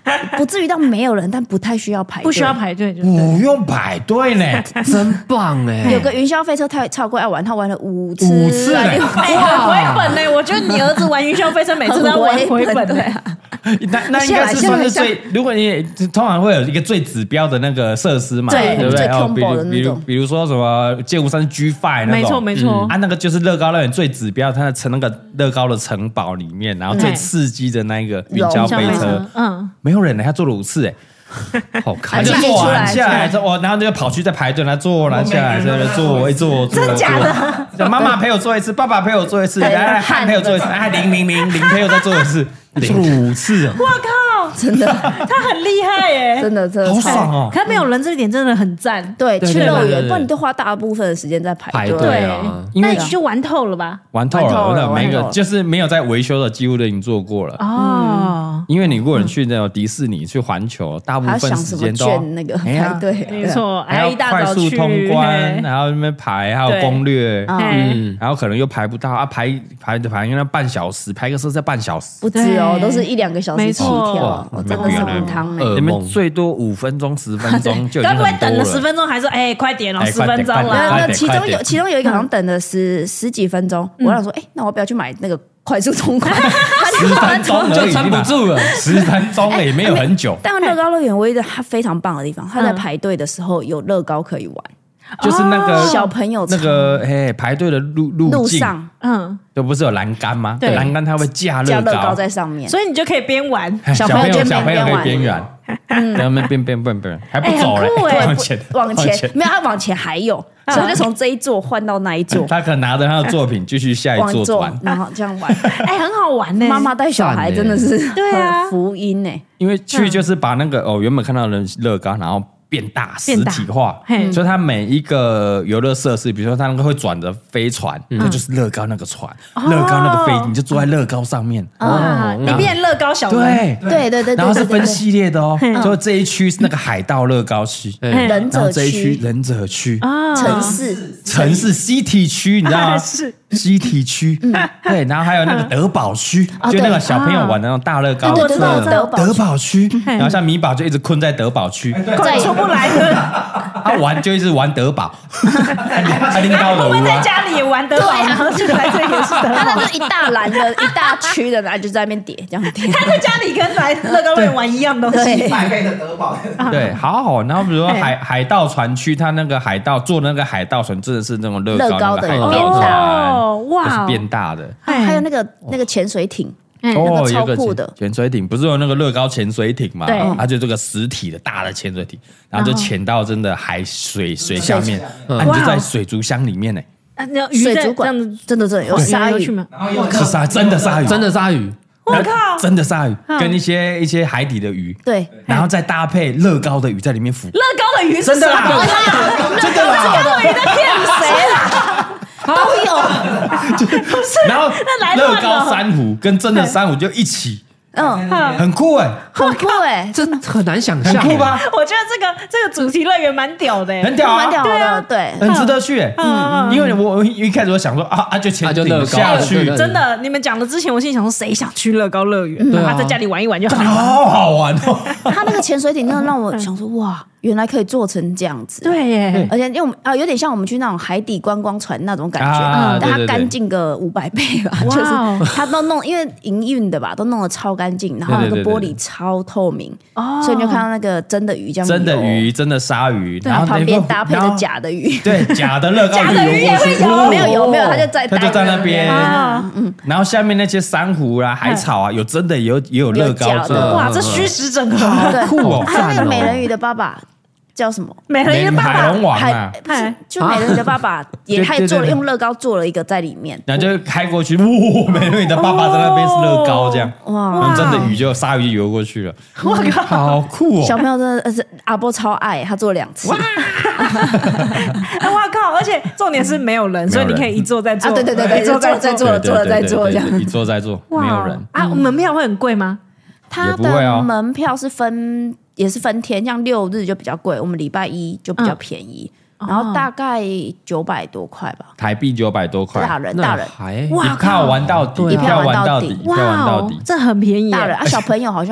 不至于到没有人，但不太需要排队， 不需要排队， 不用排队呢， 真棒哎！ 有个云霄飞车超过要玩，他玩了5次 ，5次很回本呢。我觉得你儿子玩云霄飞车每次都要玩回本的。 那应该是算是最，如果你通常会有一个最指标的那个设施嘛，对不对？比如说什么剑湖山 G5 那种， 没错啊，那个就是乐高乐园最指标，它的那个乐高的城堡里面，然后最刺激的那一个云霄飞车，没有人呢，他做了5次好看， 就坐完下来之后，然后就跑去再排队，来坐，来下来，再坐一坐， 真的假的？ 妈妈陪我做一次，爸爸陪我做一次，汉陪我做一次，0陪我再做一次，做5次。 我靠， 真的， 他很厉害耶， 真的好爽哦！ 可是没有人这一点真的很赞。 对，去乐园，不然你就花大部分的时间在排队啊。 那你就玩透了吧？ 玩透了，每个就是没有在维修的，几乎都已经做过了哦。因为你如果去那种迪士尼、去环球，大部分时间都那个排队， 没错， 还要快速通关，然后那边排，还有攻略，然后可能又排不到啊，排因为半小时，排个车才半小时， 不止哦，都是1-2个小时起跳，真的是很汤你们最多5分钟、10分钟就已经很多了。 该不会等了10分钟还说快点哦，10分钟了？ 其中有一个好像等了十几分钟，我想说那我不要去买那个快速通关 ，10分钟就撑不住了，10分钟也没有很久。 但乐高乐园唯一的它非常棒的地方，它在排队的时候有乐高可以玩。 就是那个小朋友那个排队的路上，就不是有栏杆吗？对，栏杆它会架乐高在上面， 所以你就可以边玩， 小朋友可以边玩，然后边还不走嘞， 往前没有，他往前还有，所以就从这一座换到那一座， 他可能拿着他的作品继续下一座玩， 然后这样玩， 很好玩呢。 妈妈带小孩真的是很福音呢， 因为去就是把那个原本看到的乐高，然后变大实体化，所以它每一个游乐设施，比如说它那个会转的飞船，那就是乐高那个船，乐高那个飞，你就坐在乐高上面， 你变乐高小人， 对， 然后是分系列的哦，就这一区是那个海盗乐高区， 忍者区， 忍者区， 城市 City 区，你知道吗？是 City 区，对，然后还有那个德宝区，就那个小朋友玩的那种大乐高，德宝区，然后像米宝就一直困在德宝区， 再出不来了。 他玩就一直玩德宝，他拎高的。 我们在家里也玩德宝，然后就来这也是德宝。 他那是一大篮的、一大区的，然后就在那边叠，这样叠。 他在家里跟来乐高乐园玩一样东西， 百倍的德宝。 对，好。然后比如说海盗船区，他那个海盗坐那个海盗船，真的是那种乐高的海盗船，哇，是变大的。 还有那个潜水艇。有个超酷的潜水艇，不是有那个乐高潜水艇嘛？它就这个实体的大的潜水艇，然后就潜到真的海水下面，你就在水族箱里面呢。 水族馆真的有鲨鱼吗？ 是真的鲨鱼， 真的鲨鱼。 我靠， 真的鲨鱼跟一些海底的鱼， 对， 然后再搭配乐高的鱼在里面浮。 乐高的鱼真的啦， 真的啦，乐高的鱼在骗谁啦？ 都有， 然后乐高珊瑚跟真的珊瑚就一起，很酷很酷真的很难想象， 很酷吧？ 我觉得这个主题乐园蛮屌的， 很屌， 蛮屌的，对， 很值得去。因为我一开始我想说就潜艇下去， 真的，你们讲了之前，我心里想说谁想去乐高乐园？在家里玩一玩就好， 好好玩哦。 他那个潜水艇真的让我想说哇。原来可以做成这样子， 对耶！ 而且因为有点像我们去那种海底观光船那种感觉，但它干净个500倍吧，就是它都弄，因为营运的吧，都弄得超干净，然后那个玻璃超透明，所以你就看到那个真的鱼这样， 真的鱼，真的鲨鱼， 然后旁边搭配的假的鱼， 对，假的乐高鱼也会有， 没有，它就在那边，然后下面那些珊瑚啦、海草啊，有真的也有乐高的，哇，这虚实整合， 酷哦！ 还有那个美人鱼的爸爸。叫什么？ 美人鱼的爸爸， 海龙王啊， 就美人鱼的爸爸也还做了，用乐高做了一个在里面， 然后就开过去，哇，美人鱼的爸爸在那边是乐高这样，哇，真的鱼就鲨鱼游过去了， 我靠， 好酷哦！ 小朋友真的是阿波超爱，他做了2次，哇， 哇靠！而且重点是没有人，所以你可以一坐再坐， 对，一坐再坐，坐了再坐这样， 一坐再坐，没有人啊。门票会很贵吗？ 它的门票是也是分天，像6日就比较贵，我们礼拜1就比较便宜，然后大概900多块吧， 台币900多块， 大人， 一票玩到底，一票玩到底， 这很便宜。 大人小朋友好像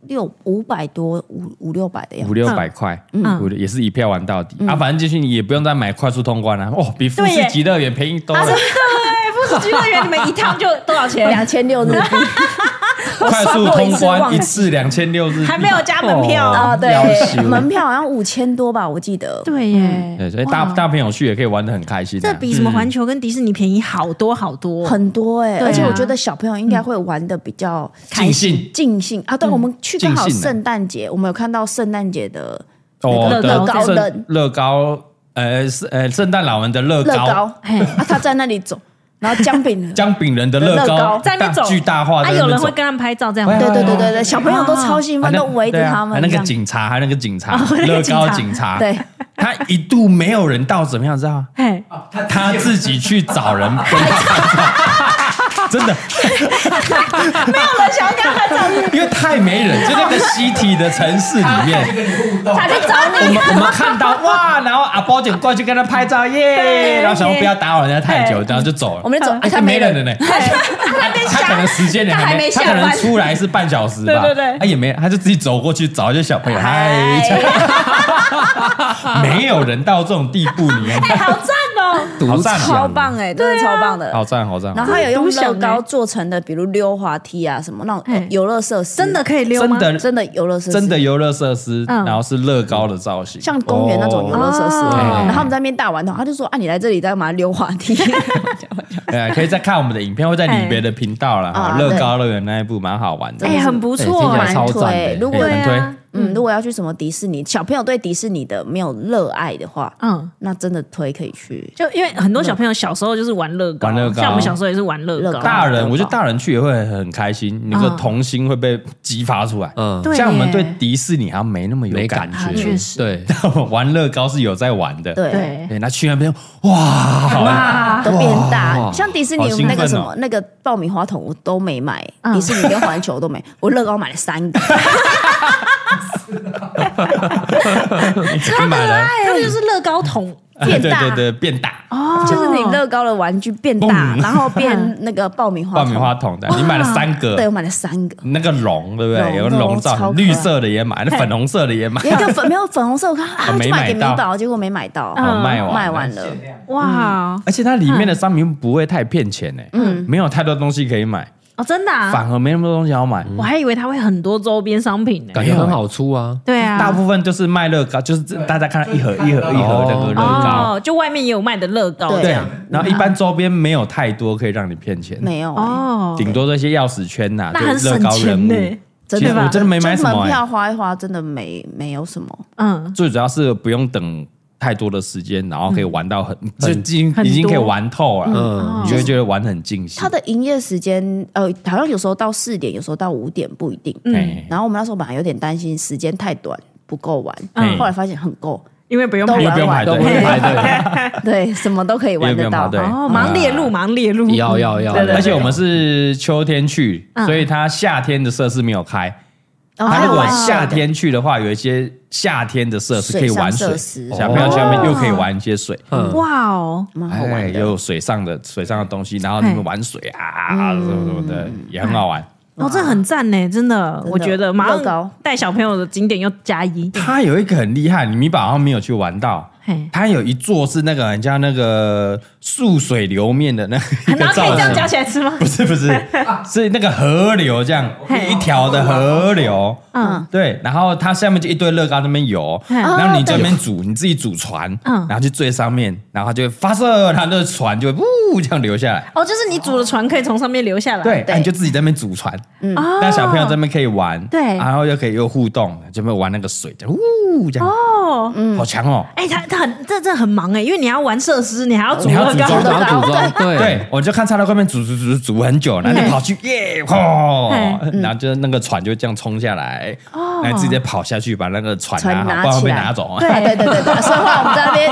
500多500-600的样子 ，500-600块，也是一票玩到底啊！反正进去你也不用再买快速通关了，比富士急乐园便宜多了。 真的富士急乐园你们一趟就多少钱 ？2600日币。 快速通关一次2600日币， 还没有加门票啊！对，门票好像5000多吧，我记得。 对耶， 对，所以大朋友去也可以玩得很开心。 这比什么环球跟迪士尼便宜好多很多哎！而且我觉得小朋友应该会玩的比较尽兴啊！对，我们去刚好圣诞节，我们有看到圣诞节的乐高， 圣诞老人的乐高， 他在那里走。然后姜饼人的乐高在那边走巨大化， 有人会跟他们拍照，这样对，小朋友都超兴奋，都围着他们。 还那个警察，乐高警察， 对， 他一度没有人到，怎么样知道吗？他自己去找人跟他拍照，真的没有人想要跟他拍照， 因为太没人，就那个西体的城市里面， 他去找你。 我们看到哇，然后阿波姐过去跟他拍照耶，然后想说不要打扰人家太久，然后就走了。 我们就走， 他没人了呢。他可能时间还没，他可能出来是半小时吧， 对， 他也没，他就自己走过去找一些小朋友，没有人到这种地步，你看， 好赞哦， 好赞， 超棒哎，真的超棒的， 好赞。 然后他有用乐高做成的，比如溜滑梯啊什么那种游乐设施， 真的可以溜吗？ 真的游乐设施， 真的游乐设施，然后是乐高的造型， 像公园那种游乐设施。然后我们在那边大玩头，他就说啊，你来这里干嘛溜滑梯？ 对，可以再看我们的影片，会在里别的频道啦。乐高乐园那一部蛮好玩的， 很不错， 蛮推。 如果要去什么迪士尼，小朋友对迪士尼的没有热爱的话，那真的可以去。 就因为很多小朋友小时候就是玩乐高，像我们小时候也是玩乐高。 我觉得大人去也会很开心，那个童心会被激发出来。像我们对迪士尼好像没那么有感觉， 确实。 对， 玩乐高是有在玩的。 对， 那去那边哇， 都变大。像迪士尼那个什么那个爆米花桶我都没买，迪士尼跟环球都没，我乐高买了3个。 超可爱，它就是乐高桶变大， 对，变大哦，就是你乐高的玩具变大，然后变那个爆米花桶的。你买了3个， 对，我买了3个。 那个龙对不对？有龙罩，绿色的也买，那粉红色的也买。 有一个没有粉红色，我看就买给米宝，结果没买到，卖完了。 哇！ 而且它里面的商品不会太骗钱没有太多东西可以买。 哦，真的啊， 反而没那么多东西要买。 我还以为它会很多周边商品呢， 感觉很好出啊。 对啊， 大部分就是卖乐高，就是大家看到一盒那个乐高， 就外面也有卖的乐高这样。 然后一般周边没有太多可以让你骗钱， 没有顶多这些钥匙圈呐， 那很省钱呢。 其实我真的没买什么， 门票花一花真的没有什么。 最主要是不用等太多的时间，然后可以玩到已经可以玩透了，你就会觉得玩很尽兴。 它的营业时间好像有时候到4点，有时候到5点，不一定。然后我们那时候本来有点担心时间太短不够玩，后来发现很够， 因为不用排队， 对，什么都可以玩得到。 哦，忙列入， 要， 而且我们是秋天去，所以它夏天的设施没有开。他如果夏天去的话，有一些夏天的设施可以玩水，小朋友去那边又可以玩一些水。 哇哦， 蛮好玩的， 有水上的东西，然后你们玩水啊什么的也很好玩。 哦，这很赞呢，真的，我觉得马上带小朋友的景点又加1。 他有一个很厉害，你米宝好像没有去玩到。它有一座是那个人家那个素水流面的那个造型， 可以这样夹起来吃吗？ 不是，是那个河流这样一条的河流，对，然后它下面就一堆乐高那边游，然后你这边煮，你自己煮船，然后去最上面，然后它就会发射，它那个船就会呜这样流下来。 哦，就是你煮的船可以从上面流下来， 对，你就自己在那边煮船，那小朋友在那边可以玩， 对， 然后又可以又互动，就会玩那个水，这样呜这样，哦，好强哦！ 哎，这很忙哎，因为你要玩设施，你还要组装， 对，我就看他在外面煮很久，然后你跑去耶，然后就那个船就这样冲下来，然后直接跑下去把那个船拿，不然会被拿走。 对，所以后来我们在那边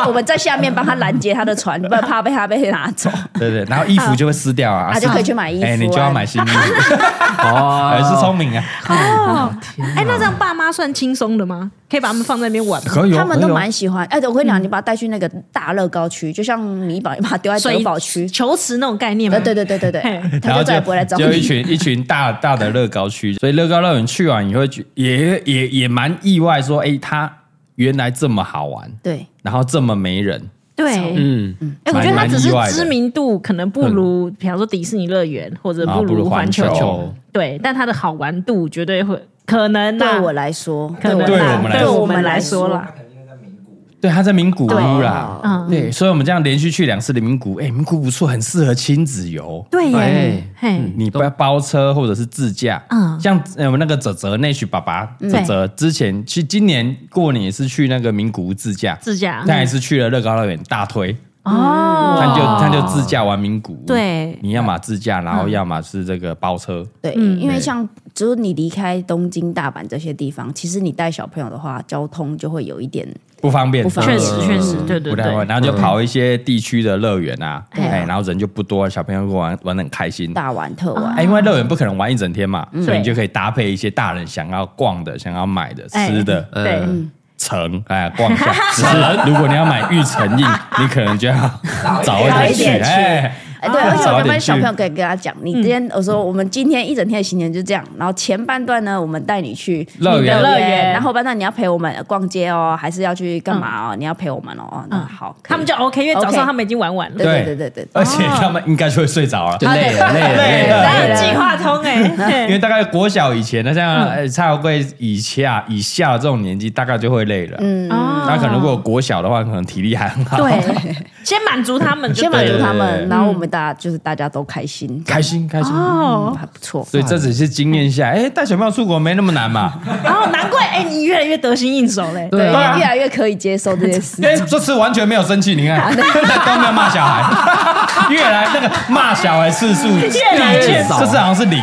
我们在下面帮他拦截他的船，不然怕被他被拿走。 对对，然后衣服就会湿掉啊， 他就可以去买衣服。 你就要买新衣服。哦，是聪明啊。 那这样爸妈算轻松的吗？可以把他们放在那边玩吗？ 可以， 他们都蛮喜欢。我跟你讲，你把他带去那个大乐高区，就像米宝，你把他丢在德宝区， 球池那种概念吗？ 对，他就再也不会来找你。 就一群大的乐高区，所以乐高乐园去完，你会也蛮意外，说它原来这么好玩， 对， 然后这么没人。 对，我觉得它只是知名度可能不如，比方说迪士尼乐园或者不如环球，对，但它的好玩度绝对会可能对我来说， 对我们来说啦。 对，他在名古屋啦，对，所以我们这样连续去2次的名古，名古不错，很适合亲子游。 对耶， 你不要包车或者是自驾，像我们那个泽内许爸爸泽之前去，今年过年也是去那个名古屋自驾，他也是去了乐高乐园，大推。他就自驾玩名古屋， 对， 你要么自驾，然后要么是这个包车， 对，因为像就是你离开东京、大阪这些地方，其实你带小朋友的话，交通就会有一点不方便， 确实，对， 不太会。然后就跑一些地区的乐园啊，然后人就不多，小朋友玩得很开心， 大玩特玩。 因为乐园不可能玩一整天嘛，所以你就可以搭配一些大人想要逛的、想要买的、吃的， 对。 逛一下。只是如果你要买玉成印，你可能就要早一点去。 对，而且我跟小朋友可以跟他讲，你今天我说我们今天一整天的行程就这样，然后前半段呢，我们带你去乐园， 然后后半段你要陪我们逛街哦，还是要去干嘛哦？你要陪我们哦。那好， 他们就 OK， 因为早上他们已经玩完了。 对， 而且他们应该就会睡着了， 就累了。 计划通因为大概国小以前的，像蔡小贵以下这种年纪，大概就会累了。那可能如果国小的话，可能体力还很好。 对，先满足他们， 然后我们大家都开心哦，还不错。 所以这只是经验下，带小朋友出国没那么难嘛。 难怪你越来越得心应手嘞， 对，越来越可以接受这件事。 这次完全没有生气，你看都没有骂小孩，越来那个骂小孩次数越来越少， 这次好像是0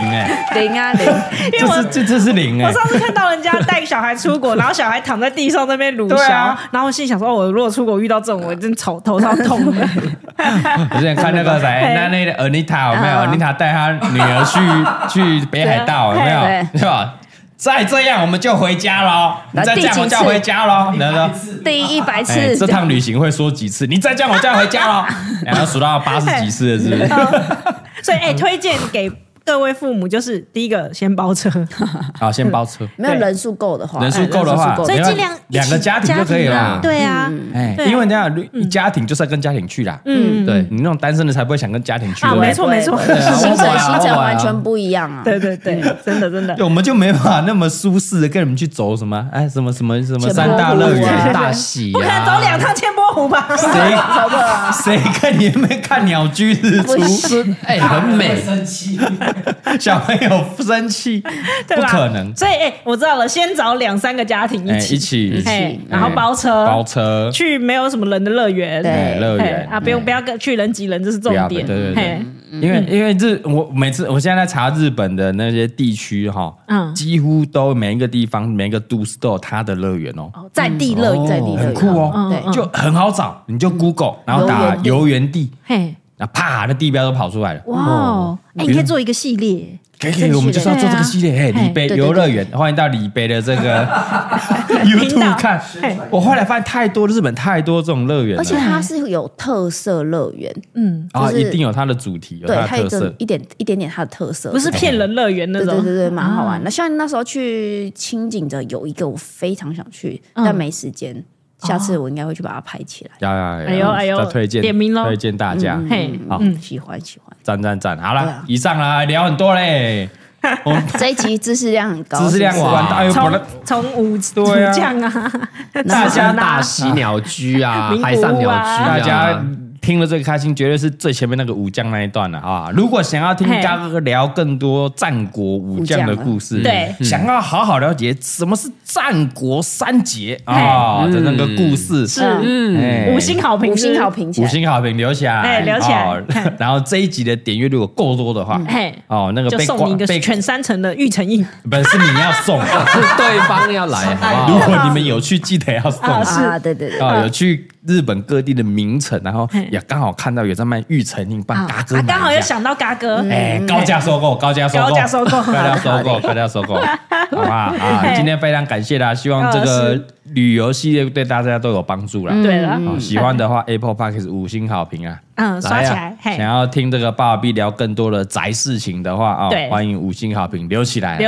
0， 这是0。 我上次看到人家带小孩出国，然后小孩躺在地上那边鲁小，然后我心想说，我如果出国遇到这种，我真头上痛。 我之前看那个谁，那个 Anita 有没有 ？Anita 带她女儿去北海道，有没有？对吧？再这样我们就回家喽！你再这样我就要回家喽！ 第100次， 这趟旅行会说几次？你再这样我就要回家喽！然后数到80几次了，是不是？ 所以推荐给各位父母就是第一个先包车， 好，先包车。 没有人数够的话， 所以尽量 2个家庭就可以了。 对啊， 因为这样家庭就是要跟家庭去啦。对你那种单身的才不会想跟家庭去。 没错， 行程完全不一样啊。 对，真的。 我们就没办法那么舒适的跟你们去走什么什么3大乐园、 大喜， 不可能走2趟千波湖吧？ 谁跟你们看鸟居日出？ 很美。 小朋友生气，不可能。 所以我知道了，先找2-3个家庭一起，然后包车去没有什么人的乐园， 乐园不要去人挤人，这是重点。 对，因为我现在在查日本的那些地区哈，几乎都每一个地方每一个都市都有它的乐园哦， 在地乐园很酷哦，就很好找，你就 Google 然后打游园地，啪，那地标都跑出来了。 哇，你可以做一个系列。 可以，我们就是要做这个系列。里北游乐园，欢迎到里北的这个 YouTube 看。我后来发现日本太多这种乐园， 而且它是有特色乐园， 一定有它的主题，有它的特色， 一点点它的特色， 不是骗人乐园那种。 对，蛮好玩。那像那时候去清景泽有一个我非常想去，但没时间。下次我应该会去把它拍起来。 哎呦，推荐点名咯， 推荐大家。 好，喜欢， 赞。好了，以上啦，聊很多嘞。 这一集知识量很高， 知识量完蛋， 从武将啊， 大家大喜鸟居啊，海上鸟居， 大家听了最开心，绝对是最前面那个武将那一段了啊！如果想要听刚刚聊更多战国武将的故事， 对， 想要好好了解什么是战国3杰啊的那个故事， 是5星好评，5 星好评留起来， 留起来。 然后这一集的点阅如果够多的话，那个就送你一个全3层的玉成印， 不是你要送， 是对方要来，好不好？ 如果你们有去，记得要送啊！对， 有去日本各地的名城，然后也刚好看到有在卖玉成令，帮嘎哥， 刚好有想到嘎哥， 高价收购，快点收购，好吧啊！今天非常感谢啦，希望这个旅游系列对大家都有帮助啦。 对了， 喜欢的话 Apple Podcast 5星好评啊， 刷起来。 想要听这个爸爸 B 聊更多的宅事情的话欢迎5星好评留起来。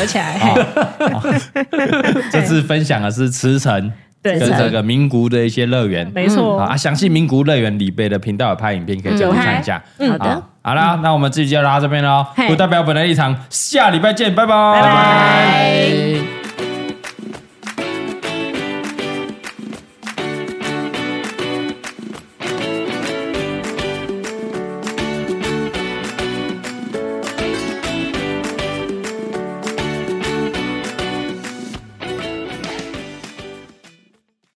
这次分享的是茨城。跟这个名古的一些乐园， 没错啊，详细名古乐园李贝的频道有拍影片，可以进去看一下。 好的， 好啦，那我们这集就拉到这边喽，不代表本来立场，下礼拜见，拜拜。